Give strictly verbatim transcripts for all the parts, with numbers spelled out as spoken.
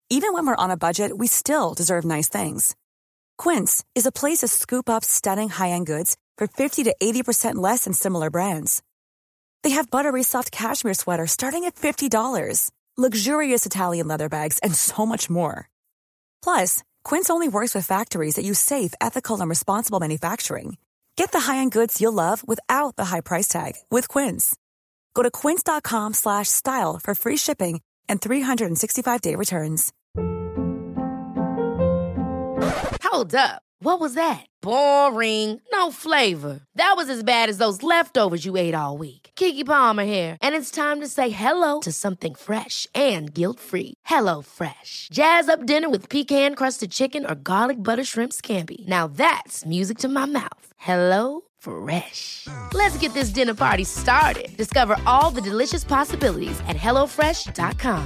Even when we're on a budget, we still deserve nice things. Quince is a place to scoop up stunning high-end goods for fifty to eighty percent less than similar brands. They have buttery soft cashmere sweaters starting at fifty dollars, luxurious Italian leather bags, and so much more. Plus, Quince only works with factories that use safe, ethical, and responsible manufacturing. Get the high-end goods you'll love without the high price tag with Quince. Go to quince.com slash style for free shipping and three sixty-five day returns. Hold up. What was that? Boring. No flavor. That was as bad as those leftovers you ate all week. Keke Palmer here. And it's time to say hello to something fresh and guilt-free. Hello Fresh. Jazz up dinner with pecan-crusted chicken or garlic butter shrimp scampi. Now that's music to my mouth. Hello Fresh. Let's get this dinner party started. Discover all the delicious possibilities at hello fresh dot com.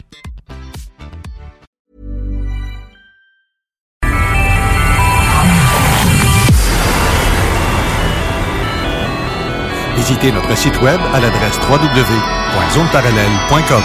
Visitez notre site web à l'adresse w w w point zone parallèle point com.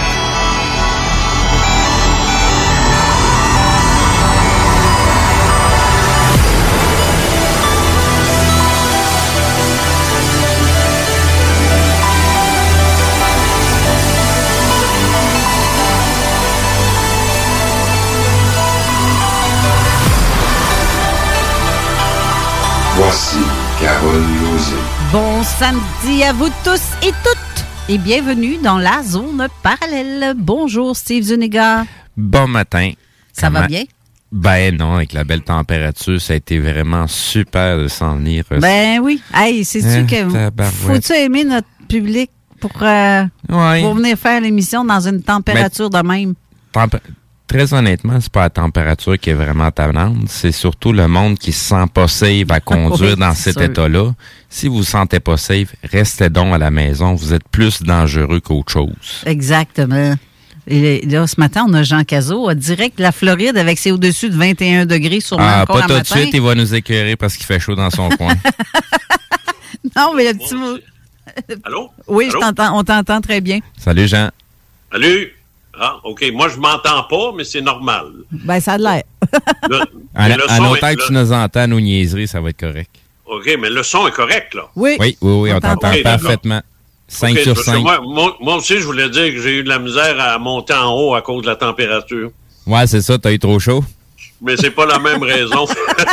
Voici Carole Lauzé. Bon samedi à vous tous et toutes et bienvenue dans la zone parallèle. Bonjour Steve Zuniga. Bon matin. Ça Comment... va bien? Ben non, avec la belle température, ça a été vraiment super de s'en venir. Ben oui. Hey, c'est-tu hein, que faut-tu aimer notre public pour, euh, ouais. pour venir faire l'émission dans une température Mais... de même? Temp... Très honnêtement, c'est pas la température qui est vraiment tannante, c'est surtout le monde qui se sent pas safe à conduire oui, dans cet sûr. état-là. Si vous vous sentez pas safe, restez donc à la maison. Vous êtes plus dangereux qu'autre chose. Exactement. Et là, ce matin, on a Jean Cazot, direct de la Floride, avec ses au-dessus de vingt et un degrés sur Ah, encore pas un tout matin. de suite, il va nous écœurer parce qu'il fait chaud dans son coin. Non, mais le petit mot... Allô? Oui, Allô? Je t'entends, on t'entend très bien. Salut, Jean. Salut. Ah, OK. Moi, je m'entends pas, mais c'est normal. Ben, ça a l'air. Le, à le à son nos est, têtes, le... tu nous entends, nos niaiseries, ça va être correct. OK, mais le son est correct, là. Oui. Oui, oui, oui, on, on t'entend okay, parfaitement. cinq okay, sur cinq. Moi, moi, moi aussi, je voulais dire que j'ai eu de la misère à monter en haut à cause de la température. Ouais, c'est ça, t'as eu trop chaud. Mais c'est pas la même raison.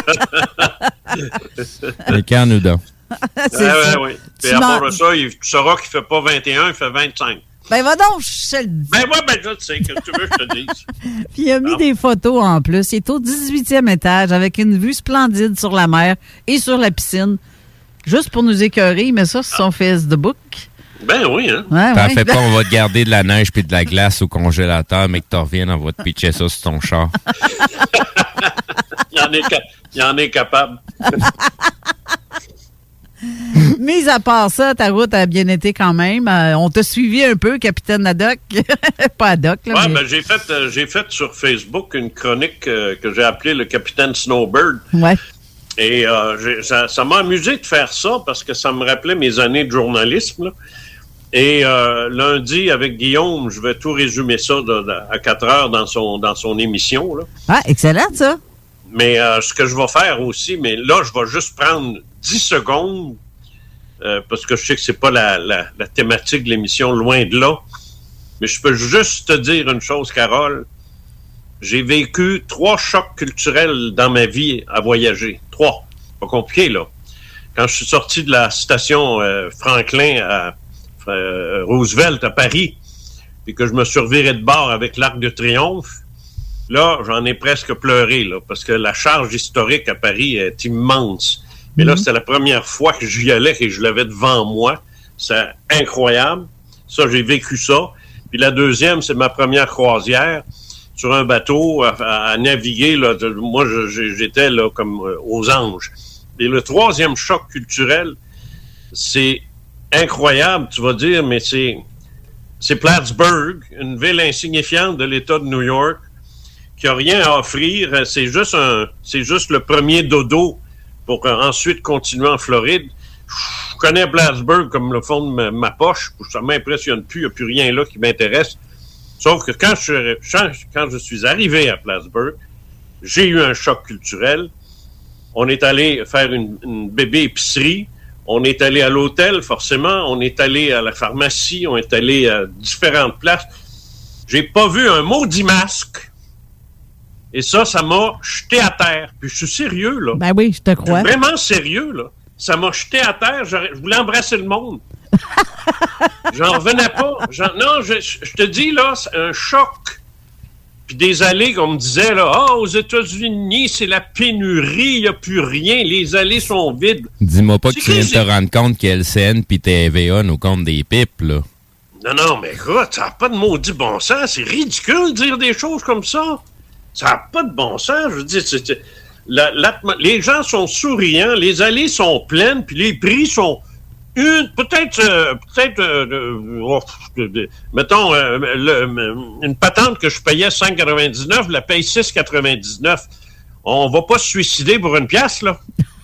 Mais quand nous donc. C'est ah, ça. Ouais, ouais. Puis à part ça, il, tu sauras qu'il fait pas vingt et un, il fait vingt-cinq. Ben, va donc, je te le dis. Ben, ouais, ben, je sais, que tu veux que je te dise. Puis, il a mis ah. des photos en plus. Il est au dix-huitième étage avec une vue splendide sur la mer et sur la piscine. Juste pour nous écœurer, il met ça sur son ah. Facebook. Ben oui, hein. Ouais, T'en ouais. fais pas, on va te garder de la neige puis de la glace au congélateur, mais que t'en reviennes, on va te pitcher ça sur ton char. il, en est ca- il en est capable. Mis à part ça, ta route a bien été quand même. Euh, on t'a suivi un peu, capitaine Haddock. Pas Haddock, là. Ouais, mais... ben, j'ai fait, euh, j'ai fait sur Facebook une chronique euh, que j'ai appelée le capitaine Snowbird. Ouais. Et euh, j'ai, ça, ça m'a amusé de faire ça parce que ça me rappelait mes années de journalisme, là. Et euh, lundi, avec Guillaume, je vais tout résumer ça de, de, à quatre heures dans son, dans son émission, là. Ah, excellent, ça. Mais euh, ce que je vais faire aussi, mais là, je vais juste prendre dix secondes, euh, parce que je sais que c'est pas la, la, la thématique de l'émission, loin de là. Mais je peux juste te dire une chose, Carole. J'ai vécu trois chocs culturels dans ma vie à voyager. Trois. Pas compliqué, là. Quand je suis sorti de la station euh, Franklin à euh, Roosevelt à Paris, puis que je me suis reviré de bord avec l'Arc de Triomphe, là, j'en ai presque pleuré, là, parce que la charge historique à Paris est immense. Mais mm-hmm. là, c'était la première fois que j'y allais et je l'avais devant moi. C'est incroyable. Ça, j'ai vécu ça. Puis la deuxième, c'est ma première croisière sur un bateau à, à naviguer. Là, de, moi, je, j'étais là comme euh, aux anges. Et le troisième choc culturel, c'est incroyable, tu vas dire, mais c'est, c'est Plattsburgh, une ville insignifiante de l'État de New York, qui n'a rien à offrir. C'est juste un, c'est juste le premier dodo pour ensuite continuer en Floride. Je connais Plattsburgh comme le fond de ma, ma poche. Ça m'impressionne plus. Il n'y a plus rien là qui m'intéresse. Sauf que quand je, quand je suis arrivé à Plattsburgh, j'ai eu un choc culturel. On est allé faire une, une bébé épicerie. On est allé à l'hôtel, forcément. On est allé à la pharmacie. On est allé à différentes places. J'ai pas vu un maudit masque. Et ça, ça m'a jeté à terre. Puis je suis sérieux, là. Ben oui, je te crois. Je suis vraiment sérieux, là. Ça m'a jeté à terre. Je voulais embrasser le monde. J'en revenais pas. J'en, non, je, je te dis, là, c'est un choc. Puis des allées qu'on me disait, là, ah, oh, aux États-Unis, c'est la pénurie, il n'y a plus rien, les allées sont vides. Dis-moi pas c'est que tu viens de c'est... te rendre compte que L C N puis T V A nous comptent des pipes, là. Non, non, mais écoute, ça n'a pas de maudit bon sens. C'est ridicule de dire des choses comme ça. Ça n'a pas de bon sens. Je veux dire, c'est, c'est, la, la, les gens sont souriants, les allées sont pleines, puis les prix sont... Une, peut-être, euh, peut-être, euh, oh, mettons, euh, le, une patente que je payais cinq quatre-vingt-dix-neuf, je la paye six quatre-vingt-dix-neuf. On va pas se suicider pour une pièce, là.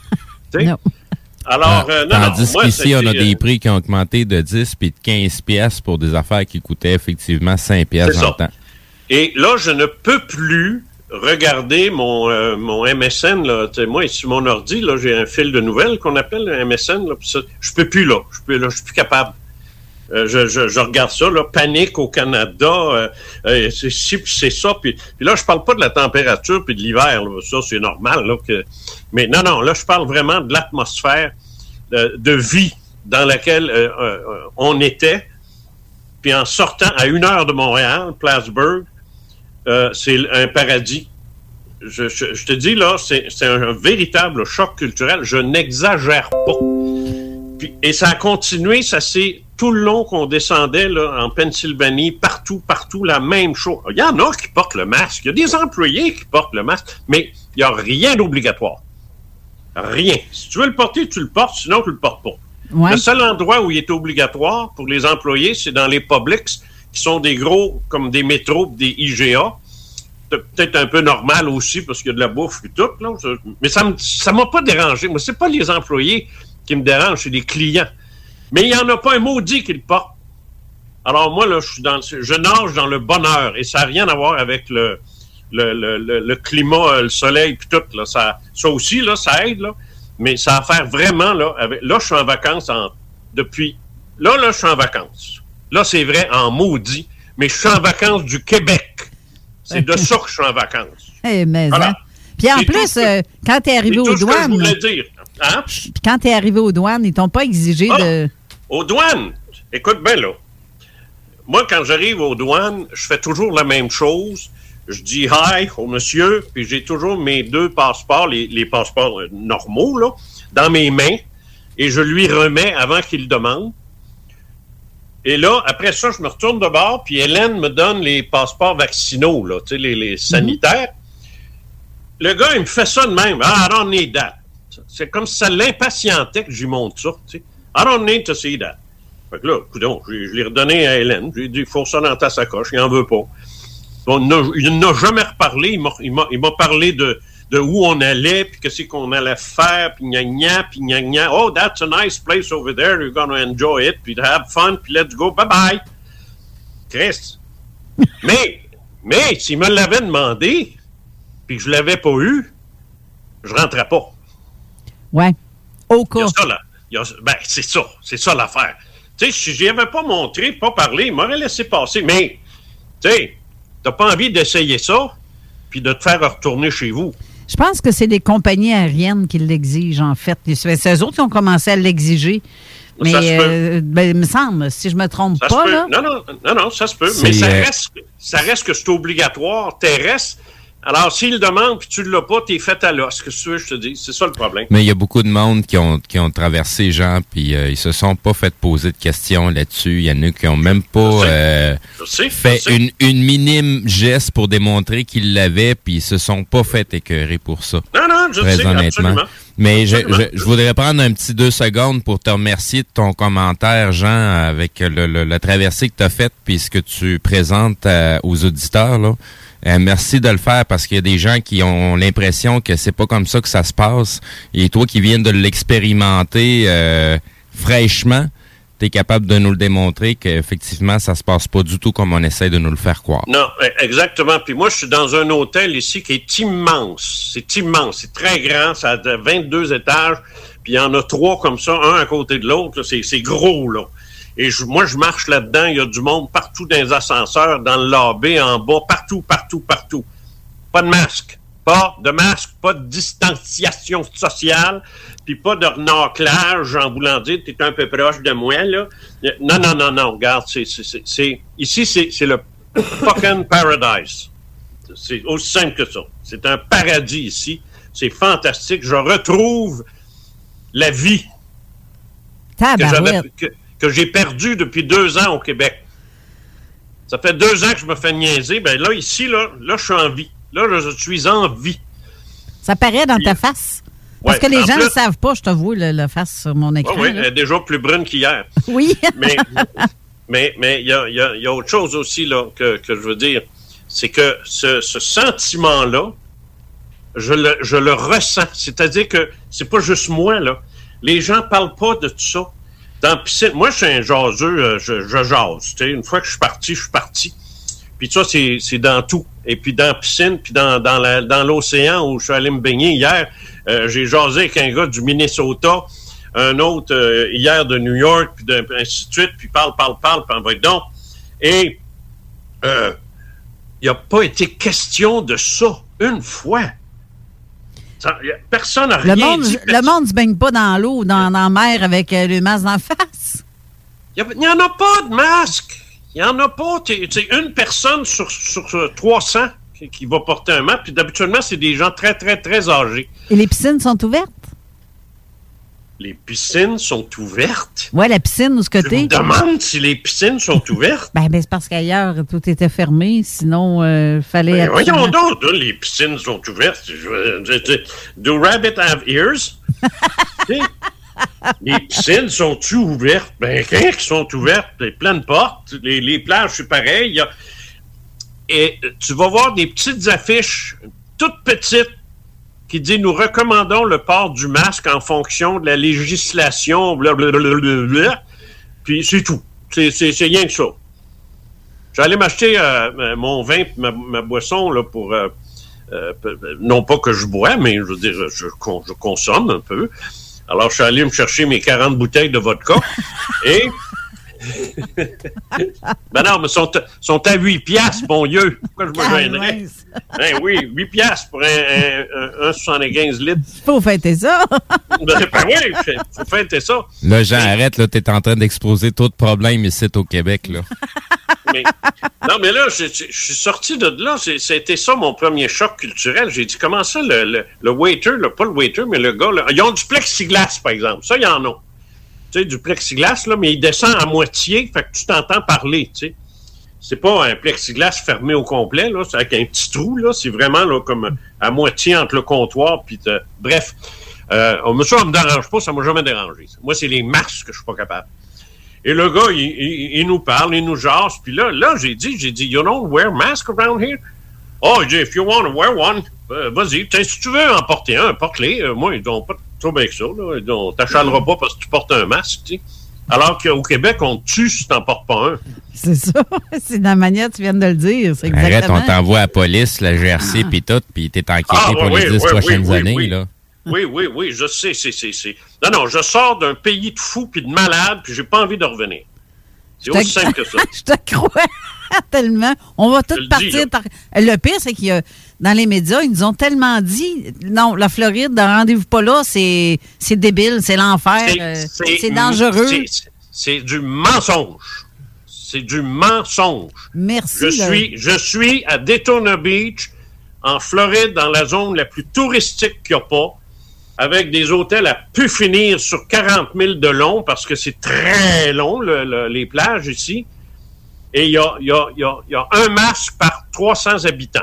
Non. Alors, euh, non, Tandis non, moi, qu'ici, on a euh, des prix qui ont augmenté de dix puis de quinze piastres pour des affaires qui coûtaient effectivement cinq piastres dans le temps. Et là, je ne peux plus regarder mon, euh, mon M S N, là. T'sais, moi, sur mon ordi, là, j'ai un fil de nouvelles qu'on appelle un M S N. Là, ça, je peux plus, là. Je peux, là, je suis plus capable. Euh, je, je, je regarde ça, là. Panique au Canada. Euh, euh, c'est ci, puis c'est ça. Puis, puis là, je parle pas de la température puis de l'hiver. Là. Ça, c'est normal. Là, que... Mais non, non. Là, je parle vraiment de l'atmosphère de, de vie dans laquelle euh, euh, on était. Puis en sortant à une heure de Montréal, Plattsburgh, Euh, c'est un paradis. Je, je, je te dis, là, c'est, c'est un, un véritable choc culturel. Je n'exagère pas. Puis, et ça a continué, ça c'est tout le long qu'on descendait là, en Pennsylvanie, partout, partout, la même chose. Il y en a qui portent le masque. Il y a des employés qui portent le masque, mais il n'y a rien d'obligatoire. Rien. Si tu veux le porter, tu le portes, sinon tu le portes pas. Ouais. Le seul endroit où il est obligatoire pour les employés, c'est dans les Publix, qui sont des gros, comme des métros, des I G A. C'est peut-être un peu normal aussi, parce qu'il y a de la bouffe et tout, là. Mais ça ne m'a pas dérangé. Moi, c'est pas les employés qui me dérangent, c'est les clients. Mais il n'y en a pas un maudit qui le porte. Alors moi, là, je suis dans, je nage dans le bonheur, et ça n'a rien à voir avec le, le, le, le, le climat, le soleil, puis tout, là. Ça, ça aussi, là, ça aide, là. Mais ça a à faire vraiment, là, avec, là, je suis en vacances en, depuis, là, là, je suis en vacances. Là, c'est vrai, en maudit, mais je suis en vacances du Québec. C'est de ça que je suis en vacances. Eh, mais voilà. Hein? Puis en c'est plus, tout, euh, quand tu es arrivé aux douanes... Que je voulais dire. Hein? Puis quand tu es arrivé aux douanes, ils t'ont pas exigé ah, de... Aux douanes? Écoute bien, là. Moi, quand j'arrive aux douanes, je fais toujours la même chose. Je dis « hi » au monsieur, puis j'ai toujours mes deux passeports, les, les passeports normaux, là, dans mes mains, et je lui remets avant qu'il le demande. Et là, après ça, je me retourne de bord, puis Hélène me donne les passeports vaccinaux, là, tu sais, les, les sanitaires. Mm-hmm. Le gars, il me fait ça de même. Ah, I don't need that. C'est comme si ça l'impatientait que je lui montre ça, tu sais. I don't need to see that. Fait que là, coudonc, je, je l'ai redonné à Hélène. Je lui ai dit, il faut ça dans ta sacoche, il n'en veut pas. Bon, il n'a jamais reparlé. Il m'a, il m'a, il m'a parlé de, de où on allait, puis qu'est-ce qu'on allait faire, puis gna gna, puis gna gna. Oh, that's a nice place over there. You're gonna enjoy it, puis have fun, puis let's go. Bye-bye. Christ. mais, mais, s'il me l'avait demandé, puis que je l'avais pas eu, je rentrais pas. Ouais. Au cas. Il y a ça, là. Il y a, ben, c'est ça. C'est ça l'affaire. Tu sais, si je n'y avais pas montré, pas parlé, il m'aurait laissé passer. Mais, tu sais, t'as pas envie d'essayer ça, puis de te faire retourner chez vous. Je pense que c'est les compagnies aériennes qui l'exigent, en fait. C'est eux autres qui ont commencé à l'exiger. Mais, ça se peut. Euh, ben, il me semble, si je me trompe ça pas, là... Non, non, non, non, ça se peut. C'est mais ça reste, ça reste que c'est obligatoire, terrestre. Alors, s'il le demande puis tu ne l'as pas, t'es fait à l'os. Qu'est-ce que tu veux, je te dis? C'est ça le problème. Mais il y a beaucoup de monde qui ont, qui ont traversé, Jean, puis euh, ils se sont pas fait poser de questions là-dessus. Il y en a qui ont même pas euh, sais, fait une, une minime geste pour démontrer qu'ils l'avaient, puis ils se sont pas fait écœurer pour ça. Non, non, je très sais, honnêtement. Absolument. Mais je, je, je voudrais prendre un petit deux secondes pour te remercier de ton commentaire, Jean, avec le, le, la traversée que tu as faite puis ce que tu présentes à, aux auditeurs, là. Euh, merci de le faire parce qu'il y a des gens qui ont l'impression que c'est pas comme ça que ça se passe. Et toi qui viens de l'expérimenter euh, fraîchement, tu es capable de nous le démontrer qu'effectivement, ça se passe pas du tout comme on essaie de nous le faire croire. Non, exactement. Puis moi, je suis dans un hôtel ici qui est immense. C'est immense. C'est très grand. Ça a vingt-deux étages. Puis il y en a trois comme ça, un à côté de l'autre. C'est, c'est gros, là. Et je, moi, je marche là-dedans. Il y a du monde partout dans les ascenseurs, dans le lobby, en bas, partout, partout, partout. Pas de masque. Pas de masque, pas de distanciation sociale, puis pas de renaclage en voulant dire t'es un peu proche de moi, là. Non, non, non, non, regarde, c'est, c'est, c'est, c'est ici, c'est, c'est le fucking paradise. C'est aussi simple que ça. C'est un paradis ici. C'est fantastique. Je retrouve la vie que, j'avais, que, que j'ai perdue depuis deux ans au Québec. Ça fait deux ans que je me fais niaiser. Ben là, ici, là, là, je suis en vie. Là, je suis en vie. Ça paraît dans ta face. Parce ouais, que les gens ne plus, savent pas, je te vois le, le face sur mon écran. Oui, elle est déjà plus brune qu'hier. Oui. mais mais mais il y a, y, a, y a autre chose aussi là, que, que je veux dire. C'est que ce, ce sentiment-là, je le, je le ressens. C'est-à-dire que c'est pas juste moi, là. Les gens parlent pas de tout ça. Dans la piscine, moi, je suis un jaseux, je, je jase. Tu sais, une fois que je suis parti, je suis parti. Puis ça, c'est, c'est dans tout. Et puis dans la piscine, puis dans, dans, la, dans l'océan où je suis allé me baigner hier, euh, j'ai jasé avec un gars du Minnesota, un autre euh, hier de New York, puis de, ainsi de suite, puis parle, parle, parle, puis en va donc. Et euh, il n'a pas été question de ça une fois. Ça, y a, personne n'a rien le monde, dit. Le monde ne se baigne pas dans l'eau, dans, dans la mer avec euh, le masque d'en face. Il n'y en a pas de masque. Il n'y en a pas. C'est une personne sur, sur trois cents qui, qui va porter un masque. Puis d'habituellement, c'est des gens très, très, très âgés. Et les piscines sont ouvertes? Les piscines sont ouvertes? Oui, la piscine, où ce côté? Je me demande si les piscines sont ouvertes. ben, ben, c'est parce qu'ailleurs, tout était fermé. Sinon, il euh, fallait... Ben, voyons donc, là, les piscines sont ouvertes. Je, je, je, do rabbit have ears? Les piscines sont-tu ouvertes? Ben, quand qui sont ouvertes? Il y a plein de portes. Les, les plages, c'est pareil. Il y a... Et tu vas voir des petites affiches, toutes petites, qui disent « Nous recommandons le port du masque en fonction de la législation, blablabla. » Puis c'est tout. C'est, c'est, c'est rien que ça. J'allais m'acheter euh, mon vin, ma, ma boisson, là, pour... Euh, euh, non pas que je bois, mais je veux dire, je, je consomme un peu. Alors, je suis allé me chercher mes quarante bouteilles de vodka et... ben non, mais sont, sont à huit piastres, bon Dieu. Pourquoi je me gênerais? Ben oui, huit piastres pour un, un, un, un soixante-quinze litres. Faut fêter ça. ben, ben oui, faut fêter ça. Là, Jean, mais, arrête, là, t'es en train d'exposer tout de problème ici au Québec, là. mais, non, mais là, je, je, je suis sorti de là. C'était ça mon premier choc culturel. J'ai dit, comment ça, le, le, le waiter, là, pas le waiter, mais le gars, là, ils ont du plexiglas, par exemple. Ça, ils en ont. Tu sais, du plexiglas, là, mais il descend à moitié, fait que tu t'entends parler, tu sais. C'est pas un plexiglas fermé au complet, là, c'est avec un petit trou, là, c'est vraiment, là, comme à moitié entre le comptoir, puis te... bref. Euh, ça, ça me dérange pas, ça m'a jamais dérangé. Moi, c'est les masques que je suis pas capable. Et le gars, il, il, il nous parle, il nous jase, puis là, là, j'ai dit, j'ai dit, you don't wear mask around here? Oh, il dit, if you want to wear one, euh, vas-y, si tu veux en porter un, porte-les. Euh, moi, ils n'ont pas trop bien que ça, là. On t'achalera pas parce que tu portes un masque, tu sais. Alors qu'au Québec, on te tue si tu n'en portes pas un. C'est ça. C'est dans la manière que tu viens de le dire. C'est exactement. Arrête, on t'envoie à la police, la G R C, puis tout, puis t'es enquêté ah, pour oui, les dix oui, prochaines oui, années, oui. là. Oui, oui, oui, je sais, c'est, c'est, c'est... Non, non, je sors d'un pays de fous puis de malades, puis j'ai pas envie de revenir. C'est aussi simple que ça. Je te crois tellement. On va tout partir. Dis, par... Le pire, c'est qu'il y a, dans les médias, ils nous ont tellement dit, non, la Floride, rendez-vous pas là, c'est, c'est débile, c'est l'enfer, c'est, euh, c'est, c'est dangereux. C'est, c'est, c'est du mensonge. C'est du mensonge. Merci. Je suis, je suis à Daytona Beach, en Floride, dans la zone la plus touristique qu'il n'y a pas, avec des hôtels à pu finir sur quarante mille de long, parce que c'est très long, le, le, les plages ici. Et il y a, y, a, y, a, y a un masque par trois cents habitants.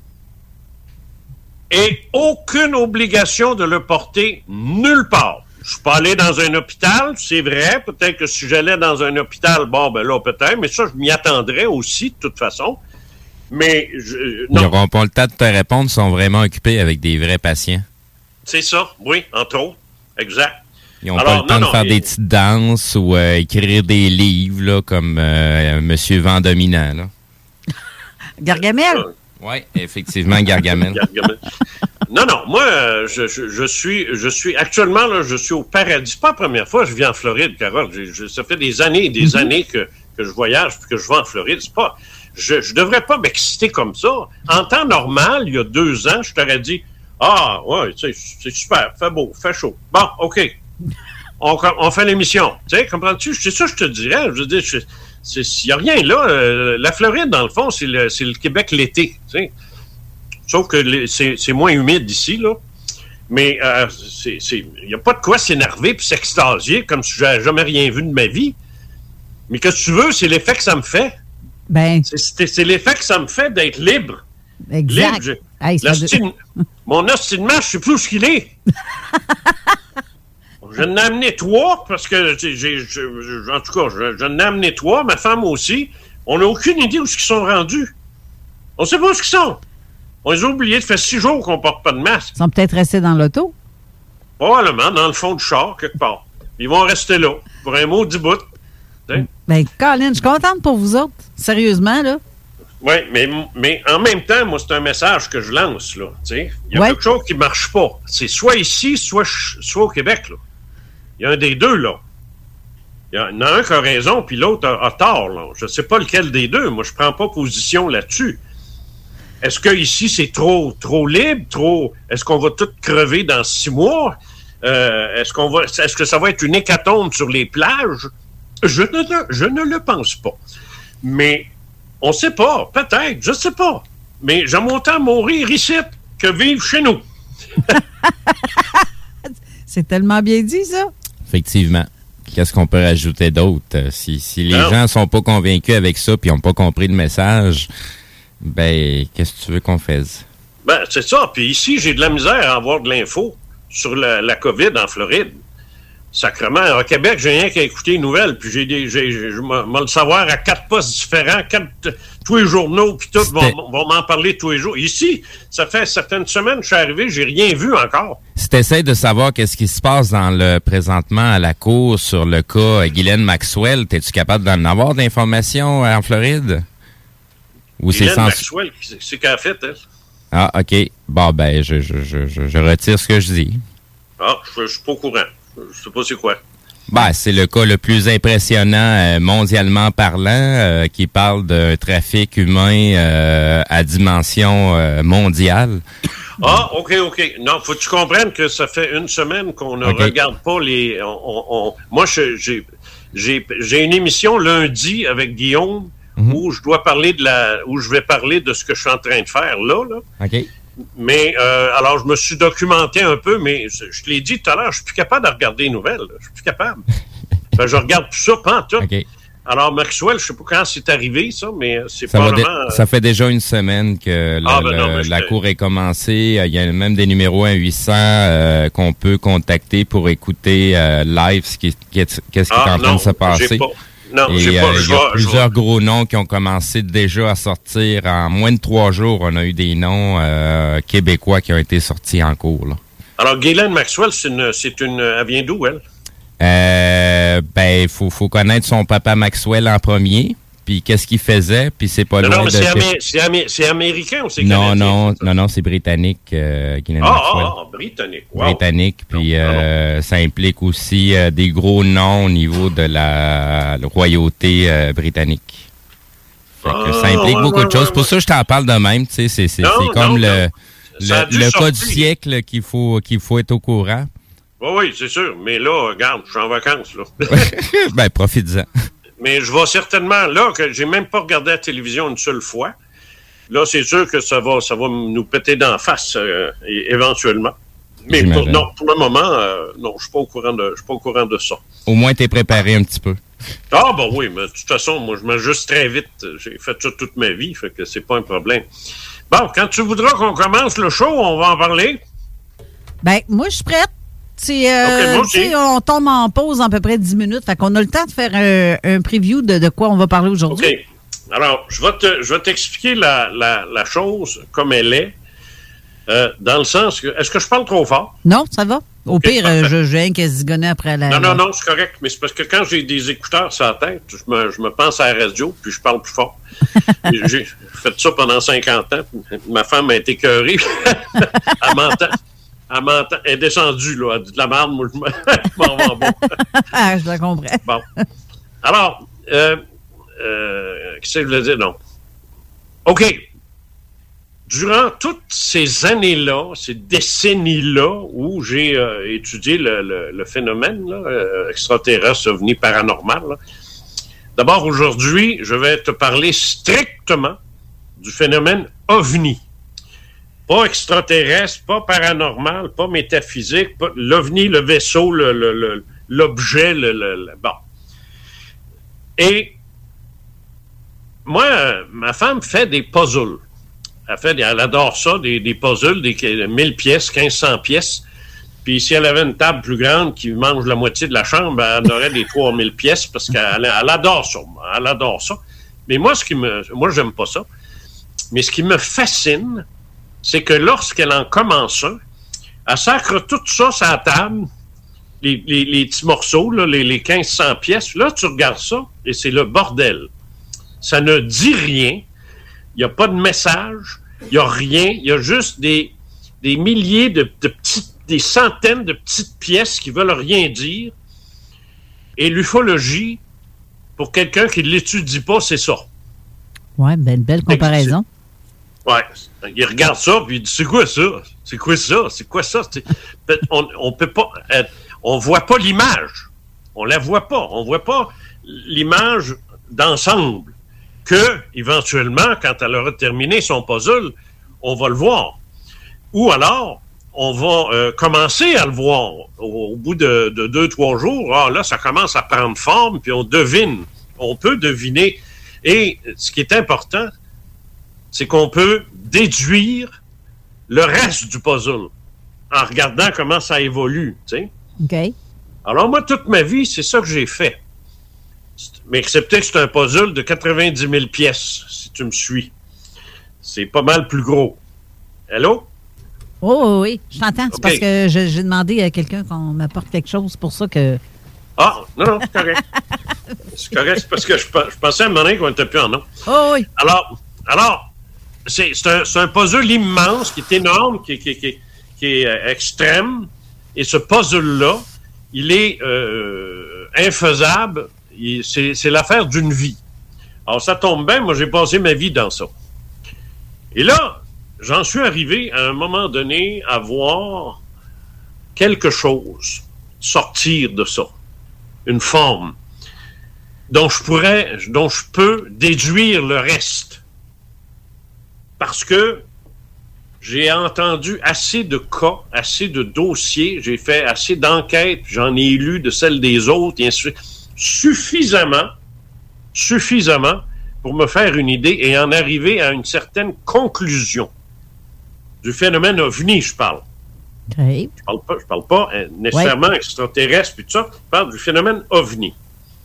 Et aucune obligation de le porter nulle part. Je suis pas allé dans un hôpital, c'est vrai. Peut-être que si j'allais dans un hôpital, bon, ben là, peut-être. Mais ça, je m'y attendrais aussi, de toute façon. Mais, je, non. Ils n'auront pas le temps de te répondre, ils sont vraiment occupés avec des vrais patients. C'est ça, oui, entre autres. Exact. Ils n'ont pas le temps non, de faire non, des petites danses ou euh, écrire des livres, là, comme euh, M. Vendominant, là. Gargamel? Oui, effectivement, Gargamel. Gargamel. Non, non, moi, euh, je, je, je suis, je suis, actuellement, là, je suis au paradis. C'est pas la première fois que je viens en Floride, Carole. Je, je, ça fait des années et des mm-hmm. années que, que je voyage puis que je vais en Floride. C'est pas, je, je devrais pas m'exciter comme ça. En temps normal, il y a deux ans, je t'aurais dit, ah, ouais, tu sais, c'est super, fait beau, fait chaud. Bon, OK. On, on fait l'émission. Tu sais, comprends-tu? C'est ça que je te dirais. Je veux dire, il n'y a rien là. Euh, la Floride, dans le fond, c'est le, c'est le Québec l'été. Tu sais. Sauf que les, c'est, c'est moins humide ici, là. Mais euh, il n'y a pas de quoi s'énerver puis s'extasier comme si j'avais jamais rien vu de ma vie. Mais qu'est-ce que tu veux? C'est l'effet que ça me fait. Ben. C'est, c'est, c'est l'effet que ça me fait d'être libre. Exact. Libre. Je, hey, de... Mon ostinement, je ne sais plus où ce qu'il est. Je n'ai amené trois parce que, j'ai, j'ai, je, en tout cas, je, je n'ai amené trois, ma femme aussi. On n'a aucune idée où ils sont rendus. On ne sait pas où ils sont. On les a oubliés. Ça fait six jours qu'on ne porte pas de masque. Ils sont peut-être restés dans l'auto. Probablement, dans le fond du char, quelque part. Ils vont rester là, pour un maudit bout. T'sais? Ben, Colin, je suis contente pour vous autres. Sérieusement, là. Oui, mais, mais en même temps, moi, c'est un message que je lance, là. Il y a ouais. quelque chose qui ne marche pas. C'est soit ici, soit, soit au Québec, là. Il y a un des deux, là. Il y en a un qui a raison, puis l'autre a, a tort, là. Je ne sais pas lequel des deux. Moi, je ne prends pas position là-dessus. Est-ce que ici c'est trop, trop libre, trop... Est-ce qu'on va tout crever dans six mois? Euh, est-ce qu'on va... Est-ce que ça va être une hécatombe sur les plages? Je ne, je ne le pense pas. Mais on ne sait pas. Peut-être. Je ne sais pas. Mais j'aime autant mourir ici que vivre chez nous. C'est tellement bien dit, ça. Effectivement. Qu'est-ce qu'on peut rajouter d'autre? Si, si les non. gens ne sont pas convaincus avec ça et n'ont pas compris le message, ben, qu'est-ce que tu veux qu'on fasse? Ben, c'est ça. Puis ici, j'ai de la misère à avoir de l'info sur la, la COVID en Floride. Sacrement. Au Québec, j'ai rien qu'à écouter les nouvelles. Puis j'ai des, j'ai, je vais le savoir à quatre postes différents, quatre, tous les journaux, puis tout, vont, vont m'en parler tous les jours. Ici, ça fait certaines semaines que je suis arrivé, j'ai rien vu encore. Si tu essaies de savoir qu'est-ce qui se passe dans le présentement à la cour sur le cas Ghislaine Maxwell, es-tu capable d'en avoir d'informations en Floride? Ou Ghislaine c'est sans... Maxwell, c'est qu'elle a fait, elle. Ah, OK. Bon, ben, je, je, je, je, je retire ce que je dis. Ah, je, je suis pas au courant. Je sais pas c'est quoi. Ben, c'est le cas le plus impressionnant euh, mondialement parlant, euh, qui parle d'un trafic humain euh, à dimension euh, mondiale. Ah, OK, OK. Non, faut que tu comprennes que ça fait une semaine qu'on ne okay. regarde pas les... On, on, on... Moi, je, j'ai, j'ai, j'ai une émission lundi avec Guillaume mm-hmm. où je dois parler de la... où je vais parler de ce que je suis en train de faire là, là. OK. Mais, euh, alors, je me suis documenté un peu, mais je te l'ai dit tout à l'heure, je suis plus capable de regarder les nouvelles. Là. Je suis plus capable. Enfin, je regarde tout ça, pas en tout. Okay. Alors, Maxwell, je sais pas quand c'est arrivé, ça, mais c'est ça probablement... Dé- ça fait déjà une semaine que la, ah, ben non, le, la cour est commencée. Il y a même des numéros un huit cents euh, qu'on peut contacter pour écouter euh, live ce qui, qu'est-ce qui est ah, en train non, de se passer. J'ai pas. Non, Et j'ai euh, pas, il y a je plusieurs je gros noms qui ont commencé déjà à sortir. En moins de trois jours, on a eu des noms euh, québécois qui ont été sortis en cours. Là. Alors, Ghislaine Maxwell, c'est une, c'est une, elle vient d'où, elle? Euh, ben, il faut, faut connaître son papa Maxwell en premier. Puis qu'est-ce qu'il faisait, puis c'est pas non, loin non, mais de... C'est, amé- c'est, amé- c'est américain ou c'est non, canadien? Non, non, non, c'est britannique, euh, Ghislaine ah, Maxwell. Ah, britannique, wow. Britannique, puis euh, ça implique aussi euh, des gros noms au niveau de la, la royauté euh, britannique. Fait que ah, ça implique ouais, beaucoup ouais, de choses. Ouais, pour ouais. ça, je t'en parle de même, tu sais, c'est, c'est, non, c'est comme non, le, non. le, le cas du siècle qu'il faut, qu'il faut être au courant. Oui, oui, c'est sûr, mais là, regarde, je suis en vacances, là. Ben, profites-en. Mais je vais certainement, là, que j'ai même pas regardé la télévision une seule fois. Là, c'est sûr que ça va, ça va nous péter d'en face, euh, éventuellement. Mais pour, non, pour le moment, euh, non, je suis pas au courant de, je suis pas au courant de ça. Au moins, t'es préparé un petit peu. Ah, ben oui, mais de toute façon, moi, je m'ajuste très vite. J'ai fait ça toute ma vie, fait que c'est pas un problème. Bon, quand tu voudras qu'on commence le show, on va en parler. Ben, moi, je suis prête. C'est, euh, okay, on tombe en pause en à peu près dix minutes. Fait qu'on a le temps de faire un, un preview de, de quoi on va parler aujourd'hui. OK. Alors, je vais, te, je vais t'expliquer la, la, la chose comme elle est, euh, dans le sens que... Est-ce que je parle trop fort? Non, ça va. Au Okay, pire, euh, je, je viens qu'à se zigonner après la... Non, non, non, c'est correct. Mais c'est parce que quand j'ai des écouteurs sur la tête, je me, je me pense à la radio, puis je parle plus fort. J'ai fait ça pendant cinquante ans. Ma femme a été écœurée. Elle m'entend. Elle m'entend. Elle est descendue, là. Elle dit de la merde, moi, je m'en vais en bon. Ah, je la comprends. Bon. Alors, euh, euh, qu'est-ce que je voulais dire? Non. OK. Durant toutes ces années-là, ces décennies-là, où j'ai euh, étudié le, le, le phénomène là, euh, extraterrestre, ovni, paranormal, là, d'abord, aujourd'hui, je vais te parler strictement du phénomène ovni. Pas extraterrestre, pas paranormal, pas métaphysique, pas l'ovni, le vaisseau, le, le, le, l'objet, le, le, le... Bon. Et moi, ma femme fait des puzzles. Elle, fait, elle adore ça, des, des puzzles, des mille pièces, quinze cents pièces. Puis si elle avait une table plus grande qui mange la moitié de la chambre, elle aurait des trois mille pièces parce qu'elle elle adore ça. Elle adore ça. Mais moi, ce qui me, moi, j'aime pas ça. Mais ce qui me fascine, c'est que lorsqu'elle en commence un, elle sacre tout ça sur la table, les, les, les petits morceaux, là, les, les quinze cents pièces. Là, tu regardes ça et c'est le bordel. Ça ne dit rien. Il n'y a pas de message, il n'y a rien, il y a juste des, des milliers de, de petites, des centaines de petites pièces qui veulent rien dire. Et l'ufologie, pour quelqu'un qui ne l'étudie pas, c'est ça. Oui, ben, une belle comparaison. Oui, il regarde ça, puis il dit, c'est quoi ça? C'est quoi ça? C'est quoi ça? C'est... On, on peut pas, euh, on voit pas l'image. On la voit pas. On voit pas l'image d'ensemble. Que, éventuellement, quand elle aura terminé son puzzle, on va le voir. Ou alors, on va euh, commencer à le voir. Au, au bout de, de deux, trois jours, ah, là, ça commence à prendre forme, puis on devine. On peut deviner. Et ce qui est important, c'est qu'on peut déduire le reste du puzzle en regardant comment ça évolue, tu sais. OK. Alors, moi, toute ma vie, c'est ça que j'ai fait. Mais excepté que c'est un puzzle de quatre-vingt-dix mille pièces, si tu me suis. C'est pas mal plus gros. Allô? Oh oui, je t'entends. C'est okay. Parce que je, j'ai demandé à quelqu'un qu'on m'apporte quelque chose, pour ça que... Ah, non, non, c'est correct. C'est correct, c'est parce que je, je pensais à un moment donné qu'on n'était plus en nom. Oh oui. Alors, alors c'est, c'est, un, c'est un puzzle immense, qui est énorme, qui, qui, qui, qui est euh, extrême. Et ce puzzle-là, il est euh, infaisable. Il, c'est, c'est l'affaire d'une vie. Alors, ça tombe bien, moi, j'ai passé ma vie dans ça. Et là, j'en suis arrivé à un moment donné à voir quelque chose sortir de ça. Une forme dont je pourrais, dont je peux déduire le reste. Parce que j'ai entendu assez de cas, assez de dossiers, j'ai fait assez d'enquêtes, j'en ai lu de celles des autres, et ainsi de suite. Suffisamment, suffisamment pour me faire une idée et en arriver à une certaine conclusion du phénomène ovni, je parle. Okay. Je parle pas, je parle pas euh, nécessairement ouais. extraterrestre puis tout ça, je parle du phénomène ovni.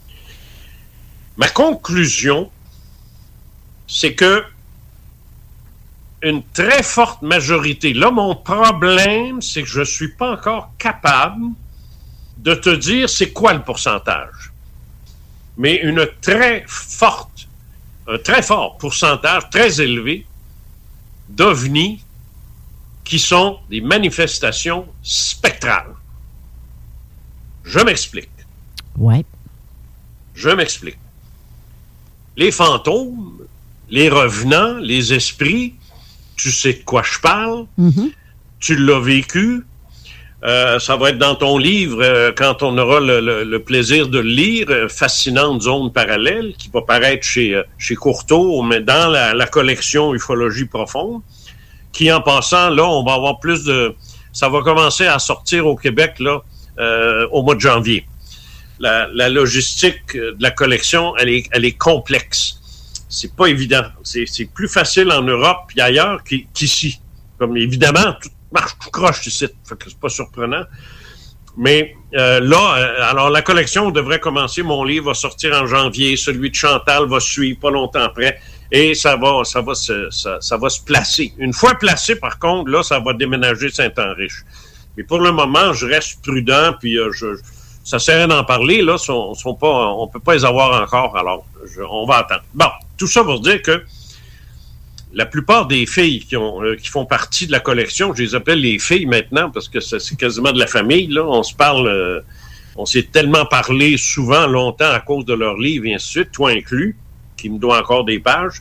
Ma conclusion, c'est que une très forte majorité, là, mon problème, c'est que je suis pas encore capable de te dire c'est quoi le pourcentage. Mais une très forte, un très fort pourcentage, très élevé, d'ovnis qui sont des manifestations spectrales. Je m'explique. Ouais. Je m'explique. Les fantômes, les revenants, les esprits, tu sais de quoi je parle, mm-hmm. Tu l'as vécu. Euh, ça va être dans ton livre, euh, quand on aura le, le, le plaisir de le lire, euh, Fascinante zone parallèle, qui va paraître chez, euh, chez Courtauld, mais dans la, la collection Ufologie profonde, qui, en passant, là, on va avoir plus de... Ça va commencer à sortir au Québec, là, euh, au mois de janvier. La, la logistique de la collection, elle est, elle est complexe. C'est pas évident. C'est, c'est plus facile en Europe et ailleurs qu'ici. Comme, évidemment, tout marche tout croche ici, fait que c'est pas surprenant. Mais euh, là, euh, alors la collection devrait commencer, mon livre va sortir en janvier, celui de Chantal va suivre pas longtemps après, et ça va, ça va se, ça, ça va se placer. Une fois placé, par contre, là, ça va déménager Saint-Henriche. Mais pour le moment, je reste prudent, puis euh, je, ça sert à rien d'en parler, là, sont, sont pas, on peut pas les avoir encore, alors je, on va attendre. Bon, tout ça pour dire que la plupart des filles qui, ont, euh, qui font partie de la collection, je les appelle les filles maintenant, parce que ça, c'est quasiment de la famille, là, on se parle, euh, on s'est tellement parlé souvent, longtemps, à cause de leurs livres, et ainsi de suite, toi inclus, qui me doit encore des pages.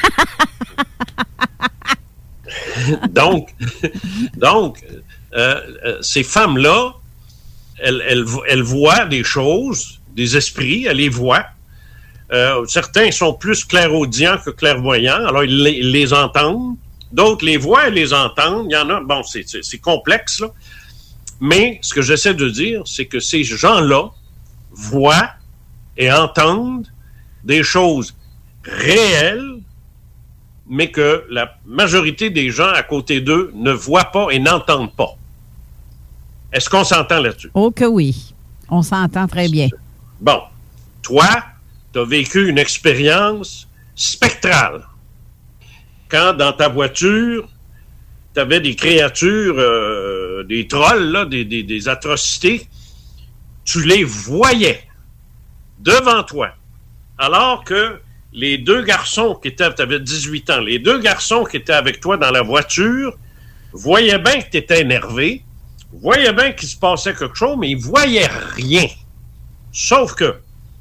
donc, donc euh, euh, ces femmes-là, elles, elles, elles voient des choses, des esprits, elles les voient. Euh, certains sont plus clairaudients que clairvoyants, alors ils les, ils les entendent. D'autres les voient et les entendent. Il y en a, bon, c'est, c'est, c'est complexe, là. Mais ce que j'essaie de dire, c'est que ces gens-là voient et entendent des choses réelles, mais que la majorité des gens à côté d'eux ne voient pas et n'entendent pas. Est-ce qu'on s'entend là-dessus? Oh que oui. On s'entend très bien. Bon. Toi, tu as vécu une expérience spectrale. Quand, dans ta voiture, tu avais des créatures, euh, des trolls, là, des, des, des atrocités, tu les voyais devant toi. Alors que les deux garçons qui étaient, tu avais dix-huit ans, les deux garçons qui étaient avec toi dans la voiture voyaient bien que tu étais énervé, voyaient bien qu'il se passait quelque chose, mais ils voyaient rien. Sauf que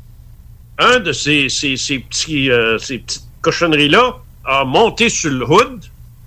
un de ces, ces, ces, petits, euh, ces petites cochonneries-là a monté sur le hood,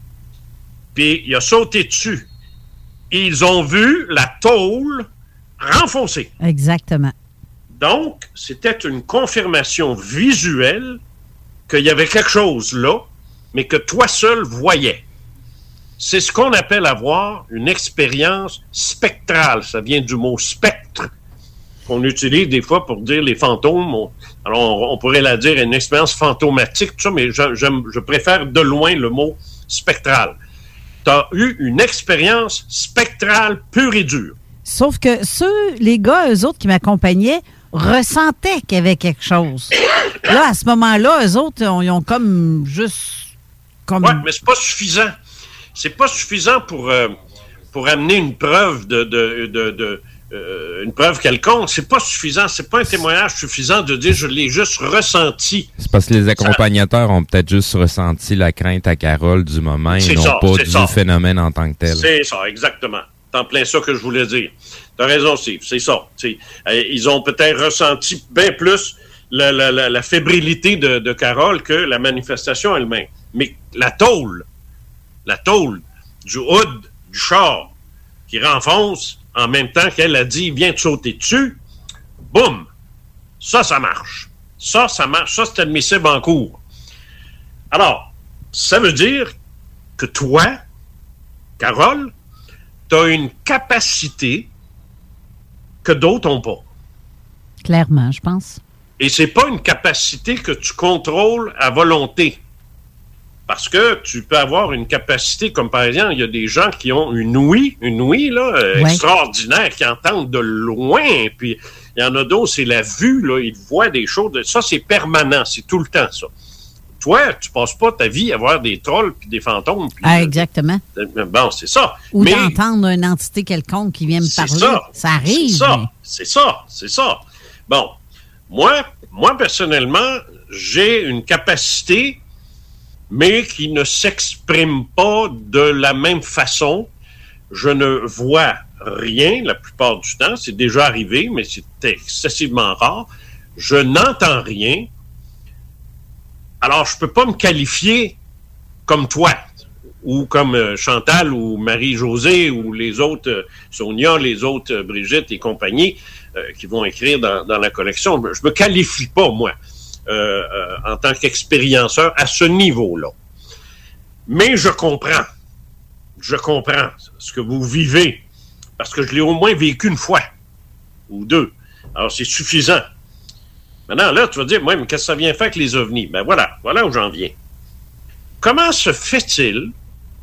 puis il a sauté dessus. Ils ont vu la tôle renfoncée. Exactement. Donc, c'était une confirmation visuelle qu'il y avait quelque chose là, mais que toi seul voyais. C'est ce qu'on appelle avoir une expérience spectrale. Ça vient du mot spectre, qu'on utilise des fois pour dire les fantômes. On, alors, on, on pourrait la dire une expérience fantomatique, tout ça, mais je, j'aime, je préfère de loin le mot spectral. Tu as eu une expérience spectrale pure et dure. Sauf que ceux, les gars, eux autres qui m'accompagnaient, ressentaient qu'il y avait quelque chose. Là, à ce moment-là, eux autres, ils ont comme juste... comme. Oui, mais c'est pas suffisant. C'est pas suffisant pour, euh, pour amener une preuve de... de, de, de euh, une preuve quelconque. C'est pas suffisant. C'est pas un témoignage suffisant de dire « je l'ai juste ressenti ». C'est parce que les accompagnateurs ça, ont peut-être juste ressenti la crainte à Carole du moment et non ça, pas du ça. phénomène en tant que tel. C'est ça, exactement. C'est en plein ça que je voulais dire. T'as raison, Steve, c'est ça. T'sais, ils ont peut-être ressenti bien plus la, la, la, la fébrilité de, de Carole que la manifestation elle-même. Mais la tôle, la tôle du hood du char qui renfonce en même temps qu'elle a dit « viens te sauter dessus », boum! Ça, ça marche. Ça, ça marche. Ça, c'est admissible en cours. Alors, ça veut dire que toi, Carole, tu as une capacité que d'autres n'ont pas. Clairement, je pense. Et c'est pas une capacité que tu contrôles à volonté. Parce que tu peux avoir une capacité, comme par exemple, il y a des gens qui ont une ouïe, une ouïe là, euh, ouais. extraordinaire, qui entendent de loin, puis il y en a d'autres, c'est la vue, là, ils voient des choses. Ça, c'est permanent, c'est tout le temps, ça. Toi, tu passes pas ta vie à voir des trolls puis des fantômes. Pis, ah, exactement. Euh, bon, c'est ça. Ou mais, d'entendre une entité quelconque qui vient me parler. Ça, ça arrive. C'est ça, mais... c'est ça, c'est ça. Bon, moi, moi personnellement, j'ai une capacité, mais qui ne s'exprime pas de la même façon. Je ne vois rien la plupart du temps. C'est déjà arrivé, mais c'est excessivement rare. Je n'entends rien. Alors, je peux pas me qualifier comme toi, ou comme euh, Chantal, ou Marie-Josée, ou les autres, euh, Sonia, les autres, euh, Brigitte et compagnie, euh, qui vont écrire dans, dans la collection. Je me qualifie pas, moi, euh, euh, en tant qu'expérienceur à ce niveau-là. Mais je comprends. Je comprends ce que vous vivez, parce que je l'ai au moins vécu une fois, ou deux. Alors, c'est suffisant. Maintenant, là, tu vas dire, ouais, mais qu'est-ce que ça vient faire avec les ovnis? Ben voilà, voilà où j'en viens. Comment se fait-il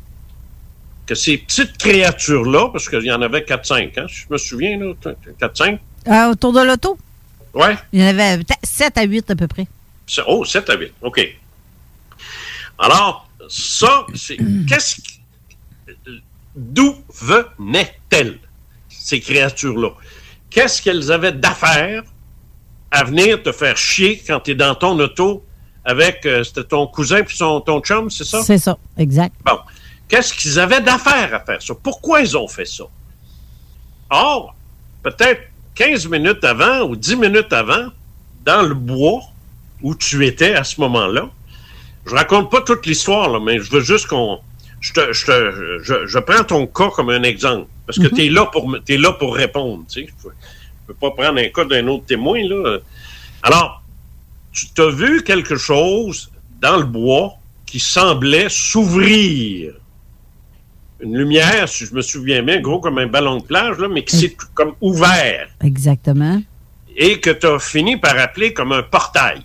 que ces petites créatures-là, parce qu'il y en avait quatre cinq, hein, je me souviens, là, quatre cinq? Euh, autour de l'auto? Oui. Il y en avait sept à huit à peu près. Oh, sept à huit, OK. Alors, ça, c'est... qu'est-ce qui... D'où venait-elle? ces créatures-là. Qu'est-ce qu'elles avaient d'affaires à venir te faire chier quand tu es dans ton auto avec, euh, c'était ton cousin puis son, ton chum, c'est ça? C'est ça, exact. Bon. Qu'est-ce qu'ils avaient d'affaires à faire ça? Pourquoi ils ont fait ça? Or, peut-être quinze minutes avant ou dix minutes avant, dans le bois où tu étais à ce moment-là, je raconte pas toute l'histoire, là, mais je veux juste qu'on... Je, te, je, te, je, je prends ton cas comme un exemple, parce que mm-hmm. tu es là pour, t'es là pour répondre. Tu sais. Je ne peux pas prendre un cas d'un autre témoin. Là. Alors, tu t'as vu quelque chose dans le bois qui semblait s'ouvrir. Une lumière, si je me souviens bien, gros comme un ballon de plage, là, mais qui s'est comme ouvert. Exactement. Et que tu as fini par appeler comme un portail.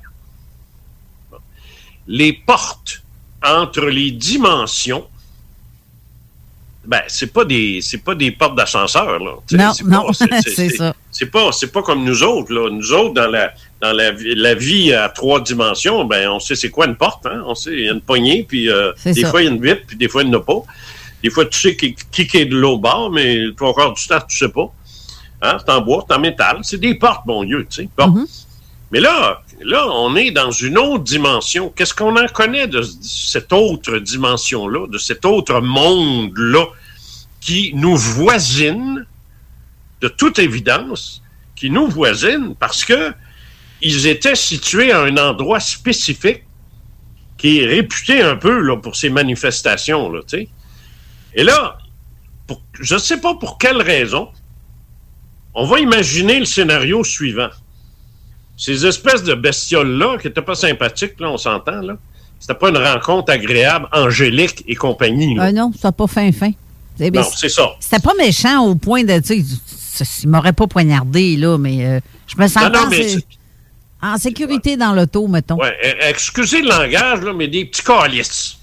Les portes entre les dimensions, ben, c'est pas des c'est pas des portes d'ascenseur, là. T'sais, non, c'est non, pas, c'est, c'est, c'est c'est, ça. C'est pas, c'est pas comme nous autres, là. Nous autres, dans la dans la, la vie à trois dimensions, ben, on sait c'est quoi une porte, hein. On sait, il y a une poignée, puis euh, des ça. fois, il y a une vitre, puis des fois, il n'y en a pas. Des fois, tu sais qui, qui est de l'autre bord, mais trois quarts du temps, tu sais pas. Hein? C'est en bois, c'est en métal. C'est des portes, mon Dieu, tu sais. Bon. Mm-hmm. Mais là, là, on est dans une autre dimension. Qu'est-ce qu'on en connaît de cette autre dimension-là, de cet autre monde-là qui nous voisine, de toute évidence, qui nous voisine parce que ils étaient situés à un endroit spécifique qui est réputé un peu là, pour ces manifestations, là, tu sais. Et là, pour, je ne sais pas pour quelle raison, on va imaginer le scénario suivant. Ces espèces de bestioles-là, qui n'étaient pas sympathiques, là, on s'entend, là, c'était pas une rencontre agréable, angélique et compagnie. Euh, non, c'était pas fin-fin. C'est, non, c'est ça. C'était pas méchant au point de, tu sais, il m'aurait pas poignardé, là, mais euh, je me sens non, non, mais en sécurité ouais. dans l'auto, mettons. Oui, excusez le langage, là, mais des petits calices.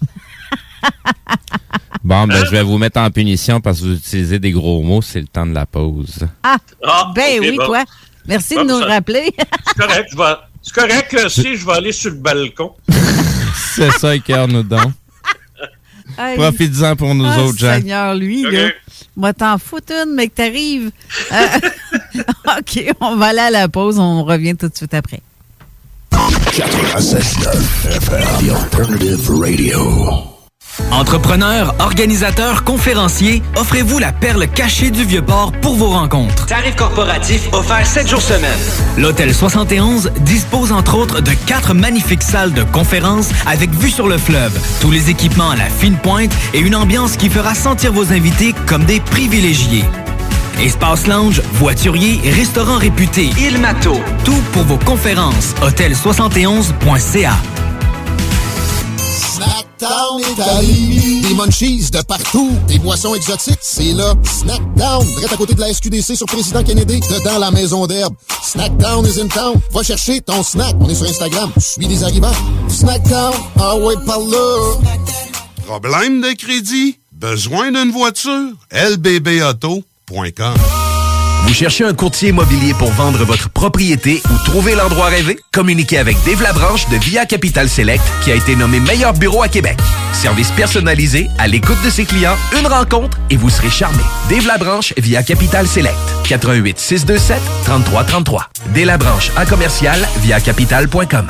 Bon, ben, hein? Je vais vous mettre en punition parce que vous utilisez des gros mots, c'est le temps de la pause. Ah, ah ben okay, oui, bon. Toi. Merci bon, de nous ça, rappeler. C'est correct, je vais, c'est correct que si je vais aller sur le balcon. C'est ça, cœur nous donne. Hey. Profites-en pour nous ah, autres, Jean. Seigneur, lui, okay. Là, moi t'en foutre une, mais que t'arrives. Euh, OK, on va aller à la pause, on revient tout de suite après. quatre-vingt-seize neuf F M, The Alternative Radio. Entrepreneurs, organisateurs, conférenciers, offrez-vous la perle cachée du Vieux-Port pour vos rencontres. Tarif corporatif offert sept jours semaine. L'Hôtel soixante et onze dispose entre autres de quatre magnifiques salles de conférences avec vue sur le fleuve, tous les équipements à la fine pointe et une ambiance qui fera sentir vos invités comme des privilégiés. Espace lounge, voiturier, restaurant réputé, Il Mato. Tout pour vos conférences. hôtel soixante et onze point c a. Snackdown Italie. Des munchies de partout. Des boissons exotiques, c'est là. Snackdown, direct à côté de la S Q D C sur Président Kennedy, dedans la maison d'herbe. Snackdown is in town. Va chercher ton snack. On est sur Instagram. Suis des arrivants. Snackdown, ah ouais, par là. Problème de crédit? Besoin d'une voiture? L B B auto point com. Vous cherchez un courtier immobilier pour vendre votre propriété ou trouver l'endroit rêvé? Communiquez avec Dave Labranche de Via Capital Select qui a été nommé meilleur bureau à Québec. Service personnalisé, à l'écoute de ses clients, une rencontre et vous serez charmé. Dave Labranche via Capital Select. quatre un huit, six deux sept, trois trois trois trois. Dave Labranche à commercial via capital point com.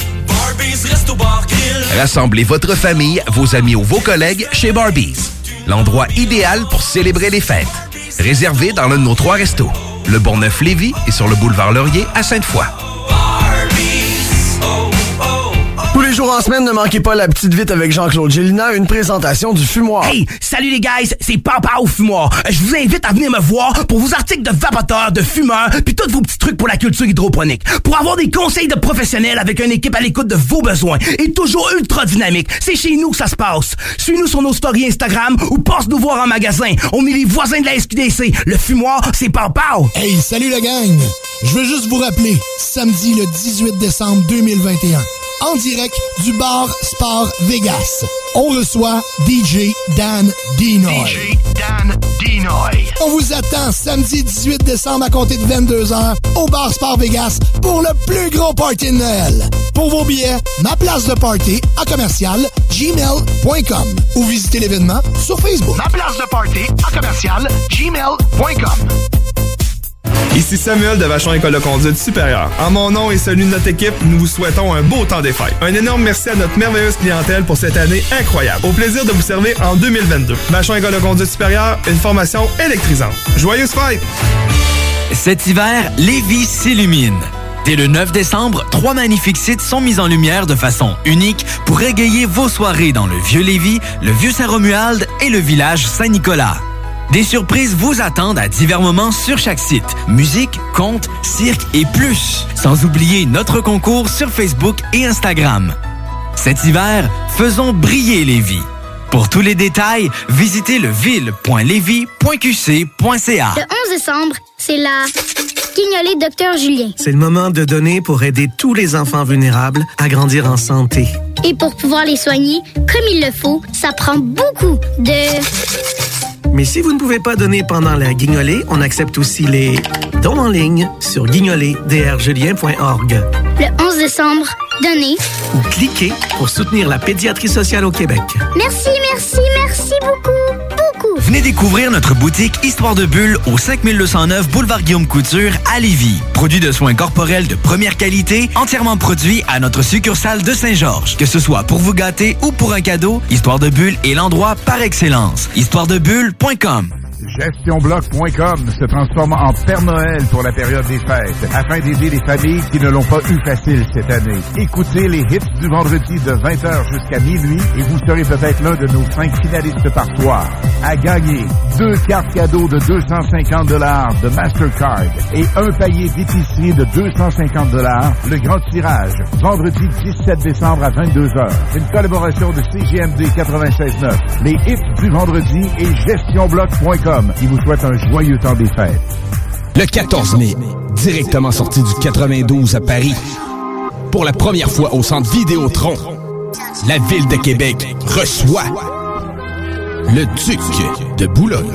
Rassemblez votre famille, vos amis ou vos collègues chez Barbies. L'endroit idéal pour célébrer les fêtes. Réservé dans l'un de nos trois restos. Le Bourgneuf-Lévis et sur le boulevard Laurier à Sainte-Foy. Tous les jours en semaine, ne manquez pas la petite vite avec Jean-Claude Gélina, une présentation du Fumoir. Hey, salut les guys, c'est Papa au Fumoir. Je vous invite à venir me voir pour vos articles de vapoteurs, de fumeurs, puis tous vos petits trucs pour la culture hydroponique. Pour avoir des conseils de professionnels avec une équipe à l'écoute de vos besoins et toujours ultra dynamique. C'est chez nous que ça se passe. Suis-nous sur nos stories Instagram ou passe nous voir en magasin. On est les voisins de la S Q D C. Le Fumoir, c'est Papa. Hey, salut la gang. Je veux juste vous rappeler, samedi le dix-huit décembre deux mille vingt et un. En direct du bar Sport Vegas. on reçoit D J Dan Dinoy. D J Dan Dinoy. On vous attend samedi dix-huit décembre à compter de vingt-deux heures au Bar Sport Vegas pour le plus gros party de Noël. Pour vos billets, ma place de party à commercial gmail point com ou visitez l'événement sur Facebook. Ma place de party à commercial gmail point com. Ici Samuel de Vachon École de conduite supérieure. En mon nom et celui de notre équipe, nous vous souhaitons un beau temps des fêtes. Un énorme merci à notre merveilleuse clientèle pour cette année incroyable. Au plaisir de vous servir en deux mille vingt-deux. Vachon École de conduite supérieure, une formation électrisante. Joyeuses fêtes! Cet hiver, Lévis s'illumine. Dès le neuf décembre, trois magnifiques sites sont mis en lumière de façon unique pour égayer vos soirées dans le Vieux-Lévis, le Vieux-Saint-Romuald et le village Saint-Nicolas. Des surprises vous attendent à divers moments sur chaque site. Musique, contes, cirque et plus. Sans oublier notre concours sur Facebook et Instagram. Cet hiver, faisons briller Lévis. Pour tous les détails, visitez le ville point lévis point q c point c a. Le onze décembre, c'est la Guignolée Docteur Julien. C'est le moment de donner pour aider tous les enfants vulnérables à grandir en santé. Et pour pouvoir les soigner comme il le faut, ça prend beaucoup de... Mais si vous ne pouvez pas donner pendant la guignolée, on accepte aussi les dons en ligne sur guignolée d r julien point org. Le onze décembre, donnez ou cliquez pour soutenir la pédiatrie sociale au Québec. Merci, merci, merci beaucoup, beaucoup. Venez découvrir notre boutique Histoire de Bulle au cinq mille deux cent neuf boulevard Guillaume Couture à Lévis. Produit de soins corporels de première qualité, entièrement produit à notre succursale de Saint-Georges. Que ce soit pour vous gâter ou pour un cadeau, Histoire de Bulle est l'endroit par excellence. histoire de bulle point com. Gestion bloc point com se transforme en Père Noël pour la période des fêtes, afin d'aider les familles qui ne l'ont pas eu facile cette année. Écoutez les hits du vendredi de vingt heures jusqu'à minuit et vous serez peut-être l'un de nos cinq finalistes par soir. À gagner deux cartes cadeaux de deux cent cinquante dollars de Mastercard et un panier d'épicerie de deux cent cinquante dollars. Le grand tirage, vendredi dix-sept décembre à vingt-deux heures. Une collaboration de C G M D quatre-vingt-seize neuf, les hits du vendredi et gestion bloc point com. qui vous souhaite un joyeux temps des fêtes. Le quatorze mai, directement sorti du quatre-vingt-douze à Paris, pour la première fois au Centre Vidéotron, la Ville de Québec reçoit le Duc de Boulogne.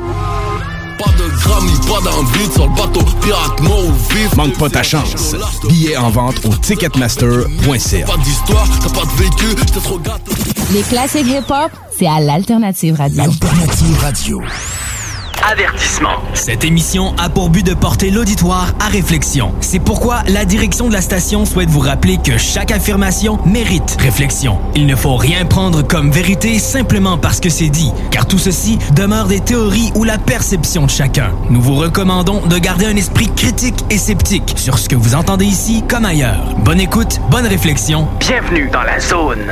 Pas de gramme ni pas d'envie sur le bateau pirate mort vif. Manque pas ta chance. Billets en vente au ticketmaster point c a. Pas d'histoire, t'as pas de vécu, t'es trop gâté. Les classiques hip-hop, c'est à l'Alternative Radio. L'Alternative Radio. Avertissement. Cette émission a pour but de porter l'auditoire à réflexion. C'est pourquoi la direction de la station souhaite vous rappeler que chaque affirmation mérite réflexion. Il ne faut rien prendre comme vérité simplement parce que c'est dit, car tout ceci demeure des théories ou la perception de chacun. Nous vous recommandons de garder un esprit critique et sceptique sur ce que vous entendez ici comme ailleurs. Bonne écoute, bonne réflexion. Bienvenue dans la zone.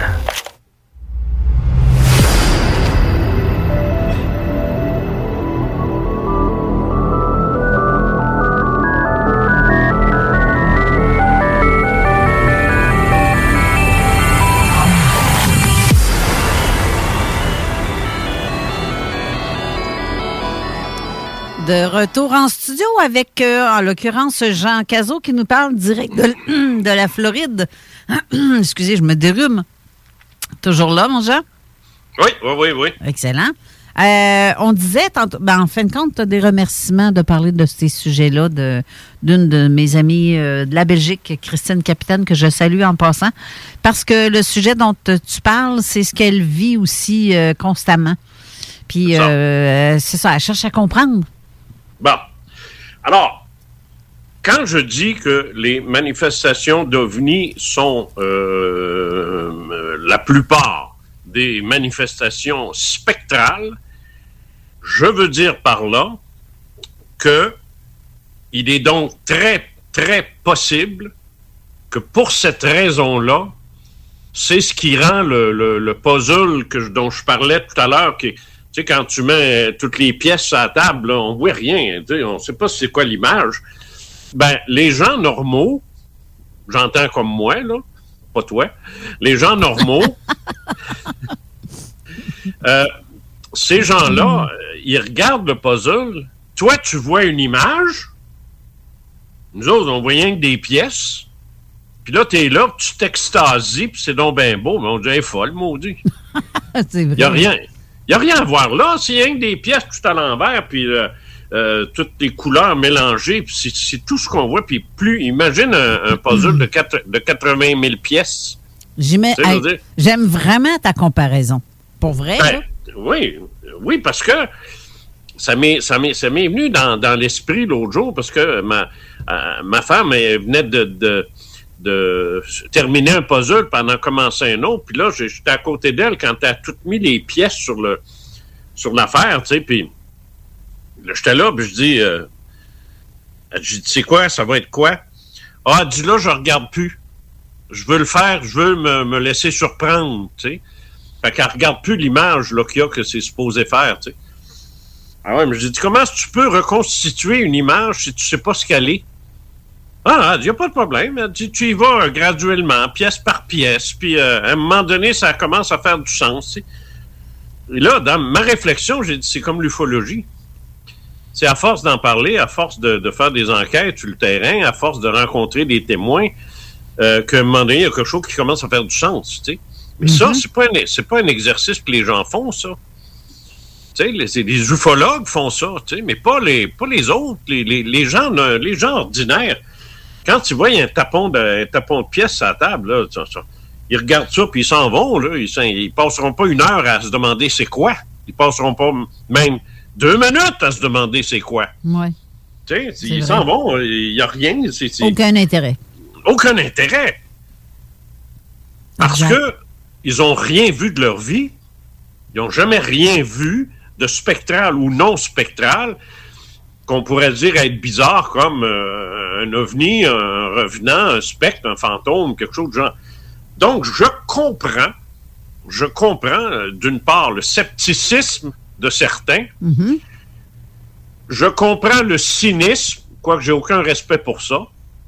De retour en studio avec, euh, en l'occurrence, Jean Cazot qui nous parle direct de, de la Floride. Excusez, je me dérume. Toujours là, mon Jean? Oui, oui, oui, oui. Excellent. Euh, on disait, tantôt, ben, en fin de compte, tu as des remerciements de parler de ces sujets-là de, d'une de mes amies euh, de la Belgique, Christine Capitaine, que je salue en passant, parce que le sujet dont tu parles, c'est ce qu'elle vit aussi euh, constamment. Puis, c'est, euh, c'est ça, elle cherche à comprendre. Bon. Alors, quand je dis que les manifestations d'OVNI sont euh, la plupart des manifestations spectrales, je veux dire par là que il est donc très, très possible que pour cette raison-là, c'est ce qui rend le, le, le puzzle que, dont je parlais tout à l'heure, qui est, tu sais, quand tu mets toutes les pièces à la table, là, on voit rien, tu sais, on ne sait pas c'est quoi l'image. Ben, les gens normaux, j'entends comme moi, là, pas toi, les gens normaux, euh, ces gens-là, ils regardent le puzzle, toi, tu vois une image, nous autres, on voit rien que des pièces, puis là, t'es là, tu t'extasies, puis c'est donc bien beau, mais on dit, elle est folle, maudit. C'est vrai. Il n'y a rien. Il n'y a rien à voir là. C'est rien que des pièces tout à l'envers, puis euh, euh, toutes les couleurs mélangées, puis c'est, c'est tout ce qu'on voit. Puis plus, imagine un, un puzzle de, quatre, de quatre-vingt mille pièces. J'aime, hey, j'aime vraiment ta comparaison. Pour vrai, ben, oui, oui, parce que ça m'est, ça m'est, ça m'est venu dans, dans l'esprit l'autre jour, parce que ma, euh, ma femme elle venait de, de, de terminer un puzzle pendant de commencer un autre, puis là, j'étais à côté d'elle quand elle a toutes mis les pièces sur le sur l'affaire, tu sais, puis là, j'étais là, puis je dis, euh, je dis, c'est quoi, ça va être quoi? Ah, dis là, je regarde plus. Je veux le faire, je veux me, me laisser surprendre, tu sais. Fait qu'elle regarde plus l'image là, qu'il y a que c'est supposé faire, tu sais. Ah ouais, mais j'ai dit, comment est-ce que tu peux reconstituer une image si tu sais pas ce qu'elle est? Ah, il n'y a pas de problème. Elle dit, tu y vas euh, graduellement, pièce par pièce, puis euh, à un moment donné, ça commence à faire du sens, tu sais. Et là, dans ma réflexion, j'ai dit, c'est comme l'ufologie. C'est à force d'en parler, à force de, de faire des enquêtes sur le terrain, à force de rencontrer des témoins, euh, qu'à un moment donné, il y a quelque chose qui commence à faire du sens, tu sais. Mais mm-hmm. ça, c'est pas un, c'est pas un exercice que les gens font, ça. Tu sais, les, les ufologues font ça, tu sais, mais pas les, pas les autres, les, les, les gens, les gens ordinaires. Quand tu vois, il y a un tapon de, un tapon de pièces à la table, là, ça, ça, ils regardent ça, puis ils s'en vont, là. Ils, ils passeront pas une heure à se demander c'est quoi. Ils passeront pas même deux minutes à se demander c'est quoi. Oui. Tu sais, ils s'en vont, il n'y a rien. C'est, c'est... Aucun intérêt. Aucun intérêt. Parce exact. que ils ont rien vu de leur vie. Ils n'ont jamais rien vu de spectral ou non spectral qu'on pourrait dire être bizarre comme euh, un ovni, un revenant, un spectre, un fantôme, quelque chose de genre. Donc, je comprends, je comprends, euh, d'une part, le scepticisme de certains. Mm-hmm. Je comprends le cynisme, quoique j'ai aucun respect pour ça.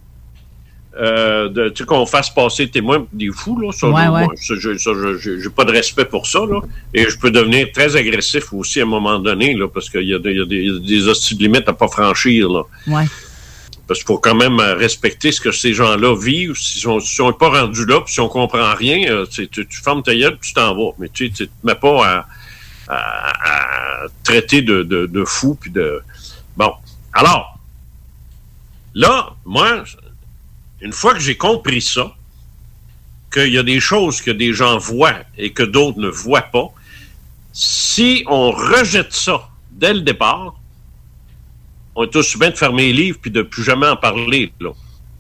Euh, de, tu sais, qu'on fasse passer témoins des fous, là. Ça, ouais, là, ouais. Moi, ça, je, ça, je, j'ai pas de respect pour ça, là. Et je peux devenir très agressif aussi à un moment donné, là, parce qu'il y a, de, il y a des, il y a des hosties de limites à pas franchir, là. Ouais. Parce qu'il faut quand même respecter ce que ces gens-là vivent. Si on n'est pas rendus là, puis si on comprend rien, euh, tu, tu fermes ta gueule, puis tu t'en vas. Mais tu ne te mets pas à, à, à traiter de, de, de fou, puis de... Bon. Alors, là, moi, une fois que j'ai compris ça, qu'il y a des choses que des gens voient et que d'autres ne voient pas, si on rejette ça dès le départ, on est aussi bien de fermer les livres puis de plus jamais en parler, là.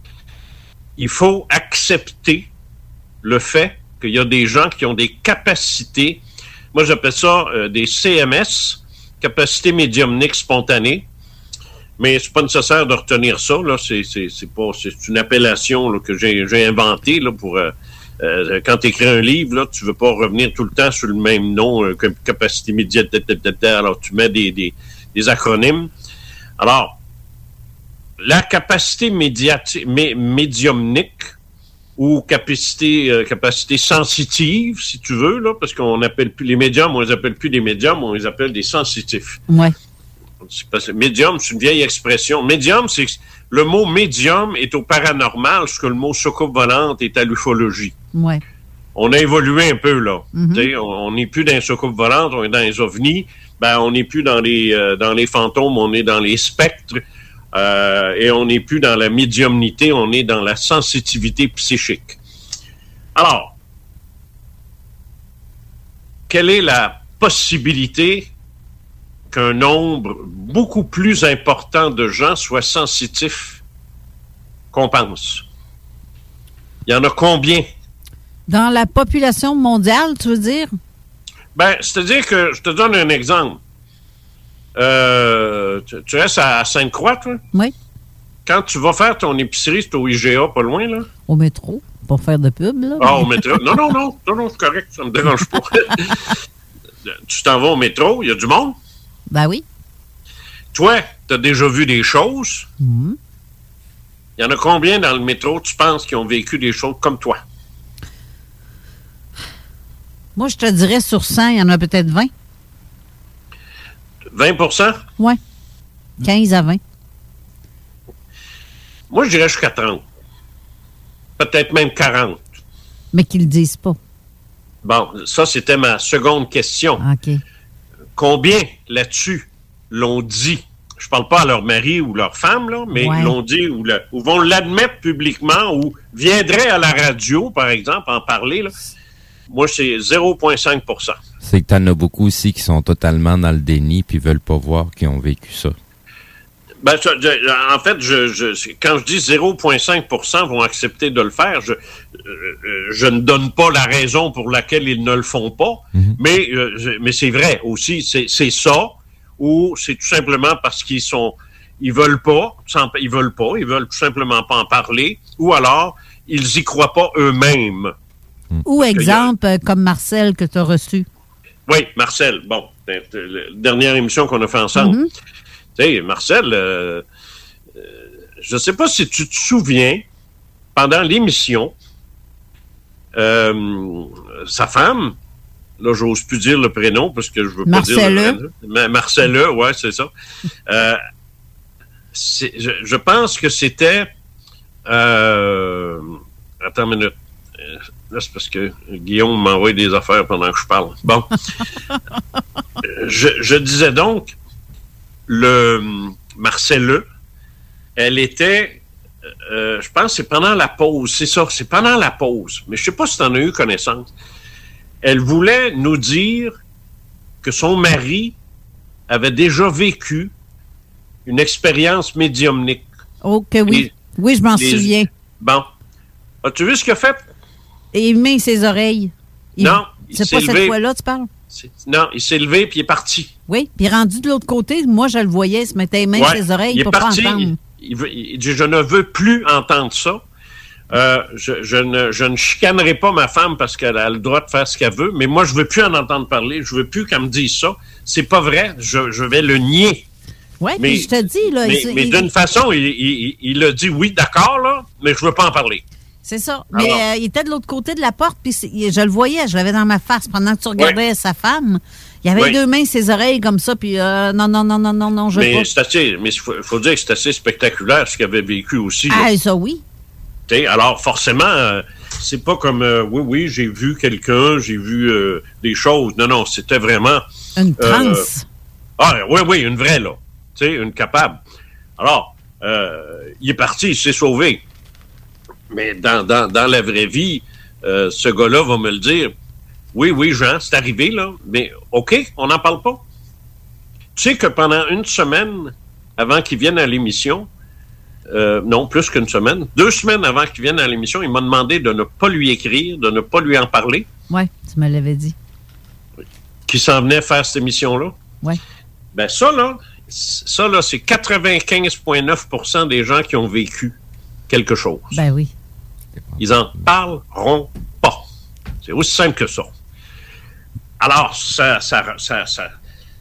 Il faut accepter le fait qu'il y a des gens qui ont des capacités, moi j'appelle ça euh, des C M S, capacités médiumniques spontanées, mais c'est pas nécessaire de retenir ça, là, c'est, c'est, c'est pas, c'est une appellation là, que j'ai, j'ai inventée là, pour... Euh, euh, quand tu écris un livre, là, tu veux pas revenir tout le temps sur le même nom, euh, capacité médiatique, alors tu mets des, des, des acronymes. Alors, la capacité médiatique, mé, médiumnique ou capacité, euh, capacité sensitive, si tu veux, là, parce qu'on appelle plus les médiums, on les appelle plus des médiums, on les appelle des sensitifs. Ouais. C'est parce que médium, c'est une vieille expression. Médium, c'est le mot médium est au paranormal, ce que le mot soucoupe volante est à l'ufologie. Ouais. On a évolué un peu, là. Mm-hmm. On n'est plus dans les soucoupes volantes, on est dans les ovnis. Ben, on n'est plus dans les euh, dans les fantômes, on est dans les spectres. Euh, et on n'est plus dans la médiumnité, on est dans la sensitivité psychique. Alors, quelle est la possibilité qu'un nombre beaucoup plus important de gens soient sensitifs qu'on pense? Il y en a combien? Dans la population mondiale, tu veux dire? Ben, c'est-à-dire que, je te donne un exemple. Euh, tu, tu restes à Sainte-Croix, toi? Oui. Quand tu vas faire ton épicerie, c'est au I G A, pas loin, là? Au métro, pour faire de pub, là. Ah, au métro? Non, non, non, non, non, c'est correct, ça me dérange pas. Tu t'en vas au métro, il y a du monde? Ben oui. Toi, tu as déjà vu des choses? Mm-hmm. Il y en a combien dans le métro, tu penses, qui ont vécu des choses comme toi? Moi, je te dirais sur cent, il y en a peut-être vingt. vingt pour cent? Oui. quinze à vingt. Moi, je dirais jusqu'à trente. Peut-être même quarante. Mais qu'ils le disent pas. Bon, ça, c'était ma seconde question. OK. Combien là-dessus l'ont dit? Je parle pas à leur mari ou leur femme, là, mais Ouais. l'ont dit ou, le, ou vont l'admettre publiquement ou viendraient à la radio, par exemple, en parler. Là. Moi, c'est zéro virgule cinq pour cent. C'est que t'en as beaucoup aussi qui sont totalement dans le déni puis veulent pas voir qu'ils ont vécu ça. Ben, ça, je, en fait, je, je, quand je dis zéro virgule cinq pour cent vont accepter de le faire, je, euh, je ne donne pas la raison pour laquelle ils ne le font pas, mm-hmm. mais, euh, je, mais c'est vrai aussi, c'est, c'est ça, ou c'est tout simplement parce qu'ils sont, ils veulent pas, sans, ils veulent pas, ils veulent tout simplement pas en parler, ou alors ils y croient pas eux-mêmes. Ou exemple, a... comme Marcel que tu as reçu. Oui, Marcel, bon, la dernière émission qu'on a fait ensemble. Mm-hmm. Tu sais, Marcel, euh, euh, je ne sais pas si tu te souviens, pendant l'émission, euh, sa femme, là, j'ose plus dire le prénom parce que je veux pas dire le prénom. Mais Marcelle, ouais, c'est ça. euh, c'est, je, je pense que c'était... Euh, attends une minute. Là, c'est parce que Guillaume m'envoie des affaires pendant que je parle. Bon. je, je disais donc, le Marcelle, elle était, euh, je pense que c'est pendant la pause, c'est ça, c'est pendant la pause, mais je sais pas si tu en as eu connaissance. Elle voulait nous dire que son mari avait déjà vécu une expérience médiumnique. Oh, que oui. Et oui, je m'en les... souviens. Bon. As-tu vu ce qu'il a fait? Et il met ses oreilles. Il... Non, il c'est s'est pas levé. Cette fois-là, tu parles? C'est... Non, il s'est levé puis il est parti. Oui, puis rendu de l'autre côté, moi, je le voyais, il se mettait les mains ouais, sur ses oreilles, il il ne peut parti, pas entendre. Il, il, il dit, je ne veux plus entendre ça. Euh, je, je, ne, je ne chicanerai pas ma femme parce qu'elle a le droit de faire ce qu'elle veut, mais moi, je veux plus en entendre parler. Je veux plus qu'elle me dise ça. C'est pas vrai. Je, je vais le nier. Oui, puis je te dis, là... Mais, il, mais il, d'une façon, il, il, il a dit oui, d'accord, là, mais je veux pas en parler. C'est ça. Mais euh, il était de l'autre côté de la porte, puis je le voyais, je l'avais dans ma face pendant que tu regardais oui. sa femme. Il avait oui. deux mains, ses oreilles comme ça, puis euh, non, non, non, non, non, non, je veux mais pas. C'est assez, mais il faut, faut dire que c'est assez spectaculaire ce qu'il avait vécu aussi. Là. Ah, ça oui. T'sais, alors, forcément, euh, c'est pas comme, euh, oui, oui, j'ai vu quelqu'un, j'ai vu euh, des choses. Non, non, c'était vraiment... Une transe. Euh, ah, oui, oui, une vraie, là. Tu sais, une capable. Alors, euh, il est parti, il s'est sauvé. Mais dans, dans, dans la vraie vie, euh, ce gars-là va me le dire. Oui, oui, Jean, c'est arrivé, là, mais OK, on n'en parle pas. Tu sais que pendant une semaine, avant qu'il vienne à l'émission, euh, non, plus qu'une semaine, deux semaines avant qu'il vienne à l'émission, il m'a demandé de ne pas lui écrire, de ne pas lui en parler. Oui, tu me l'avais dit. Qu'il s'en venait faire cette émission-là. Oui. Ben ça, là, ça, là, c'est quatre-vingt-quinze virgule neuf pour cent des gens qui ont vécu quelque chose. Ben oui. Ils en parleront pas. C'est aussi simple que ça. Alors, ça, ça, ça, ça,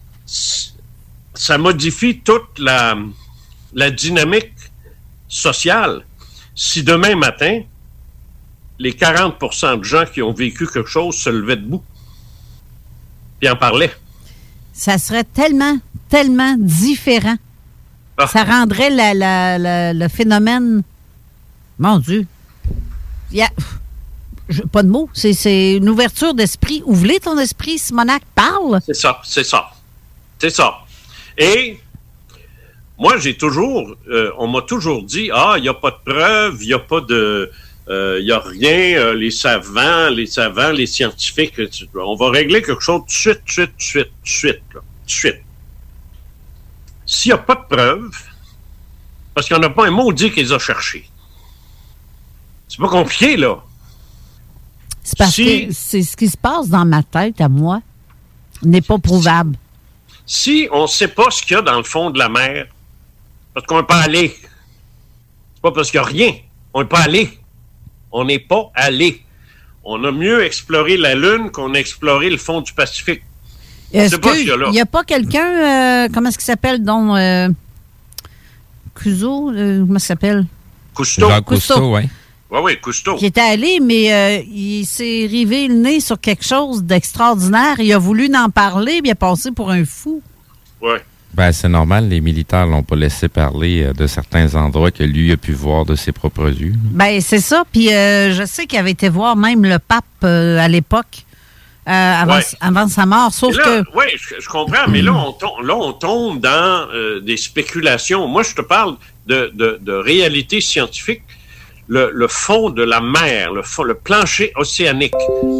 ça modifie toute la, la dynamique sociale. Si demain matin, les quarante pour cent de gens qui ont vécu quelque chose se levaient debout puis en parlaient. Ça serait tellement, tellement différent. Ah. Ça rendrait la, la, la, le phénomène... Mon Dieu. Il y a... Je, pas de mots. C'est, c'est une ouverture d'esprit. Ouvrez ton esprit, Simonac. Parle. C'est ça, c'est ça. C'est ça. Et moi, j'ai toujours... Euh, on m'a toujours dit, ah, il n'y a pas de preuves, il n'y a pas de... Il euh, n'y a rien, euh, les savants, les savants, les scientifiques, on va régler quelque chose tout de suite, tout de suite, tout de suite, tout de suite, là, tout de suite. S'il n'y a pas de preuves, parce qu'il n'y en a pas un maudit qui les a cherchés. C'est pas compliqué, là. C'est parce si, que c'est ce qui se passe dans ma tête, à moi, n'est pas prouvable. Si, si on ne sait pas ce qu'il y a dans le fond de la mer, parce qu'on n'est pas allé, c'est pas parce qu'il n'y a rien, on n'est pas allé. On n'est pas allé. On a mieux exploré la Lune qu'on a exploré le fond du Pacifique. Est-ce qu'il n'y a pas quelqu'un, euh, comment est-ce qu'il s'appelle, dont euh, Cousteau, euh, comment ça s'appelle? Cousteau. Jacques Cousteau, oui. Oui, oui, Cousteau. Qui était allé, mais euh, il s'est rivé le nez sur quelque chose d'extraordinaire. Il a voulu en parler, puis il a passé pour un fou. Oui. Ben, c'est normal, les militaires l'ont pas laissé parler de certains endroits que lui a pu voir de ses propres yeux. Ben, c'est ça. Puis euh, je sais qu'il avait été voir même le pape euh, à l'époque avant, ouais. avant sa mort, sauf là, que... Oui, je, je comprends, mais là on, tombe, là, on tombe dans euh, des spéculations. Moi, je te parle de, de, de réalité scientifique. Le, le fond de la mer, le, fond, le plancher océanique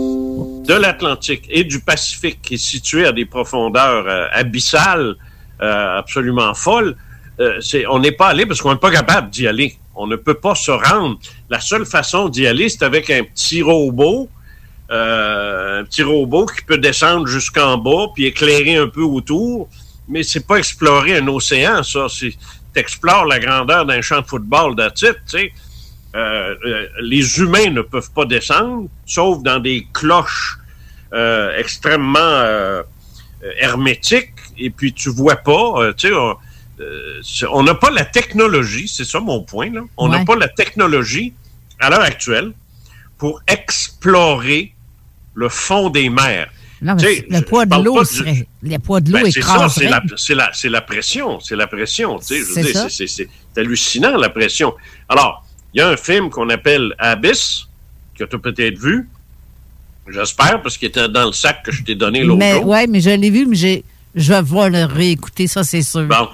de l'Atlantique et du Pacifique, qui est situé à des profondeurs euh, abyssales, euh, absolument folles, euh, c'est, on n'est pas allé parce qu'on n'est pas capable d'y aller. On ne peut pas se rendre. La seule façon d'y aller, c'est avec un petit robot, euh, un petit robot qui peut descendre jusqu'en bas puis éclairer un peu autour, mais c'est pas explorer un océan, ça. C'est t'explores la grandeur d'un champ de football d'attitude, tu sais. Euh, euh, les humains ne peuvent pas descendre, sauf dans des cloches euh, extrêmement euh, hermétiques, et puis tu vois pas, euh, tu sais, on euh, on n'a pas la technologie, c'est ça mon point, là. On n'a ouais. pas la technologie, à l'heure actuelle, pour explorer le fond des mers. Non, mais le poids de l'eau serait... Le poids de l'eau ben, écraserait. C'est ça, c'est la, c'est la, c'est la pression, c'est la pression, tu sais, je veux c'est dire, ça. c'est, c'est, c'est hallucinant, la pression. Alors, il y a un film qu'on appelle Abyss, que tu as peut-être vu. J'espère, parce qu'il était dans le sac que je t'ai donné l'autre mais, jour. Oui, mais je l'ai vu, mais j'ai, je vais voir le réécouter, ça, c'est sûr. Bon.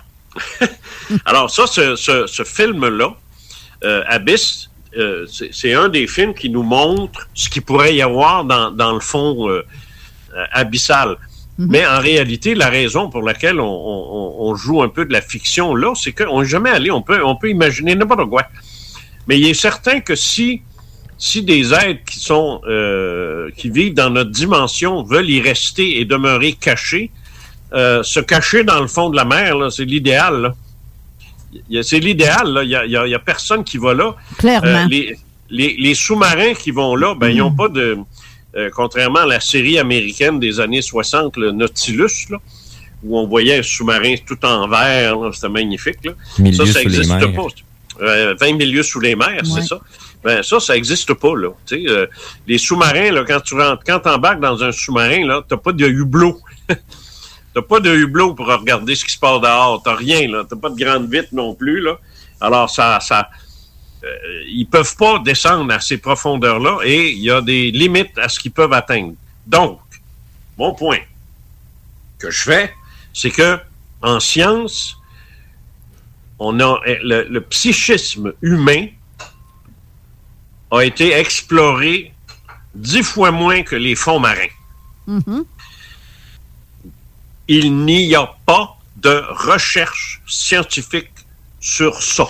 Alors, ça, ce, ce, ce film-là, euh, Abyss, euh, c'est, c'est un des films qui nous montre ce qu'il pourrait y avoir dans, dans le fond euh, euh, abyssal. Mm-hmm. Mais en réalité, la raison pour laquelle on, on, on joue un peu de la fiction là, c'est qu'on n'est jamais allé, on peut, on peut imaginer n'importe quoi. Mais il est certain que si, si des êtres qui sont euh, qui vivent dans notre dimension veulent y rester et demeurer cachés, euh, se cacher dans le fond de la mer, là, c'est l'idéal. Là. Il y a, c'est l'idéal. Là. Il y a, il y a, il y a personne qui va là. Clairement. Euh, les, les, les sous-marins qui vont là, ben mmh. ils n'ont pas de... Euh, contrairement à la série américaine des années soixante, le Nautilus, là, où on voyait un sous-marin tout en vert, là, c'était magnifique. Là. Milieu ça, ça n'existe pas. Euh, vingt milieux sous les mers, ouais. c'est ça. Ben, ça, ça n'existe pas, là. Tu sais, euh, les sous-marins, là, quand tu rentres, quand t'embarques dans un sous-marin, là, t'as pas de hublot. T'as pas de hublot pour regarder ce qui se passe dehors. T'as rien, là. T'as pas de grande vitre non plus, là. Alors, ça, ça, euh, ils peuvent pas descendre à ces profondeurs-là et il y a des limites à ce qu'ils peuvent atteindre. Donc, mon point que je fais, c'est que, en science, on a le, le psychisme humain a été exploré dix fois moins que les fonds marins. Mm-hmm. Il n'y a pas de recherche scientifique sur ça.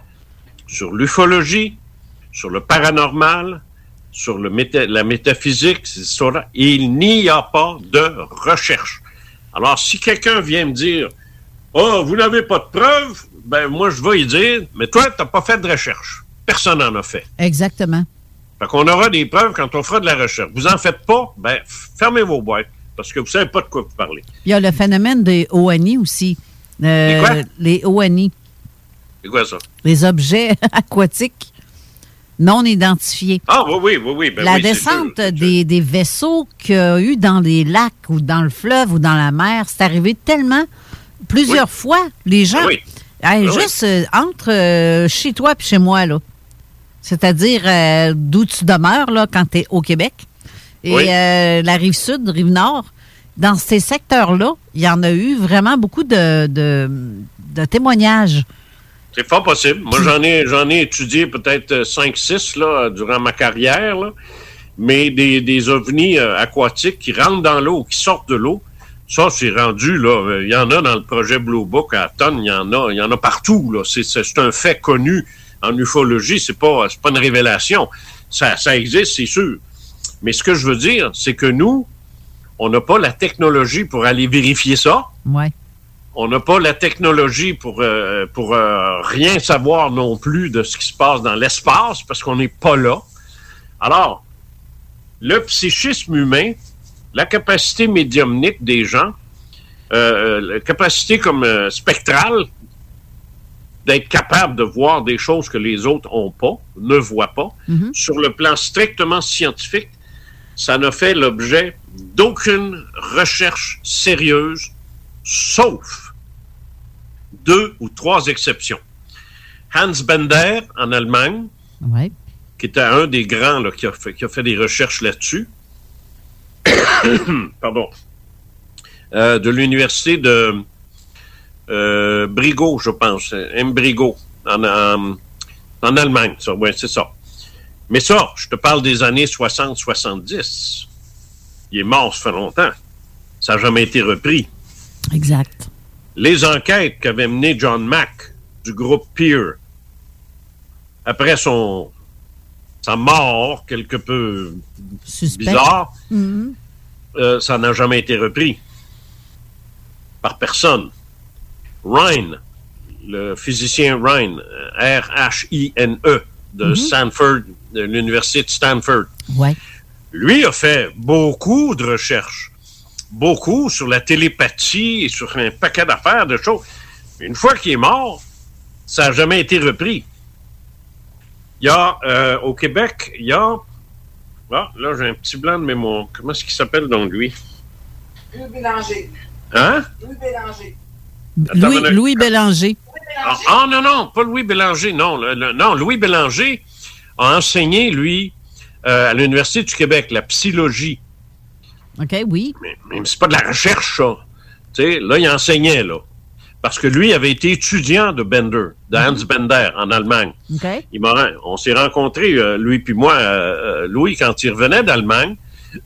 Sur l'ufologie, sur le paranormal, sur le méta, la métaphysique, sur la, il n'y a pas de recherche. Alors, si quelqu'un vient me dire « Oh, vous n'avez pas de preuves », ben moi, je vais y dire « Mais toi, tu n'as pas fait de recherche. » Personne n'en a fait. Exactement. Fait qu'on aura des preuves quand on fera de la recherche. Vous en faites pas, ben fermez vos boîtes, parce que vous savez pas de quoi vous parlez. Il y a le phénomène des O N I aussi. Euh, les quoi? Les O N I. C'est quoi ça? Les objets aquatiques non identifiés. Ah oui, oui, oui. oui. Ben la oui, descente c'est des, des vaisseaux qu'il y a eu dans les lacs ou dans le fleuve ou dans la mer, c'est arrivé tellement, plusieurs oui. fois, les gens... Ben oui. Hey, ben juste oui. euh, entre euh, chez toi et chez moi, là. C'est-à-dire euh, d'où tu demeures là, quand tu es au Québec. Et oui. euh, la rive sud, rive nord, dans ces secteurs-là, il y en a eu vraiment beaucoup de, de, de témoignages. C'est fort possible. Moi, j'en ai, j'en ai étudié peut-être cinq six là, durant ma carrière, là. Mais des, des ovnis euh, aquatiques qui rentrent dans l'eau, qui sortent de l'eau, ça, c'est rendu, là. Il y en a dans le projet Blue Book à tonnes, il y en a, il y en a partout, là. C'est, c'est, c'est un fait connu. En ufologie, c'est pas, c'est pas une révélation. Ça, ça existe, c'est sûr. Mais ce que je veux dire, c'est que nous, on n'a pas la technologie pour aller vérifier ça. Ouais. On n'a pas la technologie pour, euh, pour euh, rien savoir non plus de ce qui se passe dans l'espace, parce qu'on n'est pas là. Alors, le psychisme humain, la capacité médiumnique des gens, euh, la capacité comme euh, spectrale, d'être capable de voir des choses que les autres n'ont pas, ne voient pas. Mm-hmm. Sur le plan strictement scientifique, ça n'a fait l'objet d'aucune recherche sérieuse, sauf deux ou trois exceptions. Hans Bender, en Allemagne, ouais. qui était un des grands là, qui, a fait, qui a fait des recherches là-dessus, pardon, euh, de l'université de euh, Brigo, je pense, M. Brigo, en, en, en Allemagne, ça, ouais, c'est ça. Mais ça, je te parle des années soixante soixante-dix. Il est mort, ça fait longtemps. Ça n'a jamais été repris. Exact. Les enquêtes qu'avait menées John Mack du groupe Peer, après son sa mort quelque peu Suspect. bizarre, mm-hmm. euh, ça n'a jamais été repris par personne. Rhine, le physicien Rhine, R H I N E, de mm-hmm. Stanford, de l'université de Stanford, ouais. lui a fait beaucoup de recherches, beaucoup sur la télépathie et sur un paquet d'affaires, de choses. Une fois qu'il est mort, ça n'a jamais été repris. Il y a, euh, au Québec, il y a... Ah, là, j'ai un petit blanc de mémoire. Comment est-ce qu'il s'appelle, donc, lui? Louis Bélanger. Hein? Louis Bélanger. Louis, Attends, Louis Bélanger. Ah, ah, non, non, pas Louis Bélanger, non. Le, le, non, Louis Bélanger a enseigné, lui, euh, à l'Université du Québec, la psychologie. OK, oui. Mais, mais c'est pas de la recherche, ça. Tu sais, là, il enseignait, là. Parce que lui avait été étudiant de Bender, de Hans mm-hmm. Bender, en Allemagne. Okay. Il m'a, on s'est rencontrés, euh, lui puis moi, euh, Louis, quand il revenait d'Allemagne.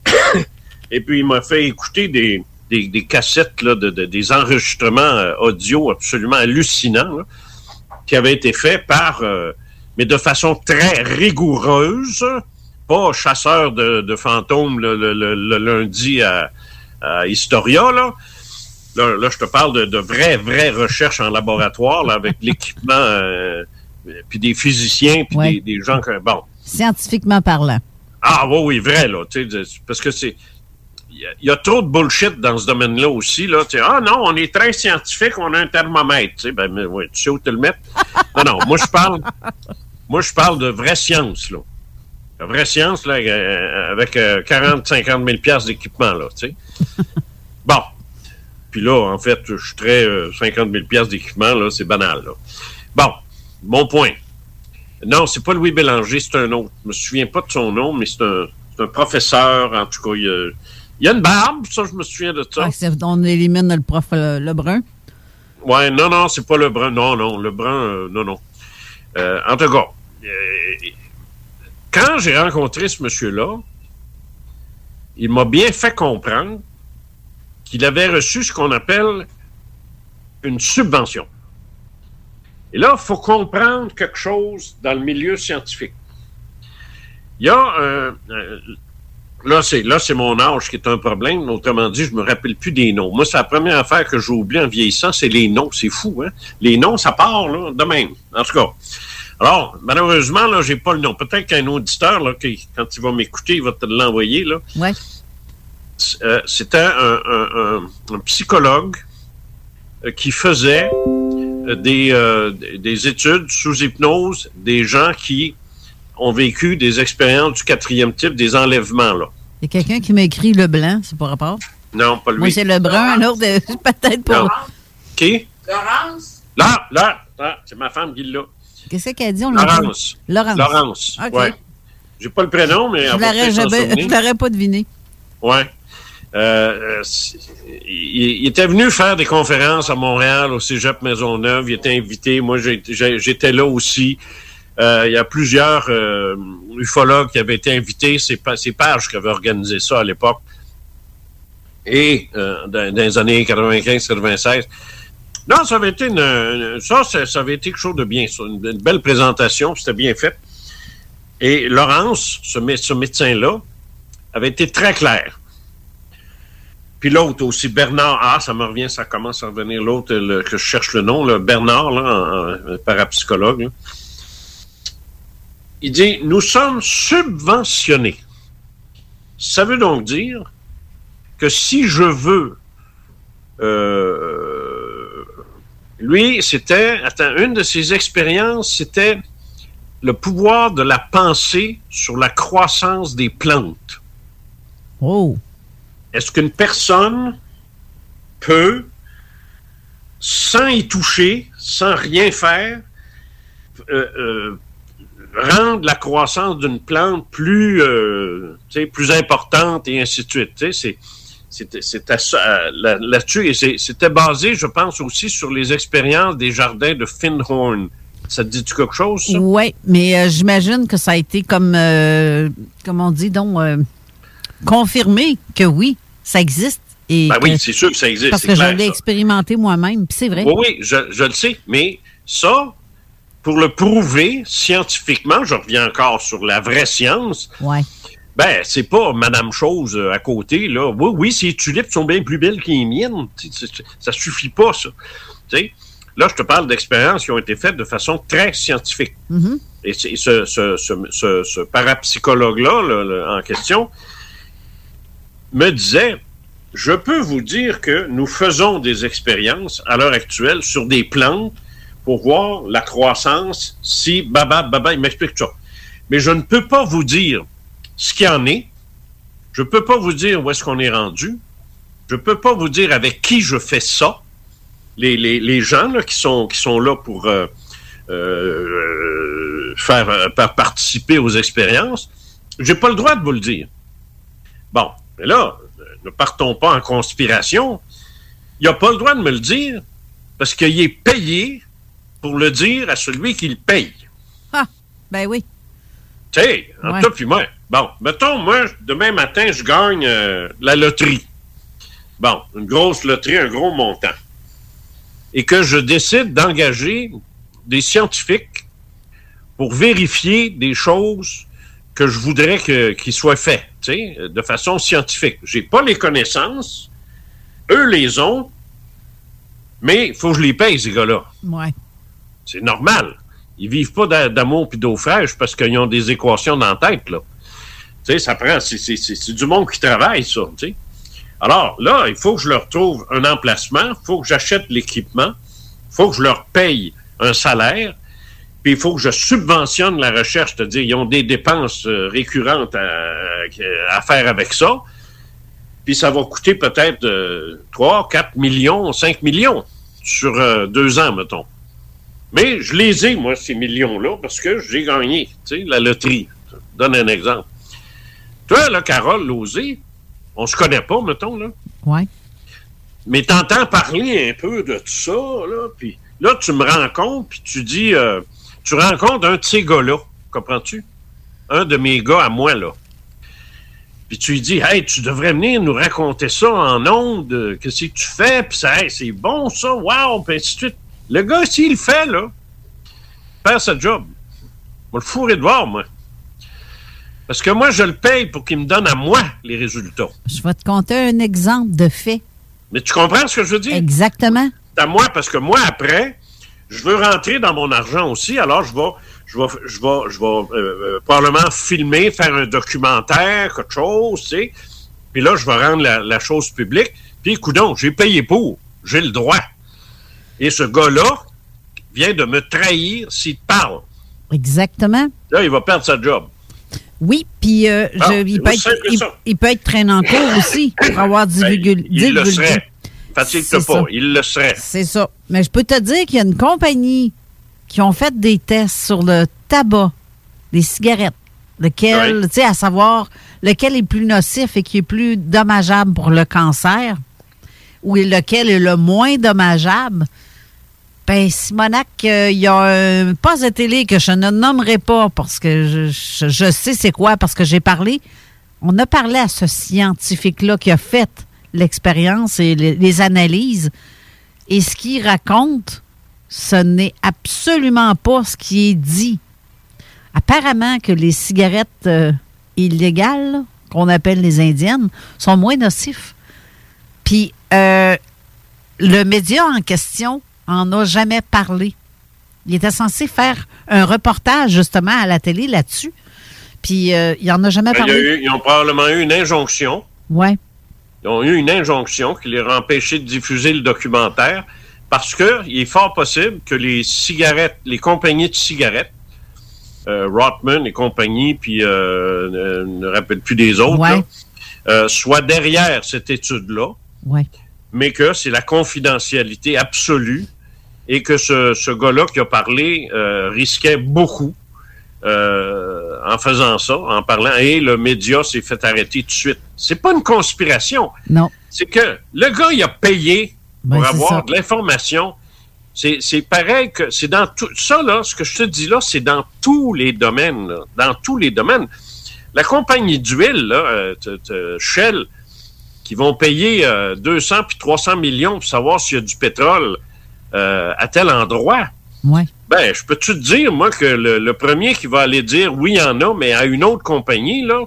Et puis, il m'a fait écouter des, des, des cassettes, là, de, de, des enregistrements euh, audio absolument hallucinants, là, qui avaient été faits par... Euh, mais de façon très rigoureuse, pas chasseur de, de fantômes le, le, le, le lundi à, à Historia, là. Là, là, je te parle de, de vraies, vraies recherches en laboratoire, là, avec l'équipement, euh, puis des physiciens, puis ouais. des, des gens que, bon. Scientifiquement parlant. Ah, oui, oui, vrai, là, tu sais, parce que c'est, il y, y a trop de bullshit dans ce domaine-là aussi, là, tu sais, ah non, on est très scientifique, on a un thermomètre, tu sais, ben, mais, ouais, tu sais où te le mettre? Non, non, moi, je parle, moi, je parle de vraie science, là. La vraie science, là, euh, avec euh, quarante, cinquante mille piastres d'équipement, là, tu sais. Bon. Puis là, en fait, je suis très euh, cinquante mille piastres d'équipement, là, c'est banal, là. Bon, mon point. Non, c'est pas Louis Bélanger, c'est un autre. Je me souviens pas de son nom, mais c'est un, c'est un professeur, en tout cas, il y a, il y a une barbe, ça, je me souviens de ça. Ah, on élimine le prof euh, Lebrun? Ouais, non, non, c'est pas Lebrun, non, non, Lebrun, euh, non, non. Euh, en tout cas, euh, quand j'ai rencontré ce monsieur-là, il m'a bien fait comprendre qu'il avait reçu ce qu'on appelle une subvention. Et là, il faut comprendre quelque chose dans le milieu scientifique. Il y a un... Euh, là, c'est, là, c'est mon âge qui est un problème. Autrement dit, je me rappelle plus des noms. Moi, c'est la première affaire que j'ai oubliée en vieillissant, c'est les noms. C'est fou, hein? Les noms, ça part, là, de même. En tout cas. Alors, malheureusement, là, j'ai pas le nom. Peut-être qu'un auditeur, là, qui, quand il va m'écouter, il va te l'envoyer, là. Ouais. Euh, c'était un, un, un, un psychologue euh, qui faisait euh, des, euh, des études sous hypnose des gens qui ont vécu des expériences du quatrième type, des enlèvements, là. Il y a quelqu'un qui m'a écrit le blanc, c'est pas rapport? Non, pas lui. Moi, c'est le brun, un autre, peut-être pas. Non. Qui? Laurence? Là, là, là, c'est ma femme qui l'a. Qu'est-ce qu'elle dit? On Laurence. Laurence. Laurence, OK. Ouais. J'ai pas le prénom, mais... Je l'aurais, je l'aurais pas deviné. Ouais. Euh, il, il était venu faire des conférences à Montréal, au Cégep Maisonneuve. Il était invité. Moi, j'ai, j'ai, j'étais là aussi. Euh, il y a plusieurs euh, ufologues qui avaient été invités. C'est, c'est Page qui avait organisé ça à l'époque. Et euh, dans, dans les années quatre-vingt-quinze quatre-vingt-seize. Non, ça avait été une, ça, ça, ça avait été quelque chose de bien, ça, une, une belle présentation. C'était bien fait. Et Laurence, ce, ce médecin-là, avait été très clair. Puis l'autre aussi, Bernard, ah, ça me revient, ça commence à revenir, l'autre, le, que je cherche le nom, là, Bernard, là, en, en parapsychologue, là. Il dit, nous sommes subventionnés. Ça veut donc dire que si je veux, euh, lui, c'était, attends, une de ses expériences, c'était le pouvoir de la pensée sur la croissance des plantes. Oh! Est-ce qu'une personne peut, sans y toucher, sans rien faire, euh, euh, rendre la croissance d'une plante plus, euh, plus importante et ainsi de suite. C'est, c'était, c'était ça, là, là-dessus. Et c'est, c'était basé, je pense, aussi sur les expériences des jardins de Findhorn. Ça te dit-tu quelque chose, ça? Oui, mais euh, j'imagine que ça a été comme, euh, comme on dit, donc, euh, confirmé que oui, ça existe. Et ben que, oui, c'est sûr que ça existe. Parce c'est que clair, je l'ai ça. expérimenté moi-même, puis c'est vrai. Oui, oui, je, je le sais, mais ça, pour le prouver scientifiquement, je reviens encore sur la vraie science, ouais. ben, c'est pas Madame Chose à côté, là. Oui, oui, ces tulipes sont bien plus belles que les miennes. Ça suffit pas, ça. Tu sais, là, je te parle d'expériences qui ont été faites de façon très scientifique. Mm-hmm. Et ce, ce, ce, ce, ce parapsychologue-là, là, là, en question, me disait... Je peux vous dire que nous faisons des expériences à l'heure actuelle sur des plantes pour voir la croissance, si, baba, baba, il m'explique ça. Mais je ne peux pas vous dire ce qu'il y en est. Je ne peux pas vous dire où est-ce qu'on est rendu. Je ne peux pas vous dire avec qui je fais ça. Les, les, les gens là, qui, sont, qui sont là pour euh, euh, faire euh, participer aux expériences, j'ai pas le droit de vous le dire. Bon, mais là... Ne partons pas en conspiration. Il n'a pas le droit de me le dire parce qu'il est payé pour le dire à celui qui le paye. Ah, ben oui. Tu sais, en ouais. toi puis moi. Bon, mettons, moi, demain matin, je gagne euh, la loterie. Bon, une grosse loterie, un gros montant. Et que je décide d'engager des scientifiques pour vérifier des choses que je voudrais que, qu'ils soient faits, tu sais, de façon scientifique. J'ai pas les connaissances, eux les ont, mais il faut que je les paye, ces gars-là. Ouais. C'est normal. Ils vivent pas d'amour puis d'eau fraîche parce qu'ils ont des équations dans la tête, là. Tu sais, ça prend, c'est, c'est, c'est, c'est du monde qui travaille, ça, tu sais. Alors, là, il faut que je leur trouve un emplacement, il faut que j'achète l'équipement, il faut que je leur paye un salaire, puis il faut que je subventionne la recherche, c'est-à-dire ils ont des dépenses euh, récurrentes à, à faire avec ça, puis ça va coûter peut-être euh, trois, quatre millions, cinq millions sur euh, deux ans, mettons. Mais je les ai, moi, ces millions-là, parce que j'ai gagné, tu sais, la loterie. Je donne un exemple. Toi, là, Carole Lauzé, on se connaît pas, mettons, là. Ouais. Mais t'entends parler un peu de tout ça, là, puis là, tu me rencontres, puis tu dis... Euh, tu rencontres un de ces gars-là, comprends-tu? Un de mes gars à moi, là. Puis tu lui dis, « Hey, tu devrais venir nous raconter ça en ondes, qu'est-ce que tu fais? Puis ça, hey, c'est bon, ça, wow! » Puis ainsi de suite. Le gars, s'il le fait, là, faire sa job. On va le fourrer de voir, moi. Parce que moi, je le paye pour qu'il me donne à moi les résultats. Je vais te conter un exemple de fait. Mais tu comprends ce que je veux dire? Exactement. C'est à moi, parce que moi, après... Je veux rentrer dans mon argent aussi, alors je vais, je vais, je vais, je vais euh, probablement filmer, faire un documentaire, quelque chose, tu sais. Puis là, je vais rendre la, la chose publique. Puis, coudonc, j'ai payé pour, j'ai le droit. Et ce gars-là vient de me trahir s'il te parle. Exactement. Là, il va perdre sa job. Oui, puis euh, ah, il, peut être, il, il peut être traîné en cours aussi pour avoir divulgué. Ben, il le serait. Fatigue-toi pas, il le serait. C'est ça. Mais je peux te dire qu'il y a une compagnie qui ont fait des tests sur le tabac, les cigarettes, lequel, oui. tu sais, à savoir lequel est plus nocif et qui est plus dommageable pour le cancer, ou lequel est le moins dommageable. Ben, Simonac, il euh, y a un poste de télé que je ne nommerai pas parce que je, je, je sais c'est quoi, parce que j'ai parlé. On a parlé à ce scientifique-là qui a fait l'expérience et les, les analyses. Et ce qu'il raconte, ce n'est absolument pas ce qui est dit. Apparemment que les cigarettes euh, illégales, là, qu'on appelle les indiennes, sont moins nocifs. Puis, euh, le média en question en a jamais parlé. Il était censé faire un reportage, justement, à la télé là-dessus. Puis, euh, il n'en a jamais parlé. Il y a eu, ils ont probablement eu une injonction. Oui. Ils ont eu une injonction qui les a empêchés de diffuser le documentaire parce qu'il est fort possible que les cigarettes, les compagnies de cigarettes, euh, Rothman et compagnie, puis euh, ne, ne rappelle plus des autres, ouais. là, euh, soient derrière cette étude-là, ouais. mais que c'est la confidentialité absolue et que ce, ce gars-là qui a parlé euh, risquait beaucoup euh, en faisant ça, en parlant, et le média s'est fait arrêter tout de suite. C'est pas une conspiration. Non. C'est que le gars, il a payé pour ben, avoir ça. de l'information. C'est, c'est pareil que c'est dans tout ça, là, ce que je te dis là, c'est dans tous les domaines, là, dans tous les domaines. La compagnie d'huile, là, euh, t- t- Shell, qui vont payer euh, deux cents puis trois cents millions pour savoir s'il y a du pétrole euh, à tel endroit. Ouais. Ben, je peux-tu te dire, moi, que le, le premier qui va aller dire oui, il y en a, mais à une autre compagnie, là,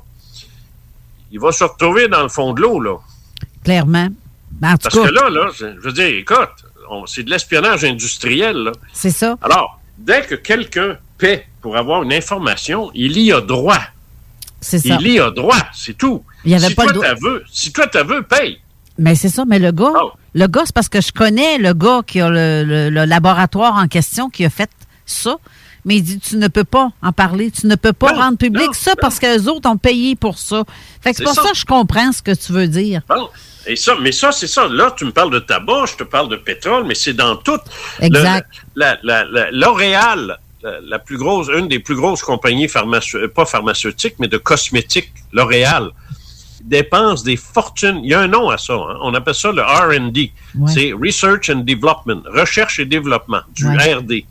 il va se retrouver dans le fond de l'eau, là. Clairement. Ben, en tout Parce cas, que là, là, je veux dire, écoute, on, c'est de l'espionnage industriel, là. c'est ça. Alors, dès que quelqu'un paie pour avoir une information, il y a droit. C'est ça. Il y a droit, c'est tout. Il y avait si, pas toi, de- t'as veux, si toi, tu veux, paye. Mais c'est ça, mais le gars, Oh. le gars, c'est parce que je connais le gars qui a le, le- le laboratoire en question qui a fait ça, mais il dit tu ne peux pas en parler, tu ne peux pas Non, rendre public non, ça non. parce que les autres ont payé pour ça. Fait que c'est C'est pour ça. ça. que je comprends ce que tu veux dire. Bon. Et ça, mais ça, c'est ça. Là, tu me parles de tabac, je te parle de pétrole, mais c'est dans tout. Exact. Le- la, la, la, L'Oréal, la, la plus grosse, une des plus grosses compagnies pharmaceutiques, pas pharmaceutiques, mais de cosmétiques, L'Oréal, dépense des fortunes. Il y a un nom à ça. Hein? On appelle ça le R and D. Ouais. C'est Research and Development, recherche et développement, du Ouais. R D.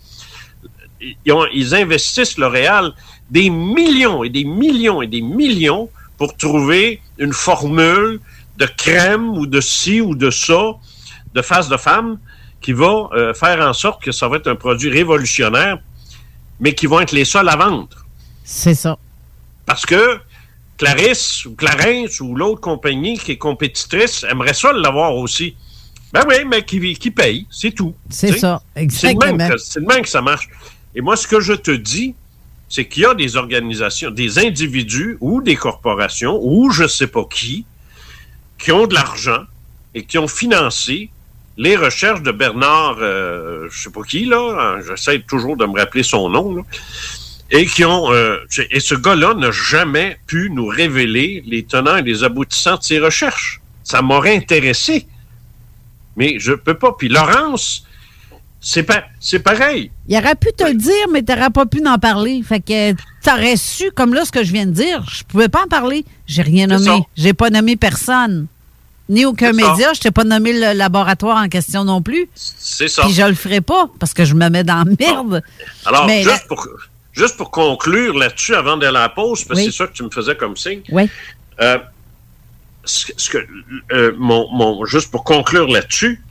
Ils, ont- ils investissent, L'Oréal, des millions et des millions et des millions pour trouver une formule de crème ou de ci ou de ça, de face de femme, qui va euh, faire en sorte que ça va être un produit révolutionnaire, mais qui vont être les seuls à vendre. C'est ça. Parce que Clarisse ou Clarence ou l'autre compagnie qui est compétitrice aimerait ça l'avoir aussi. Ben oui, mais qui, qui paye, c'est tout. C'est Tu sais? ça, C'est le, exactement. même que, c'est le même que ça marche. Et moi, ce que je te dis, c'est qu'il y a des organisations, des individus ou des corporations ou je sais pas qui, qui ont de l'argent et qui ont financé les recherches de Bernard, euh, je sais pas qui, là, hein, j'essaie toujours de me rappeler son nom, là, et qui ont, euh, et ce gars-là n'a jamais pu nous révéler les tenants et les aboutissants de ses recherches. Ça m'aurait intéressé, mais je peux pas. Puis Laurence, c'est pas, c'est pareil. Il aurait pu te le dire, mais tu n'aurais pas pu en parler. Fait que tu aurais su, comme là, ce que je viens de dire, je pouvais pas en parler. J'ai rien C'est nommé. ça. J'ai pas nommé personne. Ni aucun C'est ça. média. Je t'ai pas nommé le laboratoire en question non plus. C'est ça. Puis je le ferai pas parce que je me mets dans la merde. Alors, Mais juste, là- pour, juste pour conclure là-dessus avant d'aller à la pause, parce que Oui. c'est ça que tu me faisais comme signe. Oui. Euh, ce, ce que, euh, mon, mon, juste pour conclure là-dessus,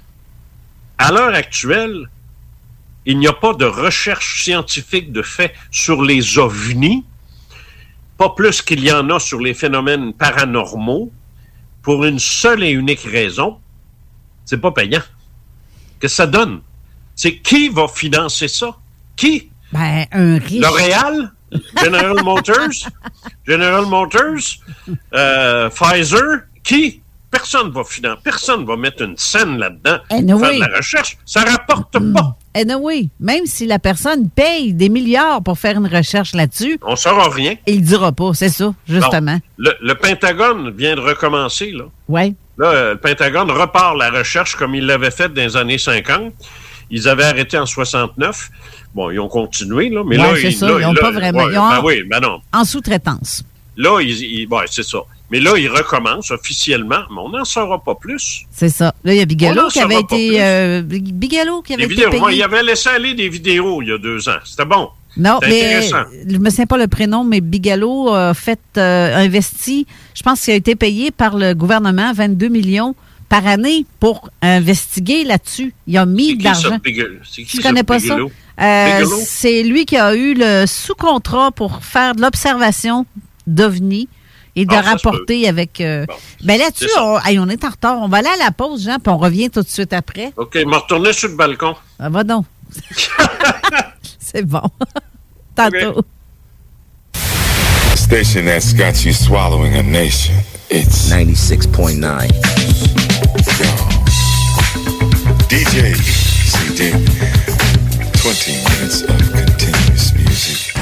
à l'heure actuelle, il n'y a pas de recherche scientifique de fait sur les ovnis, pas plus qu'il y en a sur les phénomènes paranormaux, pour une seule et unique raison, c'est pas payant. Que ça donne? C'est qui va financer ça? Qui? Ben, un riche. L'Oréal? General Motors? General Motors? Euh, Pfizer? Qui? Personne va financer. Personne va mettre une scène là-dedans Anyway. pour faire de la recherche. Ça rapporte pas. Anyway, même si la personne paye des milliards pour faire une recherche là-dessus, On saura rien. il le dira pas, c'est ça, justement. Bon, le, le Pentagone vient de recommencer, là. Oui. Là, euh, le Pentagone repart la recherche comme il l'avait fait dans les années cinquante. Ils avaient arrêté en soixante-neuf. Bon, ils ont continué, là. Mais Ouais, là, c'est ils, ça, là, ils ont là, pas vraiment- ouais, ils ont- ben oui, ben non. En sous-traitance. Là, ils, ils- ouais, c'est ça. Mais là, ils recommencent officiellement, mais on n'en saura pas plus. C'est ça. Là, il y a On Bigelow en qui avait saura pas été. plus. euh, Bigelow qui avait Les été vidéos, payé. moi, il avait laissé aller des vidéos il y a deux ans. C'était bon. Non, C'était mais intéressant. je me souviens pas le prénom, mais Bigelow a fait euh, investi, je pense qu'il a été payé par le gouvernement vingt-deux millions par année pour investiguer là-dessus. Il a mis de Qui, ça, l'argent. Bigelow? C'est qui, Tu ça, connais pas Bigelow? ça? Euh, Bigelow? c'est lui qui a eu le sous-contrat pour faire de l'observation d'OVNI et de Ah, ça se rapporter avec... euh, ben là-dessus, c'est ça. on, hey, on est en retard. On va aller à la pause, Jean, puis on revient tout de suite après. OK, il m'a retourné sur le balcon. Ah, va donc. C'est bon. Tantôt. Station that's got you swallowing a nation. It's ninety-six point nine. D J C D. twenty minutes of continuous music.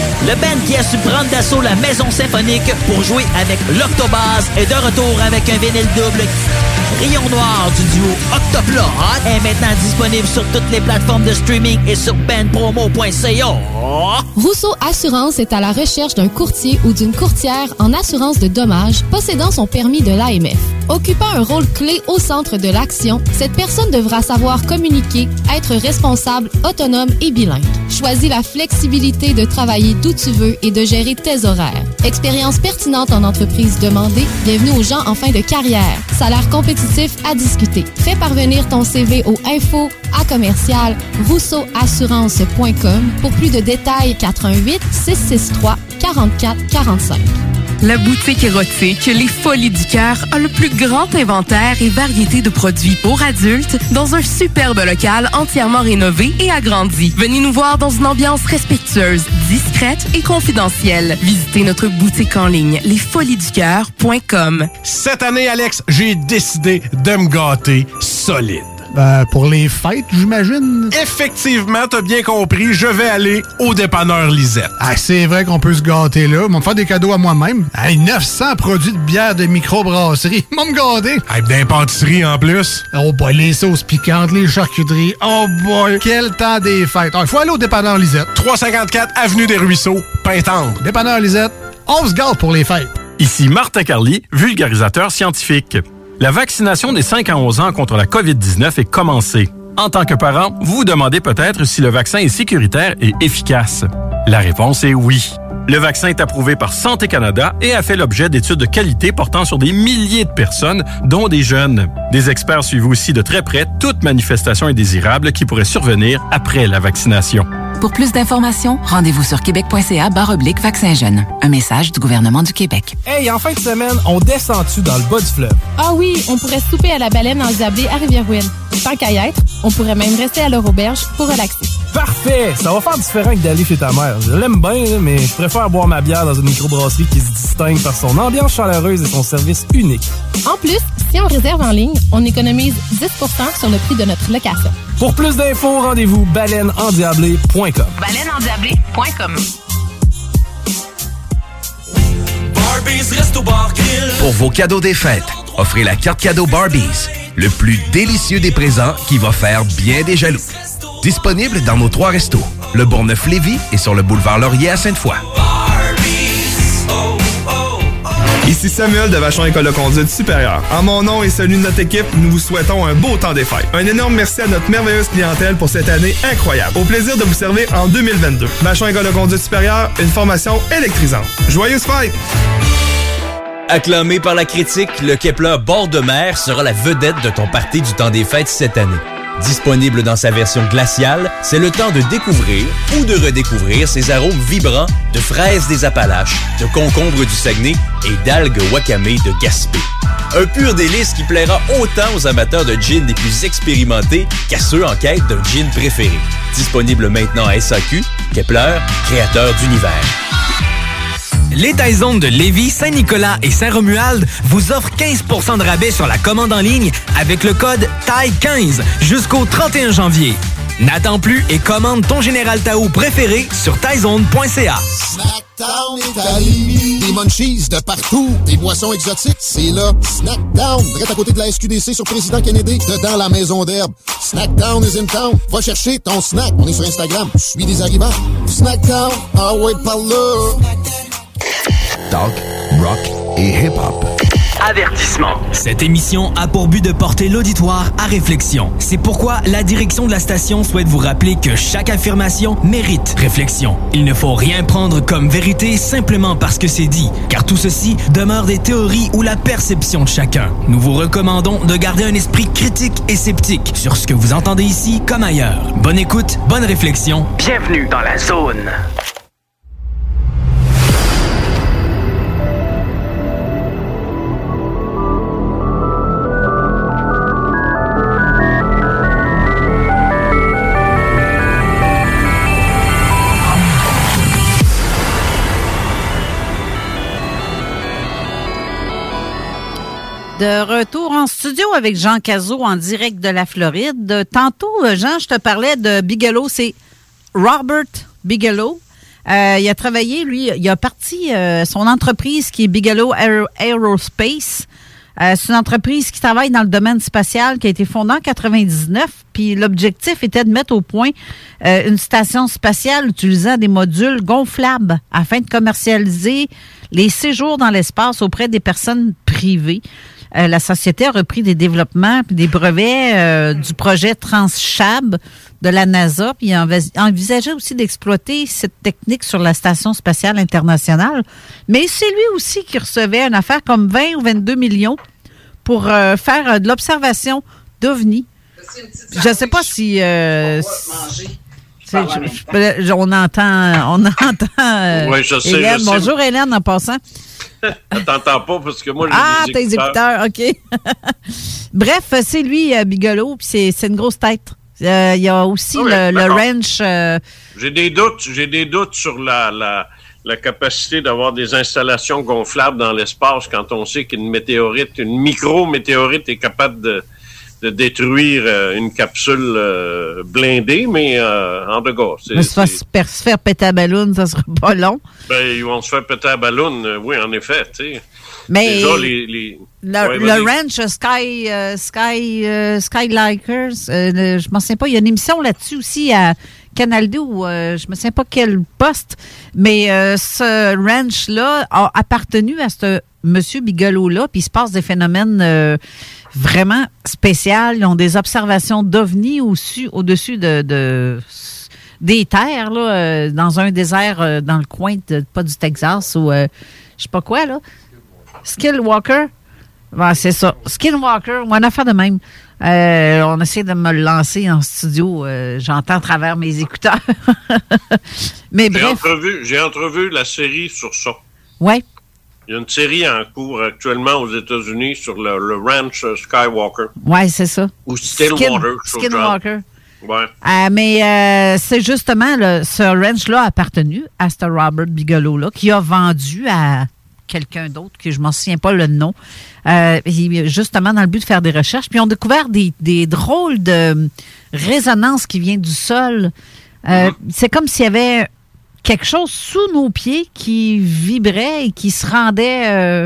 Le band qui a su prendre d'assaut la Maison Symphonique pour jouer avec l'Octobase est de retour avec un vinyle double. Rayon Noir du duo Octoplot est maintenant disponible sur toutes les plateformes de streaming et sur band promo point c a. Rousseau Assurance est à la recherche d'un courtier ou d'une courtière en assurance de dommages possédant son permis de l'A M F. Occupant un rôle clé au centre de l'action, cette personne devra savoir communiquer, être responsable, autonome et bilingue. Choisis la flexibilité de travailler d'où tu veux et de gérer tes horaires. Expérience pertinente en entreprise demandée. Bienvenue aux gens en fin de carrière. Salaire compétitif à discuter. Fais parvenir ton C V au info à commercial rousseau assurance point com. Pour plus de détails, quatre un huit, six six trois, quarante-quatre quarante-cinq. La boutique érotique Les Folies du Cœur a le plus grand inventaire et variété de produits pour adultes dans un superbe local entièrement rénové et agrandi. Venez nous voir dans une ambiance respectueuse, discrète et confidentielle. Visitez notre boutique en ligne les folies du cœur point com. Cette année, Alex, j'ai décidé de me gâter solide. Ben, pour les fêtes, j'imagine. Effectivement, t'as bien compris, je vais aller au dépanneur Lisette. Ah, c'est vrai qu'on peut se gâter là. Ils vont me faire des cadeaux à moi-même. Hey, neuf cents produits de bière de microbrasserie. Ils vont me gâter. Hey, d'impantisserie en plus. Oh boy, les sauces piquantes, les charcuteries. Oh boy, quel temps des fêtes. Il ah, faut aller au dépanneur Lisette. trois cent cinquante-quatre Avenue des Ruisseaux, Pintendre. Dépanneur Lisette, on se gâte pour les fêtes. Ici Martin Carly, vulgarisateur scientifique. La vaccination des cinq à onze ans contre la covid dix-neuf est commencée. En tant que parent, vous vous demandez peut-être si le vaccin est sécuritaire et efficace. La réponse est oui. Le vaccin est approuvé par Santé Canada et a fait l'objet d'études de qualité portant sur des milliers de personnes, dont des jeunes. Des experts suivent aussi de très près toute manifestation indésirable qui pourrait survenir après la vaccination. Pour plus d'informations, rendez-vous sur québec point c a barre oblique vaccin jeune. Un message du gouvernement du Québec. Hey, en fin de semaine, on descend-tu dans le bas du fleuve? Ah oui, on pourrait souper à la baleine endiablée à Rivière-Ouelle. Tant qu'à y être, on pourrait même rester à leur auberge pour relaxer. Parfait! Ça va faire différent que d'aller chez ta mère. Je l'aime bien, mais je préfère boire ma bière dans une microbrasserie qui se distingue par son ambiance chaleureuse et son service unique. En plus, si on réserve en ligne, on économise dix pour cent sur le prix de notre location. Pour plus d'infos, rendez-vous baleine endiablée point com. baleine endiablée point com. Pour vos cadeaux des fêtes, offrez la carte cadeau Barbies, le plus délicieux des présents qui va faire bien des jaloux. Disponible dans nos trois restos, le Bourgneuf-Lévis et sur le boulevard Laurier à Sainte-Foy. Ici Samuel de Vachon École de conduite supérieure. En mon nom et celui de notre équipe, nous vous souhaitons un beau temps des fêtes. Un énorme merci à notre merveilleuse clientèle pour cette année incroyable. Au plaisir de vous servir en deux mille vingt-deux. Vachon École de conduite supérieure, une formation électrisante. Joyeuses fêtes! Acclamé par la critique, le Kepler bord de mer sera la vedette de ton party du temps des fêtes cette année. Disponible dans sa version glaciale, c'est le temps de découvrir ou de redécouvrir ses arômes vibrants de fraises des Appalaches, de concombres du Saguenay et d'algues wakame de Gaspé. Un pur délice qui plaira autant aux amateurs de gin les plus expérimentés qu'à ceux en quête d'un gin préféré. Disponible maintenant à S A Q, Kepler, créateur d'univers. Les Taizones de Lévis, Saint-Nicolas et Saint-Romuald vous offrent quinze pour cent de rabais sur la commande en ligne avec le code T A I quinze jusqu'au trente et un janvier. N'attends plus et commande ton Général Tao préféré sur taizone point c a. Snackdown Italie, des munchies de partout, des boissons exotiques, c'est là. Snackdown, direct à côté de la S Q D C sur Président Kennedy, dedans la maison d'herbe. Snackdown is in town. Va chercher ton snack. On est sur Instagram. Je suis des arrivants. Snackdown, ah ouais, par là. Talk, rock et hip-hop. Avertissement. Cette émission a pour but de porter l'auditoire à réflexion. C'est pourquoi la direction de la station souhaite vous rappeler que chaque affirmation mérite réflexion. Il ne faut rien prendre comme vérité simplement parce que c'est dit, car tout ceci demeure des théories ou la perception de chacun. Nous vous recommandons de garder un esprit critique et sceptique sur ce que vous entendez ici comme ailleurs. Bonne écoute, bonne réflexion. Bienvenue dans la zone. De retour en studio avec Jean Cazot en direct de la Floride. Tantôt, Jean, je te parlais de Bigelow. C'est Robert Bigelow Euh, il a travaillé, lui, il a parti euh, son entreprise qui est Bigelow Aer- Aerospace. Euh, c'est une entreprise qui travaille dans le domaine spatial qui a été fondée en quatre-vingt-dix-neuf. Puis l'objectif était de mettre au point euh, une station spatiale utilisant des modules gonflables afin de commercialiser les séjours dans l'espace auprès des personnes privées. Euh, la société a repris des développements puis des brevets euh, du projet Transchab de la NASA, puis il envisageait aussi d'exploiter cette technique sur la Station spatiale internationale. Mais c'est lui aussi qui recevait une affaire comme vingt ou vingt-deux millions pour euh, faire euh, de l'observation d'OVNI. Je ne sais pas si... Euh, c'est, je, je, on entend... On entend euh, oui, je sais, Hélène. je sais. Bonjour Hélène, en passant. Je t'entends pas parce que moi, j'ai ah, des tes écouteurs. écouteurs, OK. Bref, c'est lui, euh, Bigelow, puis c'est, c'est une grosse tête. Il euh, y a aussi ah oui, le, le d'accord. ranch. Euh... J'ai des doutes, j'ai des doutes sur la, la, la capacité d'avoir des installations gonflables dans l'espace quand on sait qu'une météorite, une micro-météorite est capable de, de détruire euh, une capsule euh, blindée, mais euh, en tout cas. C'est, mais se, c'est... Faire, se faire péter la ballon, ça sera pas long. Ben, ils vont se faire péter la ballon, euh, oui, en effet, tu sais. Mais déjà, les, les... le, ouais, le ranch Sky euh, Sky euh, Skylikers, euh, le, je m'en souviens pas, il y a une émission là-dessus aussi à Canal deux où euh, je me souviens pas quel poste, mais euh, ce ranch-là a appartenu à ce monsieur Bigelow-là, puis il se passe des phénomènes euh, vraiment spéciaux. Ils ont des observations d'ovnis au-dessus, au-dessus de, de des terres, là, euh, dans un désert euh, dans le coin, de, pas du Texas ou euh, je sais pas quoi, là. Skinwalker, ben, c'est ça. Skinwalker, ou une affaire de même. Euh, on essaie de me le lancer en studio. Euh, j'entends à travers mes écouteurs. Mais j'ai bref. Entrevu, j'ai entrevu la série sur ça. Oui. Il y a une série en cours actuellement aux États-Unis sur le, le ranch Skywalker. Oui, c'est ça. Ou Stillwater. Skin, Skinwalker. Ouais. Euh, mais euh, c'est justement le, ce ranch-là a appartenu à ce Robert Bigelow-là qui a vendu à quelqu'un d'autre, que je ne m'en souviens pas le nom, euh, justement dans le but de faire des recherches. Puis ils ont découvert des, des drôles de résonances qui viennent du sol. Euh, mm-hmm. C'est comme s'il y avait quelque chose sous nos pieds qui vibrait et qui se rendait euh,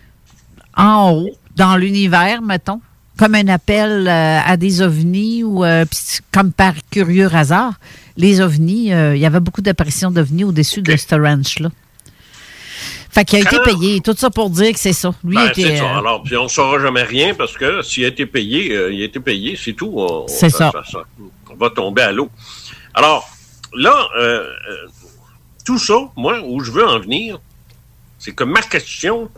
en haut, dans l'univers, mettons, comme un appel euh, à des ovnis ou euh, comme par curieux hasard, les ovnis, euh, il y avait beaucoup d'apparitions d'ovnis au-dessus okay. de ce ranch-là. Fait qu'il a Quand... été payé. Tout ça pour dire que c'est ça. Lui ben, était, c'est ça. euh... Alors, puis on ne saura jamais rien parce que s'il a été payé, euh, il a été payé, c'est tout. On, c'est ça, ça. Ça, ça. On va tomber à l'eau. Alors, là, euh, euh, tout ça, moi, où je veux en venir, c'est que ma question,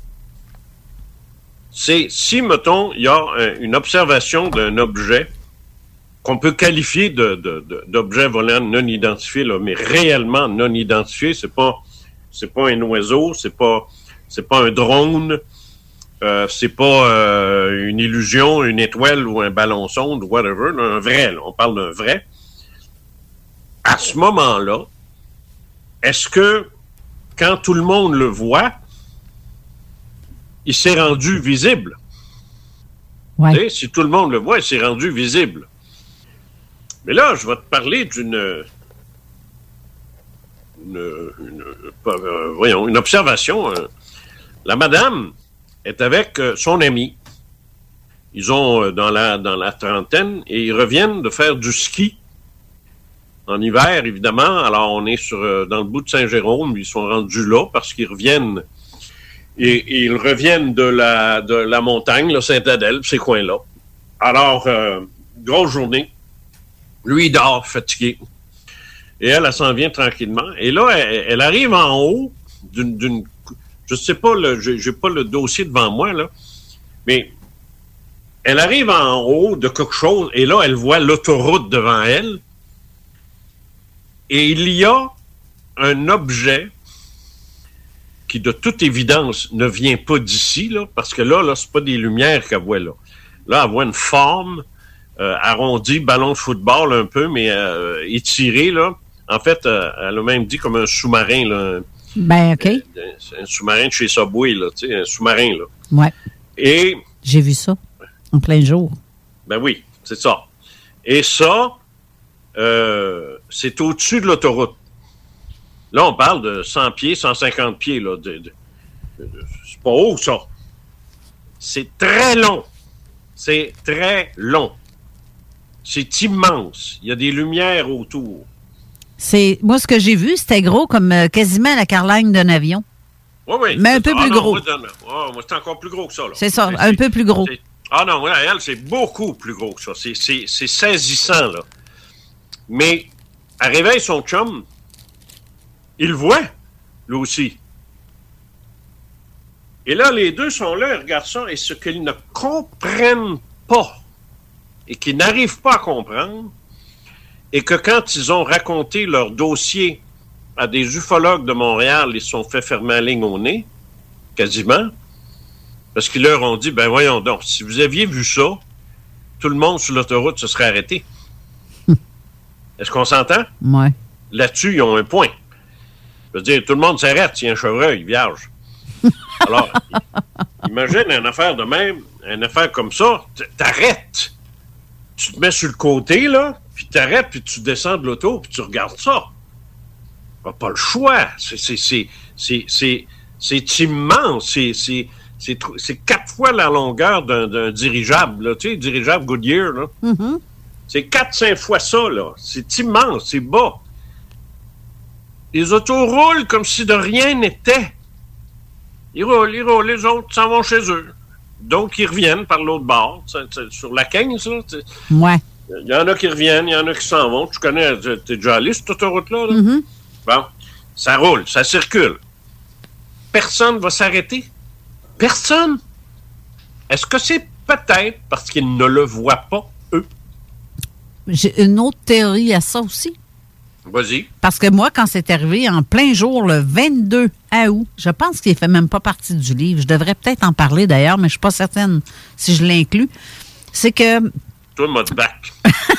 c'est si, mettons, il y a un, une observation d'un objet qu'on peut qualifier de, de, de, d'objet volant non identifié, là, mais réellement non identifié, c'est pas... C'est pas un oiseau, c'est pas c'est pas un drone, euh, c'est pas euh, une illusion, une étoile ou un ballon sonde ou whatever, là, un vrai, là, on parle d'un vrai. À ce moment-là, est-ce que quand tout le monde le voit, il s'est rendu visible? Ouais. Tu sais, si tout le monde le voit, il s'est rendu visible. Mais là, je vais te parler d'une Une, une, euh, voyons, une observation. Euh, la madame est avec euh, son ami. Ils ont euh, dans la dans la trentaine et ils reviennent de faire du ski en hiver, évidemment. Alors, on est sur euh, dans le bout de Saint-Jérôme. Ils sont rendus là parce qu'ils reviennent et, et ils reviennent de la de la montagne, le Saint-Adèle, ces coins-là. Alors, euh, grosse journée. Lui, il dort, fatigué. Et elle, elle s'en vient tranquillement. Et là, elle, elle arrive en haut d'une... d'une je sais pas, le, j'ai, j'ai pas le dossier devant moi, là, mais elle arrive en haut de quelque chose, et là, elle voit l'autoroute devant elle. Et il y a un objet qui, de toute évidence, ne vient pas d'ici, là, parce que là, là, c'est pas des lumières qu'elle voit, là. Là, elle voit une forme euh, arrondie, ballon de football un peu, mais euh, étirée, là. En fait, euh, elle a même dit comme un sous-marin, là. Ben, OK. Un, un sous-marin de chez Subway, là, tu sais, un sous-marin, là. Ouais. Et... J'ai vu ça, en plein jour. Ben oui, c'est ça. Et ça, euh, c'est au-dessus de l'autoroute. Là, on parle de cent pieds, cent cinquante pieds. Là, de, de, de, de, c'est pas haut, ça. C'est très long. C'est très long. C'est immense. Il y a des lumières autour. C'est moi, ce que j'ai vu, c'était gros comme euh, quasiment la carlingue d'un avion. Oui, oui. Mais un peu ça. plus ah, gros. Non, moi, oh, moi, c'est encore plus gros que ça. Là. C'est ça, c'est, un c'est, peu plus gros. Ah non, ouais, elle, c'est beaucoup plus gros que ça. C'est, c'est, c'est saisissant, là. Mais, elle réveille son chum. Il le voit, lui aussi. Et là, les deux sont là, ils regardent ça, et ce qu'ils ne comprennent pas, et qu'ils n'arrivent pas à comprendre, et que quand ils ont raconté leur dossier à des ufologues de Montréal, ils se sont fait fermer la ligne au nez, quasiment, parce qu'ils leur ont dit, ben voyons donc, si vous aviez vu ça, tout le monde sur l'autoroute se serait arrêté. Est-ce qu'on s'entend? Ouais. Là-dessus, ils ont un point. Je veux dire, tout le monde s'arrête s'il y a un chevreuil vierge. Alors, imagine une affaire de même, une affaire comme ça, t'arrêtes. Tu te mets sur le côté, là, puis t'arrêtes, puis tu descends de l'auto, puis tu regardes ça. T'as pas le choix. C'est, c'est, c'est, c'est, c'est, c'est immense. C'est, c'est, c'est, c'est quatre fois la longueur d'un, d'un dirigeable, là. Tu sais, dirigeable Goodyear, là. Mm-hmm. C'est quatre, cinq fois ça, là. C'est immense, c'est bas. Les autos roulent comme si de rien n'était. Ils roulent, ils roulent, les autres s'en vont chez eux. Donc, ils reviennent par l'autre bord, t'sais, t'sais, sur la quinze, là. Ouais. Il y en a qui reviennent, il y en a qui s'en vont. Tu connais, t'es déjà allé sur cette autoroute-là, là? Mm-hmm. Bon, ça roule, ça circule. Personne va s'arrêter. Personne. Est-ce que c'est peut-être parce qu'ils ne le voient pas, eux? J'ai une autre théorie à ça aussi. Vas-y. Parce que moi, quand c'est arrivé en plein jour, le vingt-deux août, je pense qu'il ne fait même pas partie du livre. Je devrais peut-être en parler d'ailleurs, mais je ne suis pas certaine si je l'inclus. C'est que... Toi, mode bac.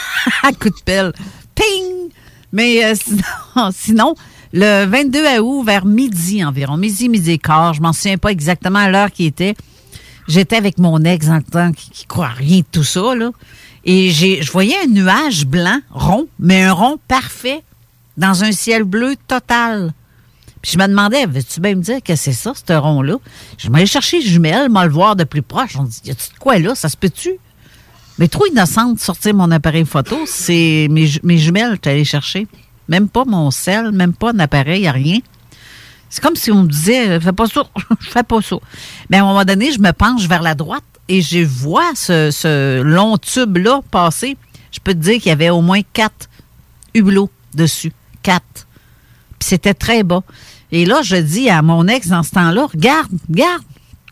À coup de pelle. Ping! Mais euh, sinon, sinon, le vingt-deux août, vers midi environ, midi, midi et quart, je m'en souviens pas exactement à l'heure qui était, j'étais avec mon ex dans le temps qui, qui croit rien de tout ça, là. Et j'ai, je voyais un nuage blanc, rond, mais un rond parfait, dans un ciel bleu total. Puis je me demandais, veux-tu bien me dire que c'est ça, ce rond-là? Je m'allais chercher les jumelles, m'en le voir de plus proche. On dit, y a-tu de quoi là? Ça se peut-tu? Mais trop innocente de sortir mon appareil photo, c'est mes, mes jumelles que j'allais chercher. Même pas mon sel, même pas un appareil, rien. C'est comme si on me disait, fais pas ça, je fais pas ça. Mais à un moment donné, je me penche vers la droite et je vois ce, ce long tube-là passer. Je peux te dire qu'il y avait au moins quatre hublots dessus. Quatre. Puis c'était très bas. Et là, je dis à mon ex dans ce temps-là, regarde, regarde.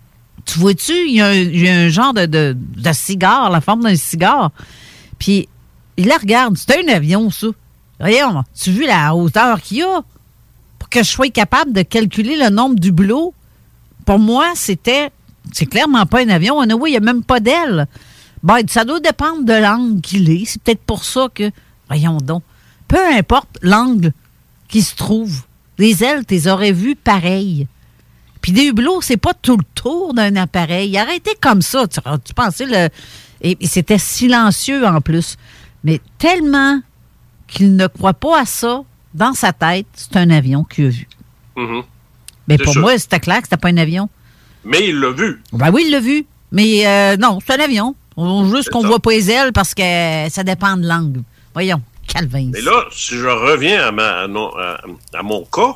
Tu vois-tu, il y a un, il y a un genre de, de, de cigare, la forme d'un cigare. Puis il la regarde. C'est un avion, ça. Voyons, tu as vu la hauteur qu'il y a? Pour que je sois capable de calculer le nombre d'hublots, pour moi, c'était... C'est clairement pas un avion. En oui, il n'y a même pas d'aile. Ben, ça doit dépendre de l'angle qu'il est. C'est peut-être pour ça que... Voyons donc. Peu importe l'angle qui se trouve, les ailes, tu les aurais vues pareilles. Puis des hublots, c'est pas tout le tour d'un appareil. Arrêtez comme ça. Tu, tu pensais le... Et, et c'était silencieux en plus. Mais tellement qu'il ne croit pas à ça, dans sa tête, c'est un avion qu'il a vu. Mm-hmm. Mais c'est pour sûr. moi, c'était clair que c'était pas un avion. Mais il l'a vu. Ben oui, il l'a vu. Mais euh, non, c'est un avion. On, juste c'est qu'on ça. voit pas les ailes parce que ça dépend de l'angle. Voyons, Calvin. Mais là, si je reviens à, ma, à, non, à, à mon cas,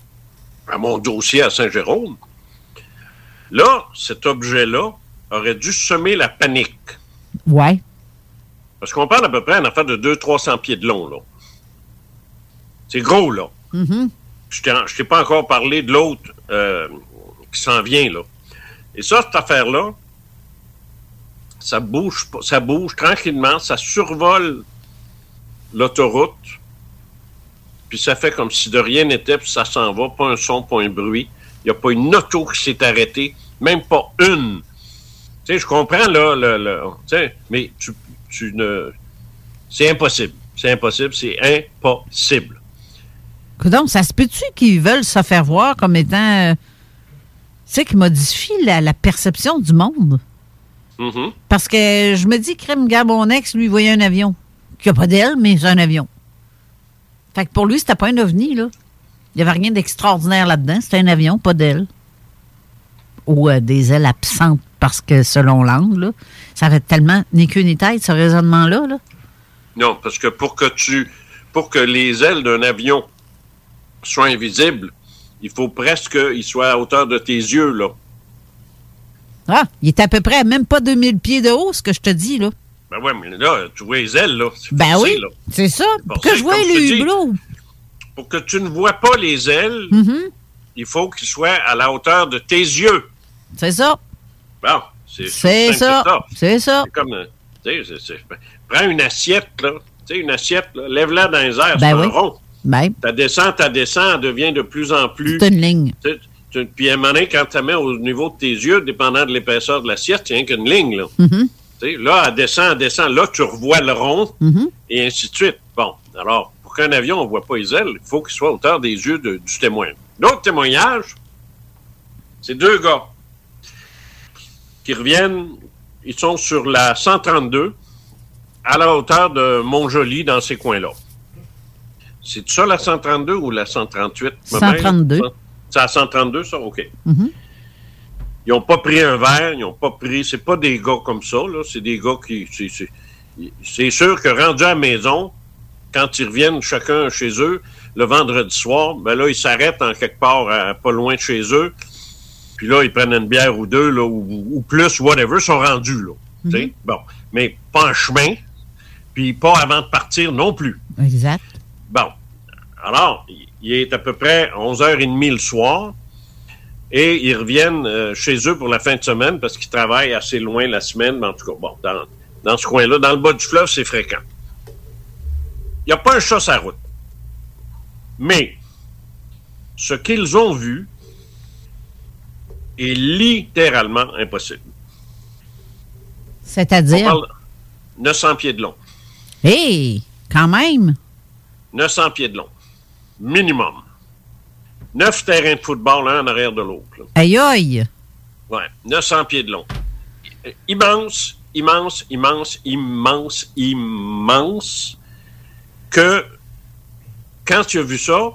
à mon dossier à Saint-Jérôme, là, cet objet-là aurait dû semer la panique. Ouais. Parce qu'on parle à peu près d'une affaire de deux cents à trois cents pieds de long, là. C'est gros, là. Mm-hmm. Je t'ai, je t'ai pas encore parlé de l'autre euh, qui s'en vient, là. Et ça, cette affaire-là, ça bouge, ça bouge tranquillement, ça survole l'autoroute, puis ça fait comme si de rien n'était, puis ça s'en va, pas un son, pas un bruit. Il n'y a pas une auto qui s'est arrêtée, même pas une. Tu sais, je comprends, là, le, le, tu sais, mais tu, tu ne... C'est impossible. C'est impossible, c'est impossible. Donc, ça se peut-tu qu'ils veulent se faire voir comme étant... Euh, tu sais, qui modifient la, la perception du monde? Mm-hmm. Parce que je me dis, crème, gars, mon ex, lui, voyait un avion. Qui n'a pas d'aile, mais c'est un avion. Fait que pour lui, c'était pas un ovni, là. Il n'y avait rien d'extraordinaire là-dedans. C'était un avion, pas d'ailes. Ou euh, des ailes absentes parce que, selon l'angle, là, ça avait tellement ni queue ni tête, ce raisonnement-là. Là. Non, parce que pour que tu, pour que les ailes d'un avion soient invisibles, il faut presque qu'ils soient à hauteur de tes yeux, là. Ah, il est à peu près à même pas deux mille pieds de haut, ce que je te dis, là. Ben ouais, mais là, tu vois les ailes, là. C'est ben forcé, oui, là. c'est ça. C'est Pour forcé, que je vois comme les te dis. hublots. Pour que tu ne vois pas les ailes, Mm-hmm. il faut qu'ils soient à la hauteur de tes yeux. C'est ça. Bon, c'est C'est simple ça. que ça. C'est ça. C'est comme, euh, tu sais, c'est- c'est- prends une assiette, là. Tu sais, une assiette, là, lève-la dans les airs, Ben c'est oui. un rond. Ben, Ta descente, ta descente, elle devient de plus en plus... c'est une ligne. Tu sais, tu- Puis à un moment donné, quand tu la mets au niveau de tes yeux, dépendant de l'épaisseur de l'assiette, il n'y a rien qu'une ligne, là. Mm-hmm. Tu sais, là, elle descend, elle descend. Là, tu revois le rond, Mm-hmm. et ainsi de suite. Bon, alors, pour qu'un avion, on ne voit pas les ailes, il faut qu'il soit à hauteur des yeux de- du témoin. L'autre témoignage, c'est deux gars qui reviennent, ils sont sur la cent trente-deux, à la hauteur de Montjoli, dans ces coins-là. C'est ça, la cent trente-deux ou la cent trente-huit? ma cent mère? trente-deux. C'est à cent trente-deux, ça? OK. Mm-hmm. Ils n'ont pas pris un verre, ils n'ont pas pris... C'est pas des gars comme ça, là. C'est des gars qui... C'est, c'est, c'est sûr que rendus à la maison, quand ils reviennent chacun chez eux, le vendredi soir, ben là, ils s'arrêtent en quelque part à, pas loin de chez eux. Puis là, ils prennent une bière ou deux, là, ou, ou plus, whatever, ils sont rendus, là. Tu sais? Bon. Mais pas en chemin, puis pas avant de partir non plus. Exact. Bon. Alors, il est à peu près onze heures trente le soir et ils reviennent euh, chez eux pour la fin de semaine parce qu'ils travaillent assez loin la semaine, mais en tout cas, bon, dans, dans ce coin-là, dans le bas du fleuve, c'est fréquent. Il n'y a pas un chat sur la route. Mais ce qu'ils ont vu est littéralement impossible. C'est-à-dire? On parle neuf cents pieds de long. Hé, hey, quand même. neuf cents pieds de long. Minimum. Neuf terrains de football, l'un en arrière de l'autre. là. Aïe, aïe. Ouais, neuf cents pieds de long. Immense, immense, immense, immense, immense, que quand tu as vu ça,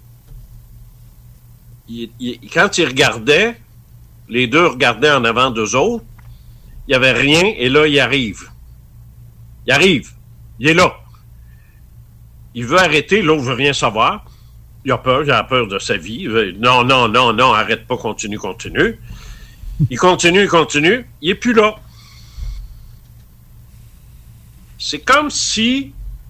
il, il, quand ils regardaient, les deux regardaient en avant d'eux autres, il n'y avait rien, et là, il arrive. Il arrive. Il est là. Il veut arrêter, l'autre veut rien savoir. Il a peur, il a peur de sa vie. Il veut, non, non, non, non, arrête pas, continue, continue. Il continue, il continue. Il n'est plus là. C'est comme si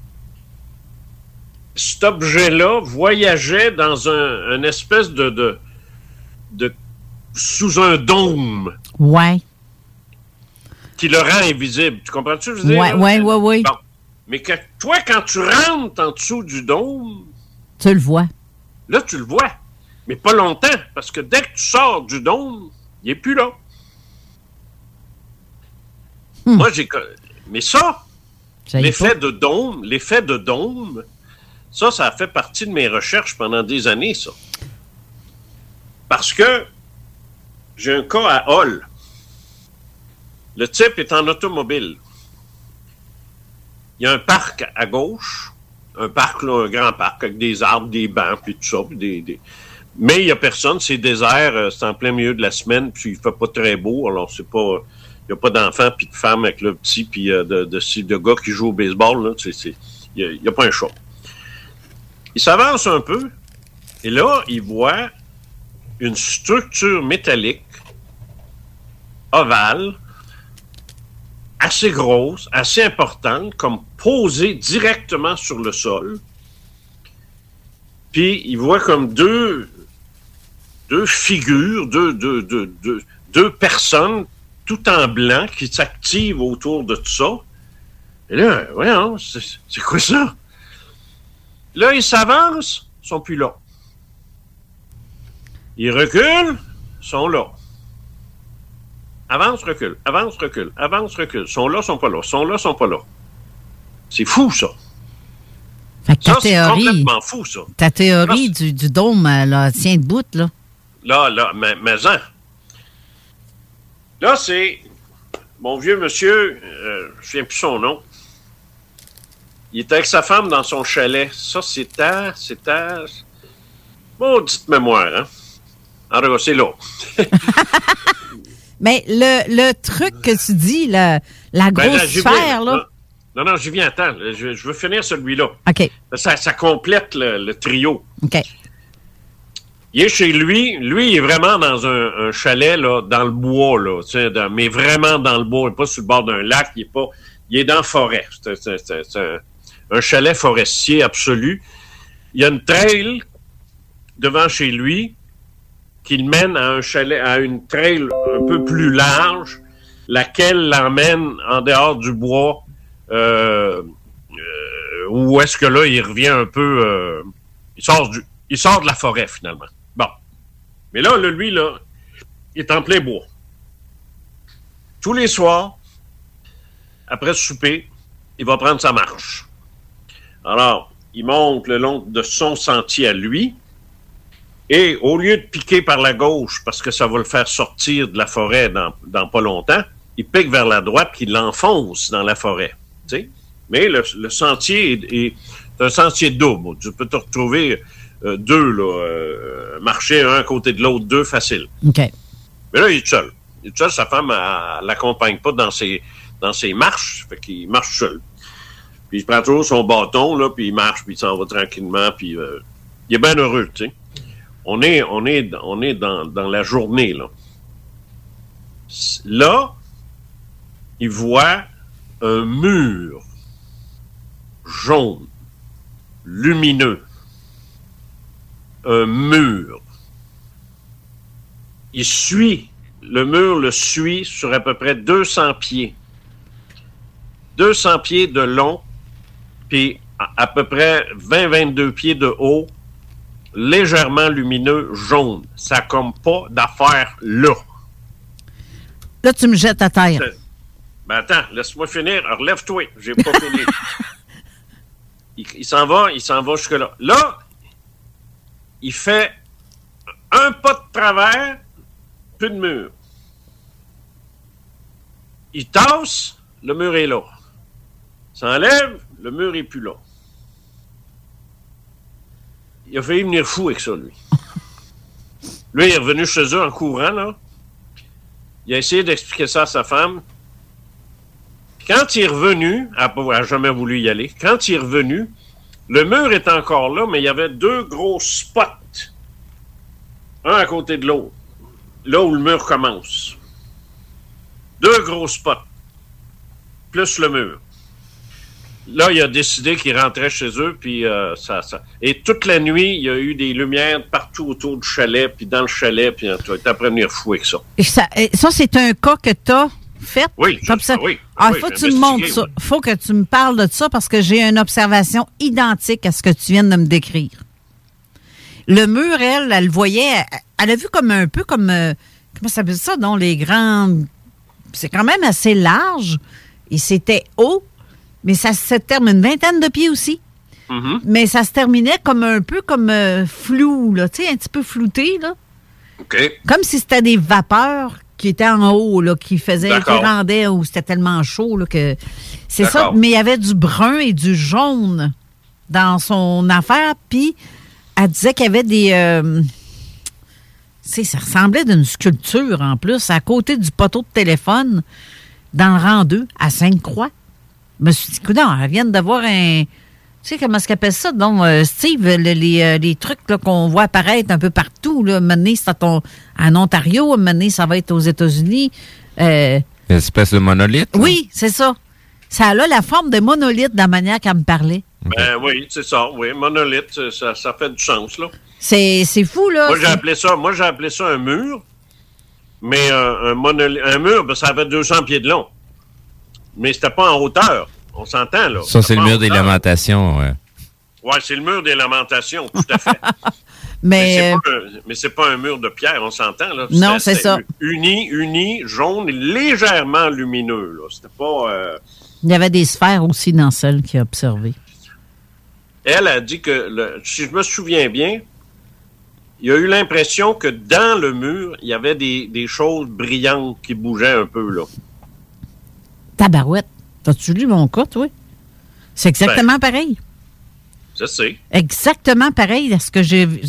cet objet-là voyageait dans un, une espèce de, de, de... sous un dôme. Ouais. Qui le rend invisible. Tu comprends-tu, je veux dire? Ouais, ouais, ouais, ouais. Bon. Mais que toi, quand tu rentres en dessous du dôme... Tu le vois. Là, tu le vois. Mais pas longtemps, parce que dès que tu sors du dôme, il n'est plus là. Hmm. Moi, j'ai... Mais ça, J'avais l'effet pas. de dôme, l'effet de dôme, ça, ça a fait partie de mes recherches pendant des années, ça. Parce que j'ai un cas à Hall. Le type est en automobile. Il y a un parc à gauche, un parc, là, un grand parc, avec des arbres, des bancs, puis tout ça. Puis des, des... Mais il n'y a personne, c'est désert, euh, c'est en plein milieu de la semaine, puis il fait pas très beau, alors c'est pas... Il n'y a pas d'enfants puis de femmes avec le petit, puis euh, de, de, de, de gars qui jouent au baseball, là, c'est, c'est, il n'y a, a pas un chat. Il s'avance un peu, et là, il voit une structure métallique, ovale, assez grosse, assez importante, comme posée directement sur le sol. Puis il voit comme deux, deux figures, deux, deux, deux, deux, deux personnes, tout en blanc, qui s'activent autour de tout ça. Et là, voyons, c'est, c'est quoi ça? Là, ils s'avancent, ils sont plus là. Ils reculent, ils sont là. Avance, recule, avance, recule, avance, recule. Sont là, sont pas là, sont là, sont pas là. C'est fou, ça. Fait que ta Ça, c'est théorie, complètement fou, ça. ta théorie du, du dôme, là, tient debout, là. Là, là, mais, mais en. Là, c'est mon vieux monsieur, euh, je ne souviens plus son nom. Il était avec sa femme dans son chalet. Ça, c'est à, c'est à Maudite mémoire, hein? En tout cas, c'est là. Mais le, le truc que tu dis, la, la grosse ben là, sphère, là... Non, non, j'y viens, attends. Je, je veux finir celui-là. OK. Ça, ça complète le, le trio. OK. Il est chez lui. Lui, il est vraiment dans un, un chalet, là, dans le bois, là, tu sais, dans, mais vraiment dans le bois. Il n'est pas sur le bord d'un lac. Il est pas... Il est dans la forêt. C'est, c'est, c'est, c'est un, un chalet forestier absolu. Il y a une trail devant chez lui qui le mène à un chalet, à une trail un peu plus large, laquelle l'emmène en dehors du bois, euh, euh, où est-ce que là, il revient un peu... Euh, il sort du, il sort de la forêt, finalement. Bon. Mais là, là, lui, là, il est en plein bois. Tous les soirs, après le souper, il va prendre sa marche. Alors, il monte le long de son sentier à lui, et au lieu de piquer par la gauche, parce que ça va le faire sortir de la forêt dans, dans pas longtemps, il pique vers la droite, puis il l'enfonce dans la forêt. Tu sais? Mais le, le sentier est, est un sentier double. Tu peux te retrouver euh, deux, là, euh, marcher un à côté de l'autre, deux faciles. OK. Mais là, il est seul. Il est seul, sa femme ne l'accompagne pas dans ses, dans ses marches, fait qu'il marche seul. Puis il prend toujours son bâton, là, puis il marche, puis il s'en va tranquillement, puis euh, il est bien heureux, tu sais. On est, on est, on est dans, dans la journée, là. Là, il voit un mur jaune, lumineux. Un mur. Il suit, le mur le suit sur à peu près deux cents pieds. deux cents pieds de long, puis à, à peu près vingt à vingt-deux pieds de haut, légèrement lumineux, jaune. Ça n'a comme pas d'affaire là. Là, tu me jettes à terre. Ben attends, laisse-moi finir. Relève-toi, j'ai pas fini. Il, il s'en va, il s'en va jusque-là. Là, il fait un pas de travers, plus de mur. Il tasse, le mur est là. Il s'enlève, le mur est plus là. Il a failli venir fou avec ça, lui. Lui, il est revenu chez eux en courant, là. Il a essayé d'expliquer ça à sa femme. Puis quand il est revenu, elle n'a jamais voulu y aller, quand il est revenu, le mur est encore là, mais il y avait deux gros spots. Un à côté de l'autre. Là où le mur commence. Deux gros spots. Plus le mur. Là, il a décidé qu'il rentrait chez eux, puis euh, ça, ça... Et toute la nuit, il y a eu des lumières partout autour du chalet, puis dans le chalet, puis tu vas après venir fou avec ça. Et ça, ça c'est un cas que tu as fait? Oui, comme ça. Oui, ah, oui, faut que tu me montres ça. Il faut que tu me parles de ça, parce que j'ai une observation identique à ce que tu viens de me décrire. Le mur, elle, elle le voyait, elle, elle a vu comme un peu comme... Euh, comment ça s'appelle ça, non? Les grandes... C'est quand même assez large, et c'était haut. Mais ça se termine une vingtaine de pieds aussi. Mm-hmm. Mais ça se terminait comme un peu comme euh, flou, là, tu sais, un petit peu flouté, là. OK. Comme si c'était des vapeurs qui étaient en haut, là, qui faisaient, D'accord. qui rendaient, où c'était tellement chaud, là, que... C'est D'accord. ça, mais il y avait du brun et du jaune dans son affaire, puis elle disait qu'il y avait des... Euh, tu sais, ça ressemblait d'une sculpture, en plus, à côté du poteau de téléphone, dans le rang deux, à Sainte-Croix. Je me suis dit, coudonc, elle vient d'avoir un... Tu sais, comment est-ce qu'elle appelle ça? Donc, euh, Steve, le, les, euh, les trucs là, qu'on voit apparaître un peu partout, là, maintenant, c'est à ton, en Ontario, maintenant, ça va être aux États-Unis. Euh, Une espèce de monolithe? Oui, c'est ça. Ça a la forme de monolithe de la manière qu'elle me parlait. Ben oui, c'est ça, oui. Monolithe, ça, ça fait du sens, là. C'est, c'est fou, là. Moi, j'ai appelé ça, moi, j'ai appelé ça un mur, mais un, un, monolithe, un mur, ben, ça avait deux cents pieds de long. Mais c'était pas en hauteur. On s'entend, là. Ça, c'est le mur des lamentations, ouais. Ouais, c'est le mur des lamentations, tout à fait. mais, mais, c'est pas un, mais c'est pas un mur de pierre, on s'entend, là. Non, c'est ça. Uni, uni, jaune, légèrement lumineux, là. C'était pas... Euh... Il y avait des sphères aussi dans celle qui a observé. Elle a dit que, le, si je me souviens bien, il a eu l'impression que dans le mur, il y avait des, des choses brillantes qui bougeaient un peu, là. Tabarouette. T'as-tu lu mon cas, toi? C'est exactement ben, pareil. Je sais. Exactement pareil à ce que j'ai vu.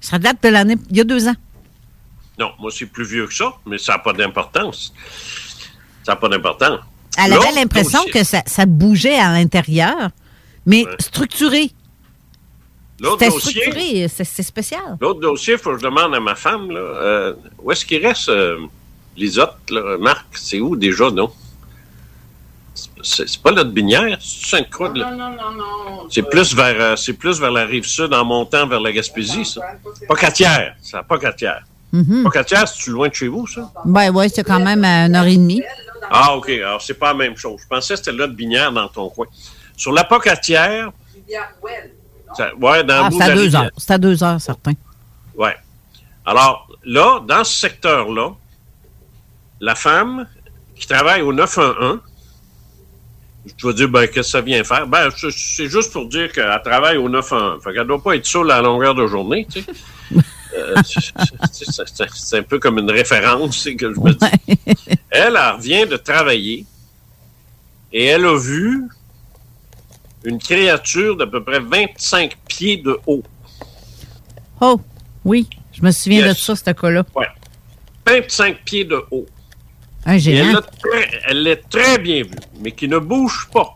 Ça date de l'année, il y a deux ans. Non, moi, c'est plus vieux que ça, mais ça n'a pas d'importance. Ça n'a pas d'importance. Elle avait l'impression dossier. que ça, ça bougeait à l'intérieur, mais ouais. structuré. L'autre C'était dossier, structuré, c'est, c'est spécial. L'autre dossier, il faut que je demande à ma femme, là, euh, où est-ce qu'il reste euh, l'Isotte, là, Marc? C'est où déjà, non? C'est, c'est pas là de Binière, c'est Sainte-Croix? Non, non, non, non. C'est plus vers, euh, c'est plus vers la Rive-Sud, en montant vers la Gaspésie, ça. Pocatière, ça, Pocatière. Mm-hmm. Pocatière, c'est-tu loin de chez vous, ça? Ben oui, c'est quand même à une heure et demie. Ah, OK. Alors, c'est pas la même chose. Je pensais que c'était là de Binière, dans ton coin. Sur la Pocatière... Ça, ouais, dans ah, le bout c'est à de la deux rivière. heures. C'est à deux heures, certain. Oui. Alors, là, dans ce secteur-là, la femme qui travaille au neuf un un, je vais dire, ben, qu'est-ce que ça vient faire? Ben, c'est juste pour dire qu'elle travaille au neuf un un. Fait qu'elle doit pas être saoule à la longueur de journée, tu sais. euh, c'est, c'est, c'est un peu comme une référence, c'est que je me dis. Elle, elle vient de travailler et elle a vu une créature d'à peu près vingt-cinq pieds de haut. Oh, oui. Je me souviens yes. de ça, ce cas-là. Oui. vingt-cinq pieds de haut. Un géant. Elle, l'a très, elle l'a très bien vu, mais qui ne bouge pas.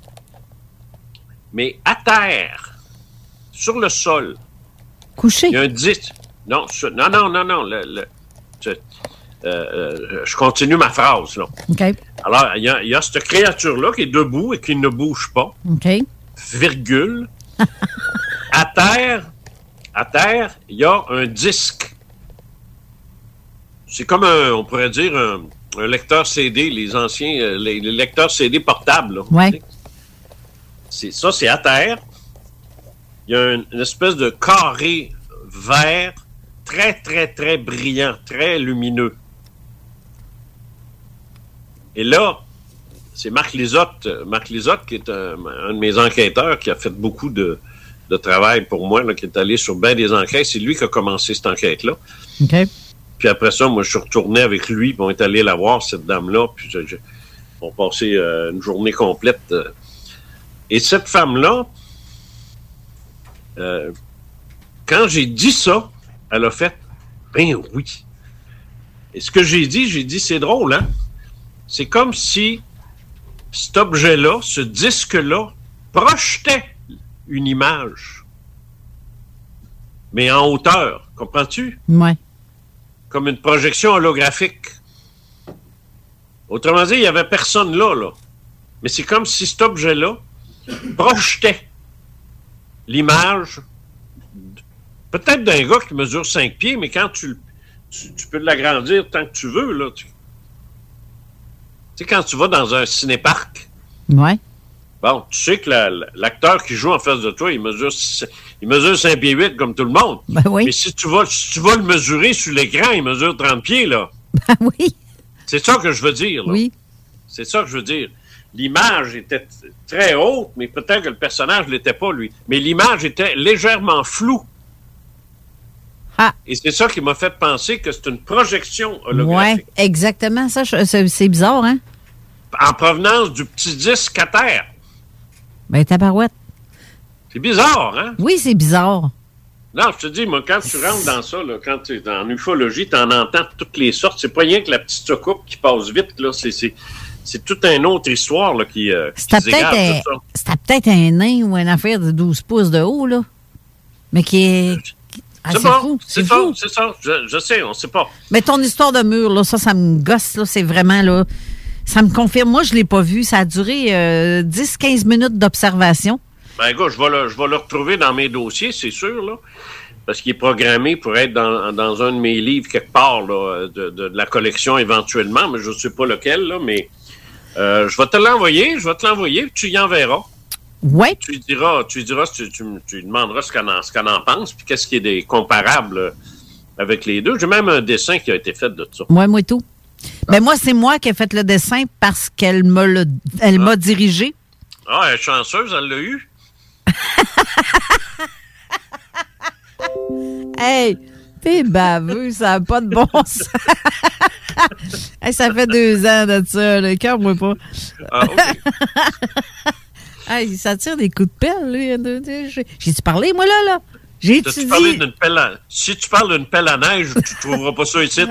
Mais à terre, sur le sol. Couché. Il y a un disque. Non, sur, non, non, non, non. Le, le, je, euh, euh, je continue ma phrase, là. OK. Alors, il y a, il y a cette créature-là qui est debout et qui ne bouge pas. OK. Virgule. à terre, à terre, il y a un disque. C'est comme un, on pourrait dire, un, un lecteur C D, les anciens, euh, les, les lecteurs C D portables. Oui. C'est, ça, c'est à terre. Il y a une, une espèce de carré vert très, très, très brillant, très lumineux. Et là, c'est Marc Lisotte, Marc Lisotte qui est un, un de mes enquêteurs, qui a fait beaucoup de, de travail pour moi, là, qui est allé sur bien des enquêtes. C'est lui qui a commencé cette enquête-là. OK. Puis après ça, moi, je suis retourné avec lui, puis on est allé la voir, cette dame-là, puis je, je, on a passé euh, une journée complète. Euh. Et cette femme-là, euh, quand j'ai dit ça, elle a fait « Ben oui ». Et ce que j'ai dit, j'ai dit, c'est drôle, hein? C'est comme si cet objet-là, ce disque-là, projetait une image. Mais en hauteur, comprends-tu? Oui. Comme une projection holographique. Autrement dit, il n'y avait personne là, là. Mais c'est comme si cet objet-là projetait l'image, peut-être d'un gars qui mesure cinq pieds, mais quand tu, tu, tu peux l'agrandir tant que tu veux, là. Tu sais, quand tu vas dans un cinéparc, ouais. Bon, tu sais que la, l'acteur qui joue en face de toi, il mesure, il mesure cinq pieds huit comme tout le monde. Ben oui. Mais si tu vas, si tu vas le mesurer sur l'écran, il mesure trente pieds, là. Ben oui. C'est ça que je veux dire, là. Oui. C'est ça que je veux dire. L'image était très haute, mais peut-être que le personnage ne l'était pas, lui. Mais l'image était légèrement floue. Ah. Et c'est ça qui m'a fait penser que c'est une projection holographique. Oui, exactement. Ça, c'est, c'est bizarre, hein? En provenance du petit disque à terre. Ben, tabarouette. C'est bizarre, hein? Oui, c'est bizarre. Non, je te dis, moi, quand tu rentres dans ça, là, quand tu es en ufologie, tu en entends toutes les sortes. C'est pas rien que la petite soucoupe qui passe vite, là. C'est, c'est, c'est toute une autre histoire, là, qui, euh, qui se dégage, un, tout ça. C'était peut-être un nain ou une affaire de douze pouces de haut, là. Mais qui est... Ah, c'est c'est bon, fou, c'est, c'est ça, fou. c'est ça. Je, je sais, on sait pas. Mais ton histoire de mur, là, ça, ça me gosse, là. C'est vraiment, là... Ça me confirme. Moi, je l'ai pas vu. Ça a duré euh, dix à quinze minutes d'observation. Ben, gars, je vais le, je vais le retrouver dans mes dossiers, c'est sûr, là. Parce qu'il est programmé pour être dans, dans un de mes livres quelque part, là, de, de, de la collection éventuellement, mais je ne sais pas lequel, là, mais euh, je vais te l'envoyer, je vais te l'envoyer, tu y enverras. Oui. Tu lui diras, tu lui diras, tu, tu, tu lui demanderas ce qu'elle en, ce qu'elle en pense, puis qu'est-ce qui est des comparables avec les deux. J'ai même un dessin qui a été fait de ça. Ouais, moi et tout. Ben moi, c'est moi qui ai fait le dessin parce qu'elle m'a, le, elle ah. m'a dirigé. Ah, elle est chanceuse, elle l'a eu. Hey, t'es baveux, ça n'a pas de bon sens. Hey, ça fait deux ans de ça, le cœur, moi pas. Ah, OK. Hey, ça tire des coups de pelle, lui. J'ai-tu parlé, moi, là, là? J'ai étudié... Parlé d'une pelle à... Si tu parles d'une pelle à neige, tu trouveras pas ça ici.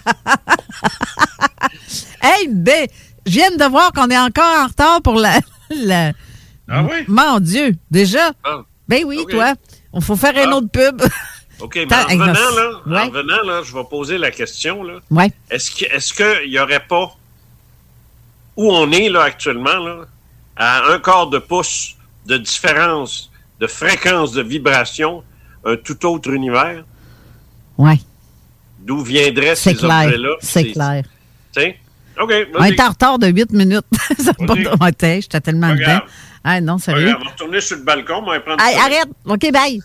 Hey, ben, je viens de voir qu'on est encore en retard pour la... la... Ah oui? Mon Dieu, déjà? Ah. Ben oui, okay. toi. Il faut faire ah. un autre pub. OK, mais en revenant, là, ouais. en revenant, là, je vais poser la question. Là. Ouais. Est-ce qu'il est-ce qu'il n'y aurait pas, où on est là actuellement, là, à un quart de pouce de différence de fréquence de vibration, un tout autre univers? Oui. D'où viendraient c'est ces clair. objets-là? C'est, c'est clair. Tu sais? OK. On est en retard de huit minutes. Ça va pas de j'étais tellement dedans. Ah non, sérieux. Regarde, on va retourner sur le balcon, on va prendre hey, arrête! OK, bye!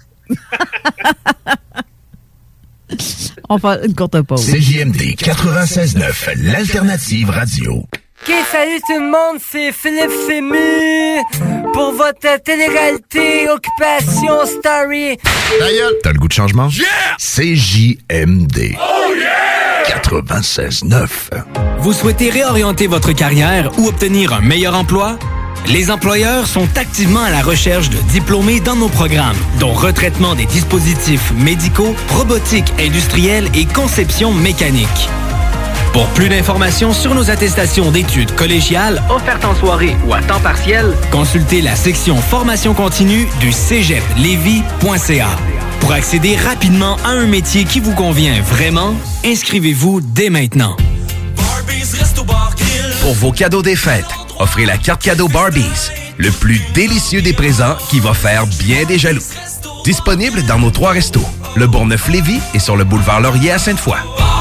On fait une courte pause. C J M D quatre-vingt-seize neuf, l'alternative radio. OK, salut tout le monde, c'est Philippe Fému pour votre télé-réalité Occupation Story. D'ailleurs, t'as le goût de changement? Yeah! C J M D. Oh yeah! quatre-vingt-seize neuf. Vous souhaitez réorienter votre carrière ou obtenir un meilleur emploi? Les employeurs sont activement à la recherche de diplômés dans nos programmes, dont retraitement des dispositifs médicaux, robotique industrielle et conception mécanique. Pour plus d'informations sur nos attestations d'études collégiales, offertes en soirée ou à temps partiel, consultez la section formation continue du cégep lévis point c a. Pour accéder rapidement à un métier qui vous convient vraiment, inscrivez-vous dès maintenant. Pour vos cadeaux des fêtes, offrez la carte cadeau Barbies, le plus délicieux des présents qui va faire bien des jaloux. Disponible dans nos trois restos, le Bourgneuf-Lévis et sur le boulevard Laurier à Sainte-Foy.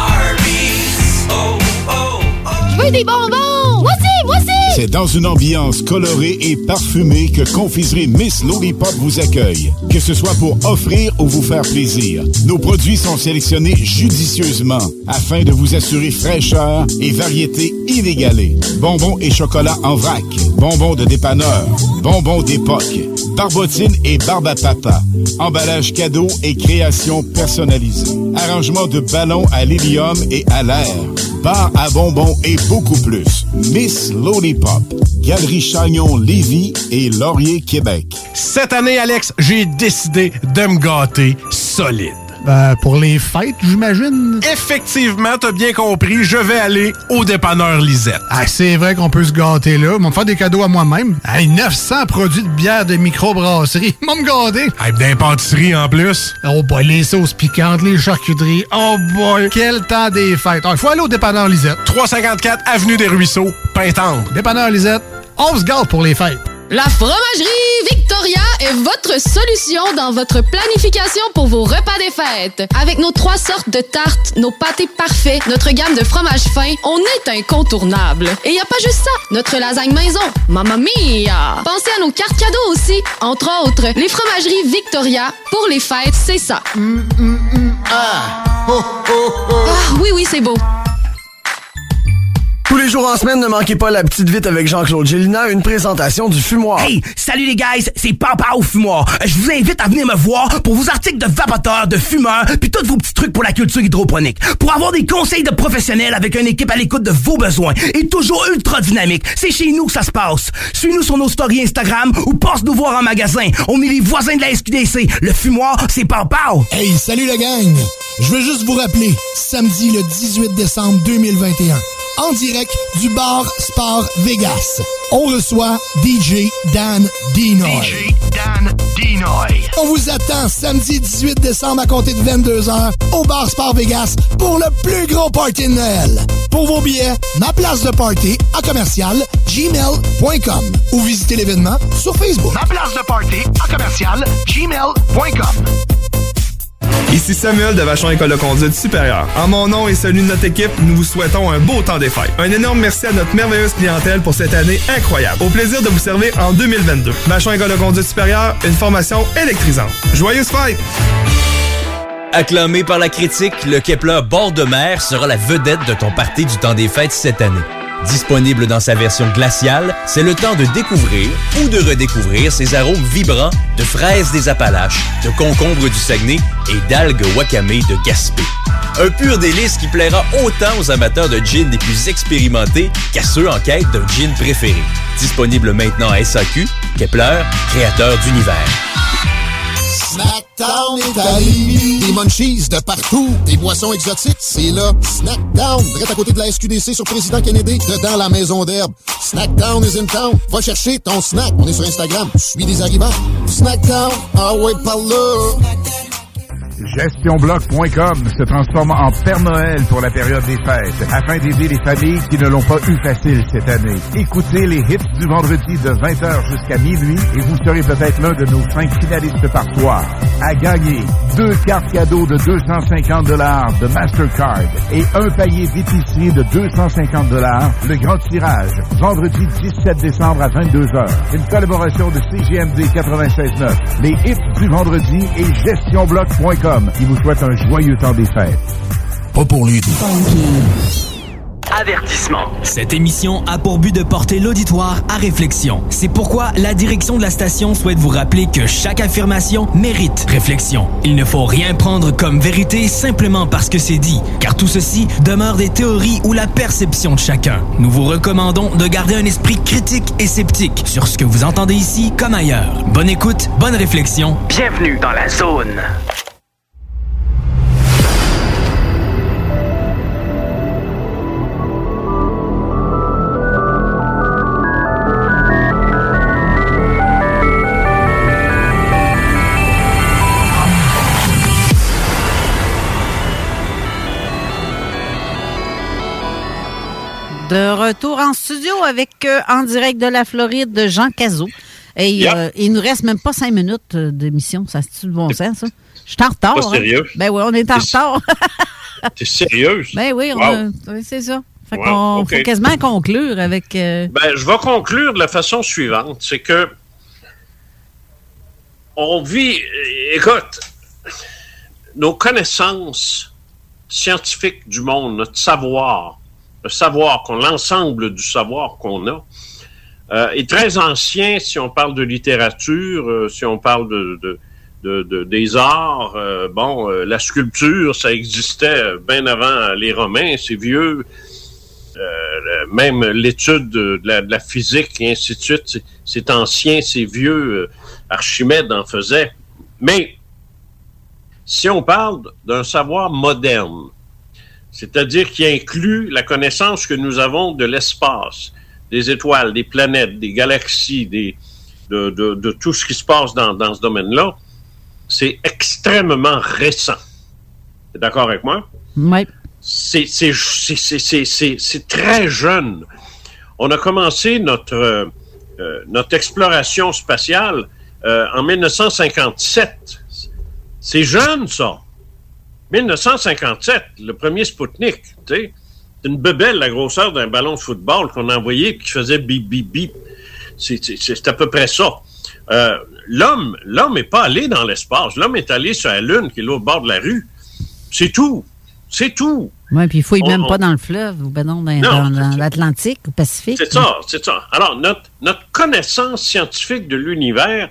Je veux des bonbons! Voici, voici! C'est dans une ambiance colorée et parfumée que Confiserie Miss Lollipop vous accueille. Que ce soit pour offrir ou vous faire plaisir, nos produits sont sélectionnés judicieusement afin de vous assurer fraîcheur et variété inégalée. Bonbons et chocolat en vrac, bonbons de dépanneur, bonbons d'époque, barbotine et barbe à papa, emballage cadeau et création personnalisée, arrangement de ballons à l'hélium et à l'air, bar à bonbons et beaucoup plus. Miss Lollipop, Galerie Chagnon Lévis et Laurier Québec. Cette année, Alex, j'ai décidé de me gâter solide. Ben, pour les fêtes, j'imagine. Effectivement, t'as bien compris, je vais aller au dépanneur Lisette. Ah, c'est vrai qu'on peut se gâter là. Ils vont me faire des cadeaux à moi-même. Hey, neuf cents produits de bière de microbrasserie. Ils vont me gâter. Hey, d'impantisserie en plus. Oh boy, les sauces piquantes, les charcuteries. Oh boy, quel temps des fêtes. Il faut aller au dépanneur Lisette. trois cent cinquante-quatre Avenue des Ruisseaux, Pintendre. Dépanneur Lisette, on se gâte pour les fêtes. La Fromagerie Victoria est votre solution dans votre planification pour vos repas des fêtes. Avec nos trois sortes de tartes, nos pâtés parfaits, notre gamme de fromages fins, on est incontournable. Et y a pas juste ça, notre lasagne maison, mamma mia! Pensez à nos cartes cadeaux aussi. Entre autres, les Fromageries Victoria, pour les fêtes, c'est ça. Mm, mm, mm, ah. Oh, oh, oh. Ah, oui, oui, c'est beau. Tous les jours en semaine, ne manquez pas la petite vite avec Jean-Claude Gélina, une présentation du Fumoir. Hey, salut les guys, c'est Papa au Fumoir. Je vous invite à venir me voir pour vos articles de vapoteurs, de fumeurs, puis tous vos petits trucs pour la culture hydroponique. Pour avoir des conseils de professionnels avec une équipe à l'écoute de vos besoins et toujours ultra dynamique. C'est chez nous que ça se passe. Suis-nous sur nos stories Instagram ou passe nous voir en magasin. On est les voisins de la S Q D C. Le Fumoir, c'est Papa. Hey, salut la gang. Je veux juste vous rappeler, samedi le dix-huit décembre deux mille vingt et un, en direct du bar Sport Vegas. On reçoit D J Dan Dinoy. D J Dan Dinoy. On vous attend samedi dix-huit décembre à compter de vingt-deux heures au bar Sport Vegas pour le plus gros party de Noël. Pour vos billets, ma place de party à commercial gmail point com ou visitez l'événement sur Facebook. Ma place de party à commercial gmail point com. Ici Samuel de Vachon École de conduite supérieure. En mon nom et celui de notre équipe, nous vous souhaitons un beau temps des fêtes. Un énorme merci à notre merveilleuse clientèle pour cette année incroyable. Au plaisir de vous servir en deux mille vingt-deux. Vachon École de conduite supérieure, une formation électrisante. Joyeuses fêtes! Acclamé par la critique, le Kepler bord de mer sera la vedette de ton party du temps des fêtes cette année. Disponible dans sa version glaciale, c'est le temps de découvrir ou de redécouvrir ses arômes vibrants de fraises des Appalaches, de concombres du Saguenay et d'algues wakame de Gaspé. Un pur délice qui plaira autant aux amateurs de gin les plus expérimentés qu'à ceux en quête d'un gin préféré. Disponible maintenant à S A Q, Kepler, créateur d'univers. Snack Snackdown est à Lévis. Des munchies de partout. Des boissons exotiques, c'est là. Snackdown, direct à côté de la S Q D C sur Président Kennedy, dedans la maison d'herbe. Snackdown is in town. Va chercher ton snack. On est sur Instagram. Suis des arrivants. Snackdown, ah ouais, par là. gestion bloc point com se transforme en Père Noël pour la période des fêtes, afin d'aider les familles qui ne l'ont pas eu facile cette année. Écoutez les hits du vendredi de vingt heures jusqu'à minuit et vous serez peut-être l'un de nos cinq finalistes par soir. À gagner, deux cartes cadeaux de deux cent cinquante dollars de Mastercard et un panier d'épicerie de deux cent cinquante dollars. Le grand tirage, vendredi dix-sept décembre à vingt-deux heures. Une collaboration de C G M D quatre-vingt-seize neuf, les hits du vendredi et gestion bloc point com. qui vous souhaite un joyeux temps des fêtes. Pas pour lui. Avertissement. Cette émission a pour but de porter l'auditoire à réflexion. C'est pourquoi la direction de la station souhaite vous rappeler que chaque affirmation mérite réflexion. Il ne faut rien prendre comme vérité simplement parce que c'est dit, car tout ceci demeure des théories ou la perception de chacun. Nous vous recommandons de garder un esprit critique et sceptique sur ce que vous entendez ici comme ailleurs. Bonne écoute, bonne réflexion. Bienvenue dans la zone. De retour en studio avec, euh, en direct de la Floride, de Jean Cazot. Et yep. euh, il nous reste même pas cinq minutes d'émission. Ça se tue le bon sens, ça? Je suis en retard. Pas sérieux? Hein? Ben oui, on est en T'es retard. T'es sérieuse? Ben oui, on wow. a, oui, c'est ça. Fait wow, qu'on okay. faut quasiment conclure avec... Euh... Ben, je vais conclure de la façon suivante. C'est que on vit... Écoute, nos connaissances scientifiques du monde, notre savoir, le savoir, qu'on, l'ensemble du savoir qu'on a, euh, est très ancien si on parle de littérature, euh, si on parle de, de, de, de des arts. Euh, bon, euh, la sculpture, ça existait bien avant les Romains, c'est vieux. Euh, même l'étude de la, de la physique et ainsi de suite, c'est, c'est ancien, c'est vieux. Euh, Archimède en faisait. Mais si on parle d'un savoir moderne, c'est-à-dire qui inclut la connaissance que nous avons de l'espace, des étoiles, des planètes, des galaxies, des, de, de, de tout ce qui se passe dans, dans ce domaine-là, c'est extrêmement récent. T'es d'accord avec moi? Oui. C'est, c'est, c'est, c'est, c'est, c'est, c'est très jeune. On a commencé notre, euh, notre exploration spatiale euh, en dix-neuf cent cinquante-sept. C'est jeune, ça. dix-neuf cent cinquante-sept, le premier Spoutnik, tu sais, c'est une bébelle, la grosseur d'un ballon de football qu'on a envoyé et qui faisait bip, bip, bip. C'est, c'est, c'est à peu près ça. Euh, l'homme, l'homme n'est pas allé dans l'espace. L'homme est allé sur la Lune, qui est là au bord de la rue. C'est tout. C'est tout. Oui, puis il ne fouille on, même on... pas dans le fleuve ou ben non, dans, non, dans, dans l'Atlantique ou Pacifique. C'est ça, c'est ça. Alors, notre, notre connaissance scientifique de l'univers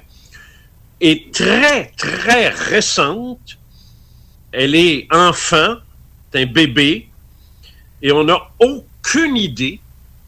est très, très récente. Elle est enfant, c'est un bébé, et on n'a aucune idée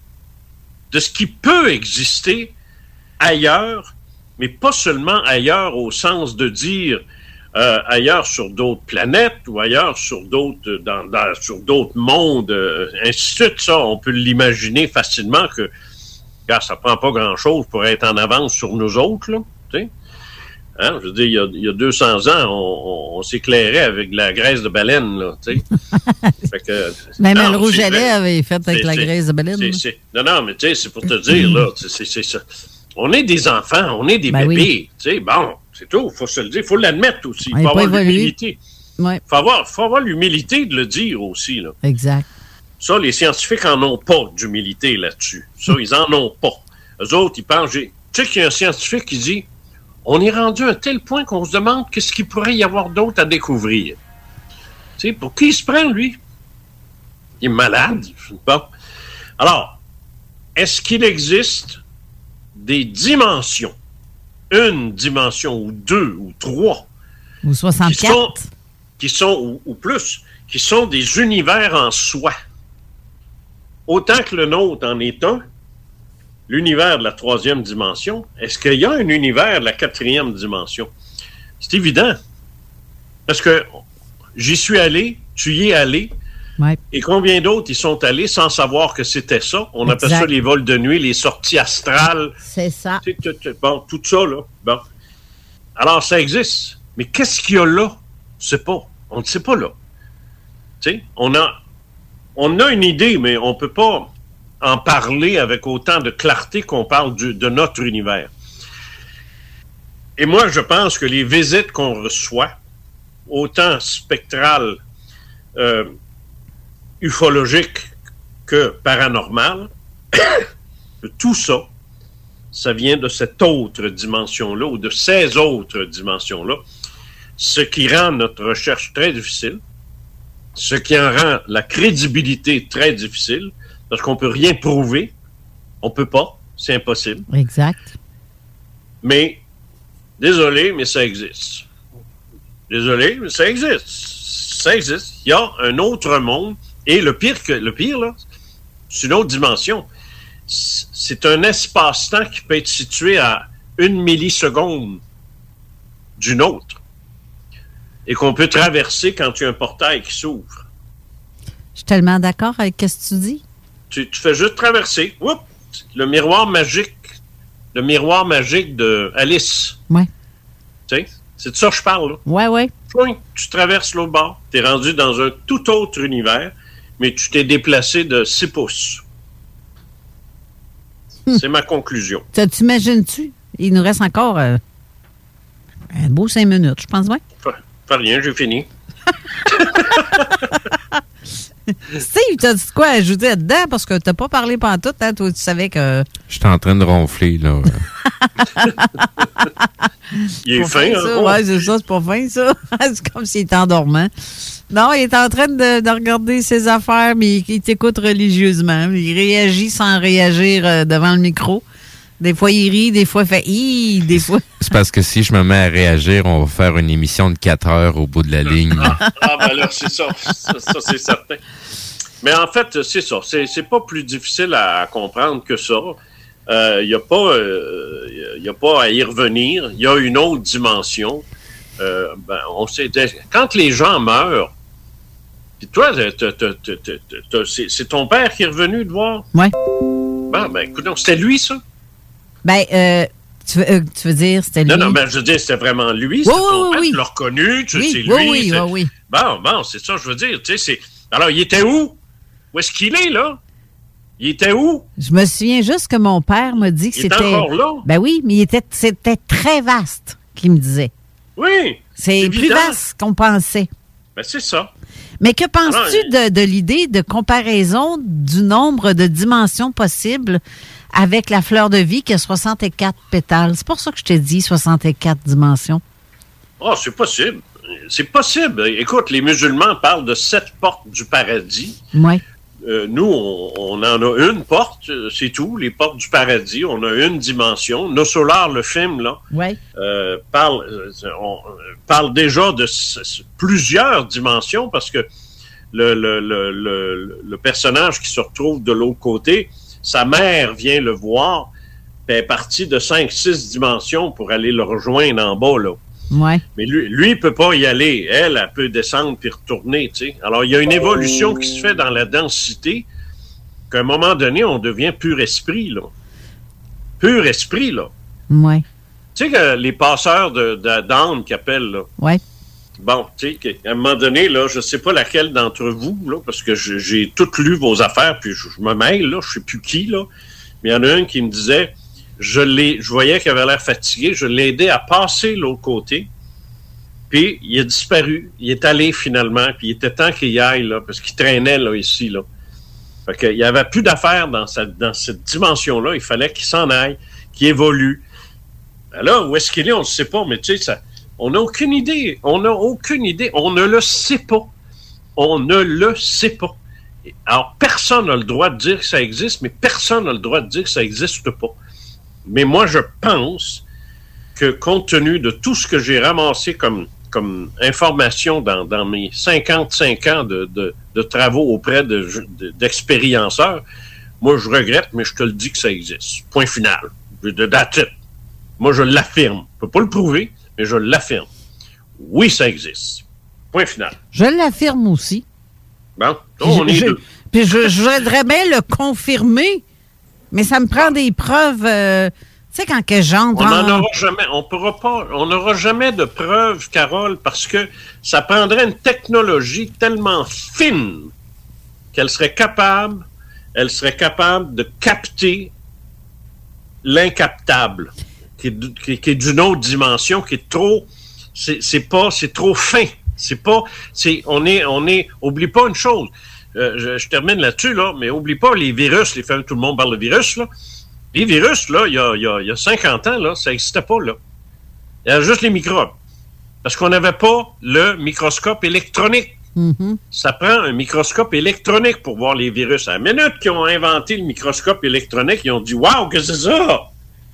de ce qui peut exister ailleurs, mais pas seulement ailleurs au sens de dire euh, ailleurs sur d'autres planètes ou ailleurs sur d'autres dans, dans, sur d'autres mondes, euh, ainsi de suite. Ça, on peut l'imaginer facilement que car ça prend pas grand-chose pour être en avance sur nous autres, là, tu sais. Hein? Je veux dire, il y a, il y a deux cents ans, on, on, on s'éclairait avec de la graisse de baleine, là, tu sais. Fait que, même non, le rouge à vrai. lèvres avait fait avec c'est, la c'est, graisse de baleine. C'est, c'est, non, non, mais tu sais, c'est pour te dire, là, c'est, c'est ça. On est des enfants, on est des ben bébés, oui. tu sais, bon, c'est tout, il faut se le dire, il faut l'admettre aussi, il faut faut avoir évoluer. l'humilité. Il ouais. faut avoir, faut avoir l'humilité de le dire aussi, là. Exact. Ça, les scientifiques en ont pas d'humilité là-dessus. Ça, ils en ont pas. Eux autres, ils pensent... Tu sais qu'il y a un scientifique qui dit on est rendu à un tel point qu'on se demande qu'est-ce qu'il pourrait y avoir d'autre à découvrir. Tu sais, pour qui il se prend, lui? Il est malade, je sais pas. Alors, est-ce qu'il existe des dimensions, une dimension ou deux ou trois, ou soixante-quatre, qui sont, qui sont ou, ou plus, qui sont des univers en soi? Autant que le nôtre en est un, l'univers de la troisième dimension, est-ce qu'il y a un univers de la quatrième dimension? C'est évident. Parce que j'y suis allé, tu y es allé, ouais. Et combien d'autres y sont allés sans savoir que c'était ça? On exact. appelle ça les vols de nuit, les sorties astrales. C'est ça. Tu sais, tu, tu, bon, tout ça, là. Bon. Alors, ça existe. Mais qu'est-ce qu'il y a là? On ne sait pas. On ne sait pas là. Tu sais, on a, on a une idée, mais on ne peut pas en parler avec autant de clarté qu'on parle du, de notre univers. Et moi, je pense que les visites qu'on reçoit, autant spectrales, euh, ufologiques que paranormales, tout ça, ça vient de cette autre dimension-là ou de ces autres dimensions-là, ce qui rend notre recherche très difficile, ce qui en rend la crédibilité très difficile, parce qu'on ne peut rien prouver. On ne peut pas. C'est impossible. Exact. Mais, désolé, mais ça existe. Désolé, mais ça existe. Ça existe. Il y a un autre monde. Et le pire, que, le pire là, c'est une autre dimension. C'est un espace-temps qui peut être situé à une milliseconde d'une autre. Et qu'on peut traverser quand il y a un portail qui s'ouvre. Je suis tellement d'accord avec ce que tu dis. Tu, tu fais juste traverser. Oups, le miroir magique. Le miroir magique de Alice. Oui. Tu sais, c'est de ça que je parle, là. Oui, oui. Point, tu traverses l'autre bord. Tu es rendu dans un tout autre univers, mais tu t'es déplacé de six pouces. Hum. C'est ma conclusion. Tu t'imagines-tu? Il nous reste encore euh, un beau cinq minutes, je pense bien. Pas, pas rien, j'ai fini. Steve, t'as dit quoi ajouter là-dedans? Parce que t'as pas parlé pantoute, hein? Toi, tu savais que... J'étais en train de ronfler, là. Il est fin, hein? Ça. Ouais, c'est ça, c'est pas fin, ça. C'est comme s'il était endormant. Non, il est en train de, de regarder ses affaires, mais il, il t'écoute religieusement. Il réagit sans réagir euh, devant le micro. Des fois, il rit, des fois, il fait « hi », des fois... C'est parce que si je me mets à réagir, on va faire une émission de quatre heures au bout de la ligne. Ah, ben là, c'est ça. Ça, ça c'est certain. Mais en fait, c'est ça. C'est, c'est pas plus difficile à, à comprendre que ça. Il euh, n'y a pas, euh, y a pas à y revenir. Il y a une autre dimension. Euh, ben, on sait, quand les gens meurent, puis toi, t'as, t'as, t'as, t'as, c'est, c'est ton père qui est revenu te voir? Oui. Ben, ben, écoute, c'était lui, ça? Ben, euh, tu, veux, euh, tu veux dire, c'était lui? Non, non, ben, je veux dire, c'était vraiment lui. C'était oui, ton oui, père, oui. tu l'as reconnu, tu oui, sais, oui, lui. Oui, c'est... oui, oui. Bon, bon, c'est ça, je veux dire, tu sais, c'est... Alors, il était où? Où est-ce qu'il est, là? Il était où? Je me souviens juste que mon père m'a dit que il c'était... Il est encore là? Ben oui, mais il était, c'était très vaste, qu'il me disait. Oui. C'est évident. Plus vaste qu'on pensait. Ben, c'est ça. Mais que penses-tu Alors, de, de l'idée de comparaison du nombre de dimensions possibles avec la fleur de vie qui a soixante-quatre pétales? C'est pour ça que je t'ai dit soixante-quatre dimensions. Oh, c'est possible. C'est possible. Écoute, les musulmans parlent de sept portes du paradis. Oui. Euh, nous, on, on en a une porte, c'est tout, les portes du paradis. On a une dimension. No Solar, le film, là, ouais. euh, parle, on, parle déjà de s- plusieurs dimensions parce que le, le, le, le, le personnage qui se retrouve de l'autre côté, sa mère vient le voir, puis elle est partie de cinq six dimensions pour aller le rejoindre en bas, là. Ouais. Mais lui, lui, il peut pas y aller. Elle, elle peut descendre puis retourner, tu sais. Alors, il y a une évolution qui se fait dans la densité qu'à un moment donné, on devient pur esprit, là. Pur esprit, là. Ouais. Tu sais que les passeurs de, de, d'âme qui appellent, là. Ouais. Bon, tu sais, à un moment donné, là, je sais pas laquelle d'entre vous, là, parce que je, j'ai tout lu vos affaires, puis je, je me mêle, là, je sais plus qui, là. Mais il y en a un qui me disait... Je l'ai, je voyais qu'il avait l'air fatigué. Je l'ai aidé à passer l'autre côté. Puis, il a disparu. Il est allé finalement. Puis, il était temps qu'il y aille, là, parce qu'il traînait, là, ici, là. Fait qu'il n'y avait plus d'affaires dans, sa, dans cette dimension-là. Il fallait qu'il s'en aille, qu'il évolue. Ben là, où est-ce qu'il est, on ne sait pas. Mais tu sais, ça, on n'a aucune idée. On n'a aucune idée. On ne le sait pas. On ne le sait pas. Alors, personne n'a le droit de dire que ça existe, mais personne n'a le droit de dire que ça n'existe pas. Mais moi, je pense que compte tenu de tout ce que j'ai ramassé comme, comme information dans, dans mes cinquante-cinq ans de, de, de travaux auprès de, de, d'expérienceurs, moi, je regrette, mais je te le dis que ça existe. Point final. De date. Moi, je l'affirme. Je ne peux pas le prouver, mais je l'affirme. Oui, ça existe. Point final. Je l'affirme aussi. Bon, on je, est je, deux. Puis je, je voudrais bien le confirmer, mais ça me prend des preuves. Euh, tu sais, quand que j'entre On n'en en... aura jamais. On pourra pas. On n'aura jamais de preuves, Carole, parce que ça prendrait une technologie tellement fine qu'elle serait capable, elle serait capable de capter l'incaptable, qui est, qui, qui est d'une autre dimension, qui est trop. C'est, c'est pas. C'est trop fin. C'est pas. C'est. On est. On est. Oublie pas une chose. Euh, je, je termine là-dessus, là, mais oublie pas les virus, les fameux, tout le monde parle de virus, là. Les virus, là, il y a, il y a, il y a cinquante ans, là, ça n'existait pas, là. Il y avait juste les microbes. Parce qu'on n'avait pas le microscope électronique. Mm-hmm. Ça prend un microscope électronique pour voir les virus. À la minute qu'ils ont inventé le microscope électronique, ils ont dit « Wow, que c'est ça? »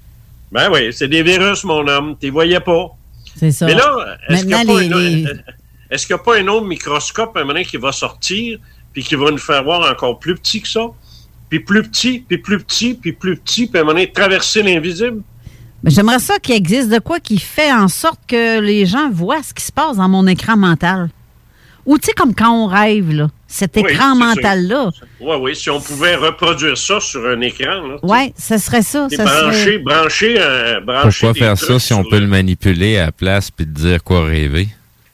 Ben oui, c'est des virus, mon homme. Tu les voyais pas. C'est ça. Mais là, est-ce qu'il n'y a, les, les... est-ce qu'il n'y a pas un autre microscope, un moment, qui va sortir puis qui va nous faire voir encore plus petit que ça, puis plus petit, puis plus petit, puis plus petit, puis à un moment donné, traverser l'invisible? Mais j'aimerais ça qu'il existe de quoi qui fait en sorte que les gens voient ce qui se passe dans mon écran mental. Ou tu sais, comme quand on rêve, là, cet écran oui, mental-là. Oui, oui, si on pouvait reproduire ça sur un écran. Oui, ça serait ça. ça brancher, serait... brancher, euh, brancher. Pourquoi faire ça si on peut le manipuler à la place puis te dire quoi rêver?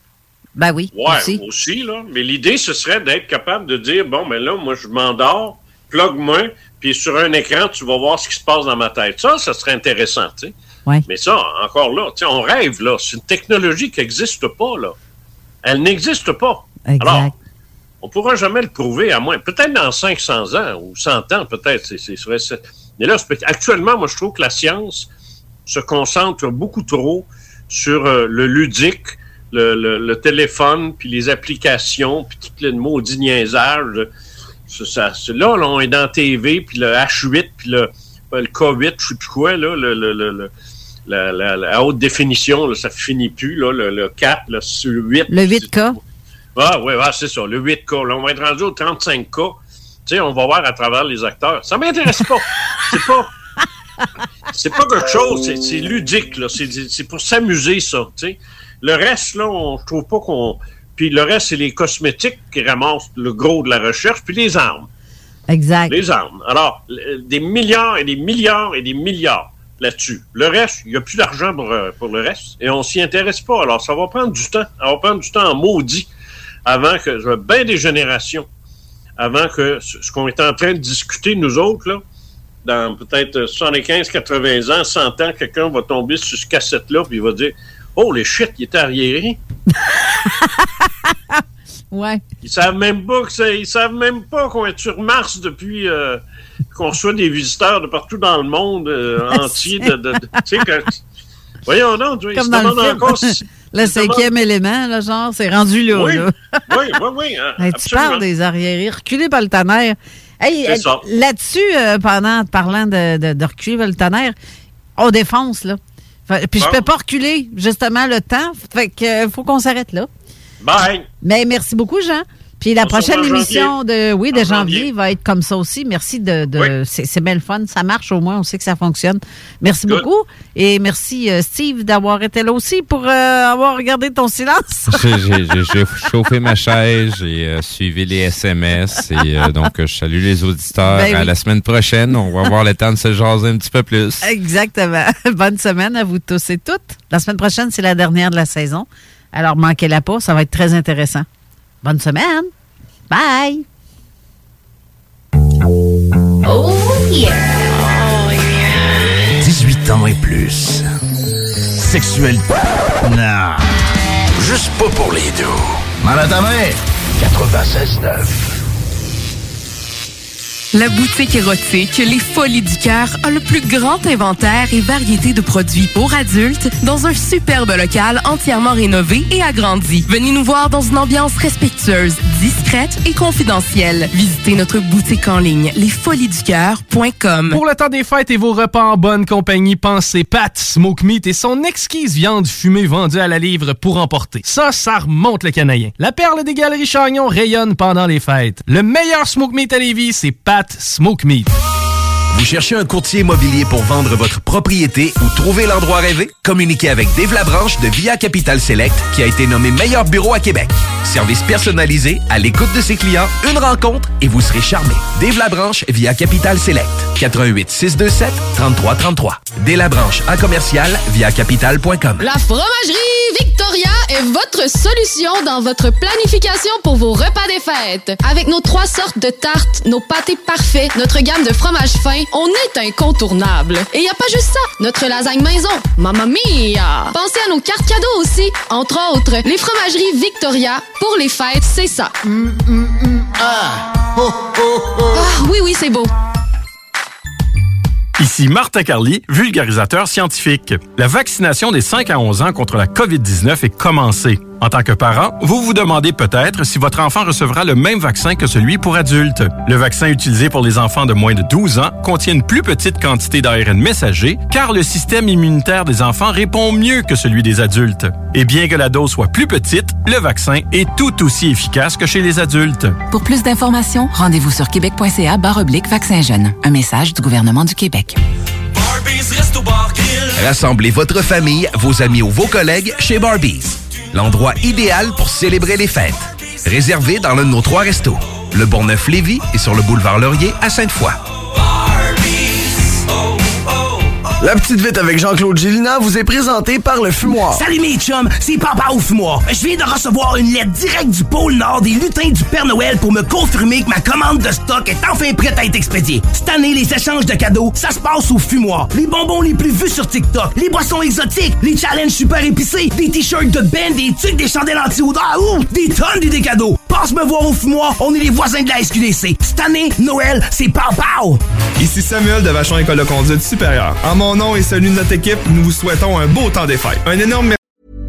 Ben oui, ouais, aussi. aussi, là. Mais l'idée, ce serait d'être capable de dire, bon, mais là, moi, je m'endors, plug-moi, puis sur un écran, tu vas voir ce qui se passe dans ma tête. Ça, ça serait intéressant, tu sais. Ouais. Mais ça, encore là, tu sais, on rêve, là. C'est une technologie qui n'existe pas, là. Elle n'existe pas. Exact. Alors, on ne pourra jamais le prouver, à moins, peut-être dans cinq cents ans, ou cent ans, peut-être. C'est, c'est, c'est, c'est... Mais là, c'est... actuellement, moi, je trouve que la science se concentre beaucoup trop sur euh, le ludique, Le, le, le téléphone, puis les applications, puis tout le maudit niaisage. Ça, ça, ça, là, là, on est dans la T V, puis le H huit, puis le, le K huit, je sais plus quoi, là, le, le, le, le, la, la, la haute définition, là, ça finit plus, là, le, le quatre, le huit. Le huit K. Ah, oui, ah, c'est ça, le huit K. Là, on va être rendu au trente-cinq K. Tu sais, on va voir à travers les acteurs. Ça m'intéresse pas. C'est pas... C'est pas quelque chose, c'est, c'est ludique, là. C'est, c'est pour s'amuser, ça, tu sais. Le reste, là, on, je trouve pas qu'on... Puis le reste, c'est les cosmétiques qui ramassent le gros de la recherche, puis les armes. Exact. Les armes. Alors, des milliards et des milliards et des milliards là-dessus. Le reste, il n'y a plus d'argent pour, pour le reste, et on s'y intéresse pas. Alors, ça va prendre du temps. Ça va prendre du temps en maudit avant que... Ben des générations. Avant que ce qu'on est en train de discuter, nous autres, là, dans peut-être soixante-quinze quatre-vingts ans, cent ans, quelqu'un va tomber sur ce cassette-là, puis il va dire... Oh, les shit, il était arriéré. Ouais. Ils savent même pas que ça, ils savent même pas qu'on est sur Mars depuis euh, qu'on reçoit des visiteurs de partout dans le monde euh, entier. De, de, de, tu sais, que, voyons non, tu vois, comme ils se dans le demandent film. encore si, le cinquième demandent... élément, là, genre, c'est rendu là. Oui, là. oui, oui, oui. Hein, hey, tu parles des arriérés, reculés par le tonnerre. Hey, c'est ça. Là-dessus, euh, pendant parlant de, de, de reculer par le tonnerre, on défonce, là. Fait, puis bon. Je peux pas reculer, justement, le temps. Fait que euh, faut qu'on s'arrête là. Bye! Mais merci beaucoup, Jean. Puis la on prochaine émission de oui de janvier, janvier va être comme ça aussi. Merci de, de oui. c'est, c'est bien le fun, ça marche au moins, on sait que ça fonctionne. Merci Good. beaucoup et merci euh, Steve d'avoir été là aussi pour euh, avoir regardé ton silence. j'ai, j'ai, j'ai chauffé ma chaise, j'ai euh, suivi les S M S et euh, donc je salue les auditeurs. Ben à oui. La semaine prochaine, on va avoir le temps de se jaser un petit peu plus. Exactement. Bonne semaine à vous tous et toutes. La semaine prochaine, c'est la dernière de la saison. Alors manquez-la pas, ça va être très intéressant. Bonne semaine. Bye. Oh yeah. Oh yeah. dix-huit ans et plus. Sexuel. Non. Juste pas pour les deux. Mal à ta mère. quatre-vingt-seize neuf. La boutique érotique Les Folies du Cœur a le plus grand inventaire et variété de produits pour adultes dans un superbe local entièrement rénové et agrandi. Venez nous voir dans une ambiance respectueuse, discrète et confidentielle. Visitez notre boutique en ligne les folies du cœur point com. Pour le temps des fêtes et vos repas en bonne compagnie, pensez Pat Smoke Meat et son exquise viande fumée vendue à la livre pour emporter. Ça, ça remonte le canadien. La perle des Galeries Chagnon rayonne pendant les fêtes. Le meilleur Smoke Meat à Lévis, c'est Pat Smoke Meat. Vous cherchez un courtier immobilier pour vendre votre propriété ou trouver l'endroit rêvé? Communiquez avec Dave Labranche de Via Capital Select qui a été nommé meilleur bureau à Québec. Service personnalisé, à l'écoute de ses clients, une rencontre et vous serez charmé. Dave Labranche via Capital Select. quatre un huit, six deux sept, trois trois trois trois. Dave Labranche en commercial via capital point com. La Fromagerie Victoria est votre solution dans votre planification pour vos repas des fêtes. Avec nos trois sortes de tartes, nos pâtés parfaits, notre gamme de fromages fins, on est incontournable. Et y a pas juste ça, notre lasagne maison, mamma mia! Pensez à nos cartes cadeaux aussi, entre autres, les Fromageries Victoria. Pour les fêtes, c'est ça. Mm, mm, mm. Ah. Oh, oh, oh. Ah, oui, oui, c'est beau. Ici Martin Carly, vulgarisateur scientifique. La vaccination des cinq à onze ans contre la covid dix-neuf est commencée. En tant que parent, vous vous demandez peut-être si votre enfant recevra le même vaccin que celui pour adultes. Le vaccin utilisé pour les enfants de moins de douze ans contient une plus petite quantité d'A R N messager car le système immunitaire des enfants répond mieux que celui des adultes. Et bien que la dose soit plus petite, le vaccin est tout aussi efficace que chez les adultes. Pour plus d'informations, rendez-vous sur québec.ca barre oblique vaccin jeune. Un message du gouvernement du Québec. Rassemblez votre famille, vos amis ou vos collègues chez Barbies. L'endroit idéal pour célébrer les fêtes. Réservé dans l'un de nos trois restos. Le Bourgneuf-Lévis et sur le boulevard Laurier à Sainte-Foy. La petite vite avec Jean-Claude Gélina vous est présentée par le Fumoir. Salut mes chums, c'est Papa au Fumoir. Je viens de recevoir une lettre directe du pôle Nord des lutins du Père Noël pour me confirmer que ma commande de stock est enfin prête à être expédiée. Cette année, les échanges de cadeaux, ça se passe au Fumoir. Les bonbons les plus vus sur TikTok, les boissons exotiques, les challenges super épicés, des t-shirts de Ben, des tucs, des chandelles anti-odeur, ouh, des tonnes d'idées cadeaux. Passe me voir au Fumoir, on est les voisins de la S Q D C. Cette année, Noël, c'est Papa. Ici Samuel de Vachon École de conduite supérieure. En mon nom et celui de notre équipe, nous vous souhaitons un beau temps des fêtes. Un énorme merci.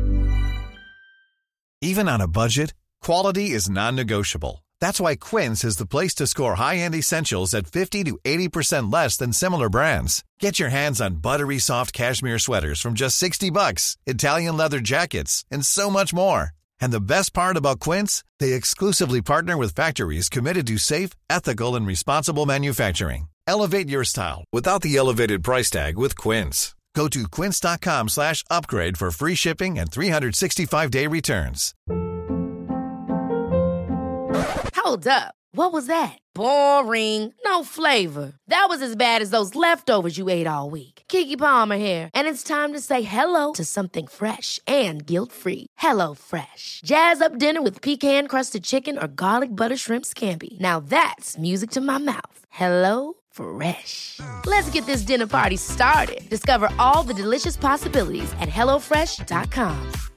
Even on a budget, quality is non-negotiable. That's why Quince is the place to score high-end essentials at fifty to eighty percent less than similar brands. Get your hands on buttery soft cashmere sweaters from just sixty bucks, Italian leather jackets, and so much more. And the best part about Quince, they exclusively partner with factories committed to safe, ethical, and responsible manufacturing. Elevate your style without the elevated price tag with Quince. Go to quince.com slash upgrade for free shipping and three sixty-five day returns. Hold up. What was that? Boring. No flavor. That was as bad as those leftovers you ate all week. Keke Palmer here, and it's time to say hello to something fresh and guilt-free. Hello Fresh. Jazz up dinner with pecan-crusted chicken or garlic butter shrimp scampi. Now that's music to my mouth. Hello Fresh. Let's get this dinner party started. Discover all the delicious possibilities at hello fresh dot com.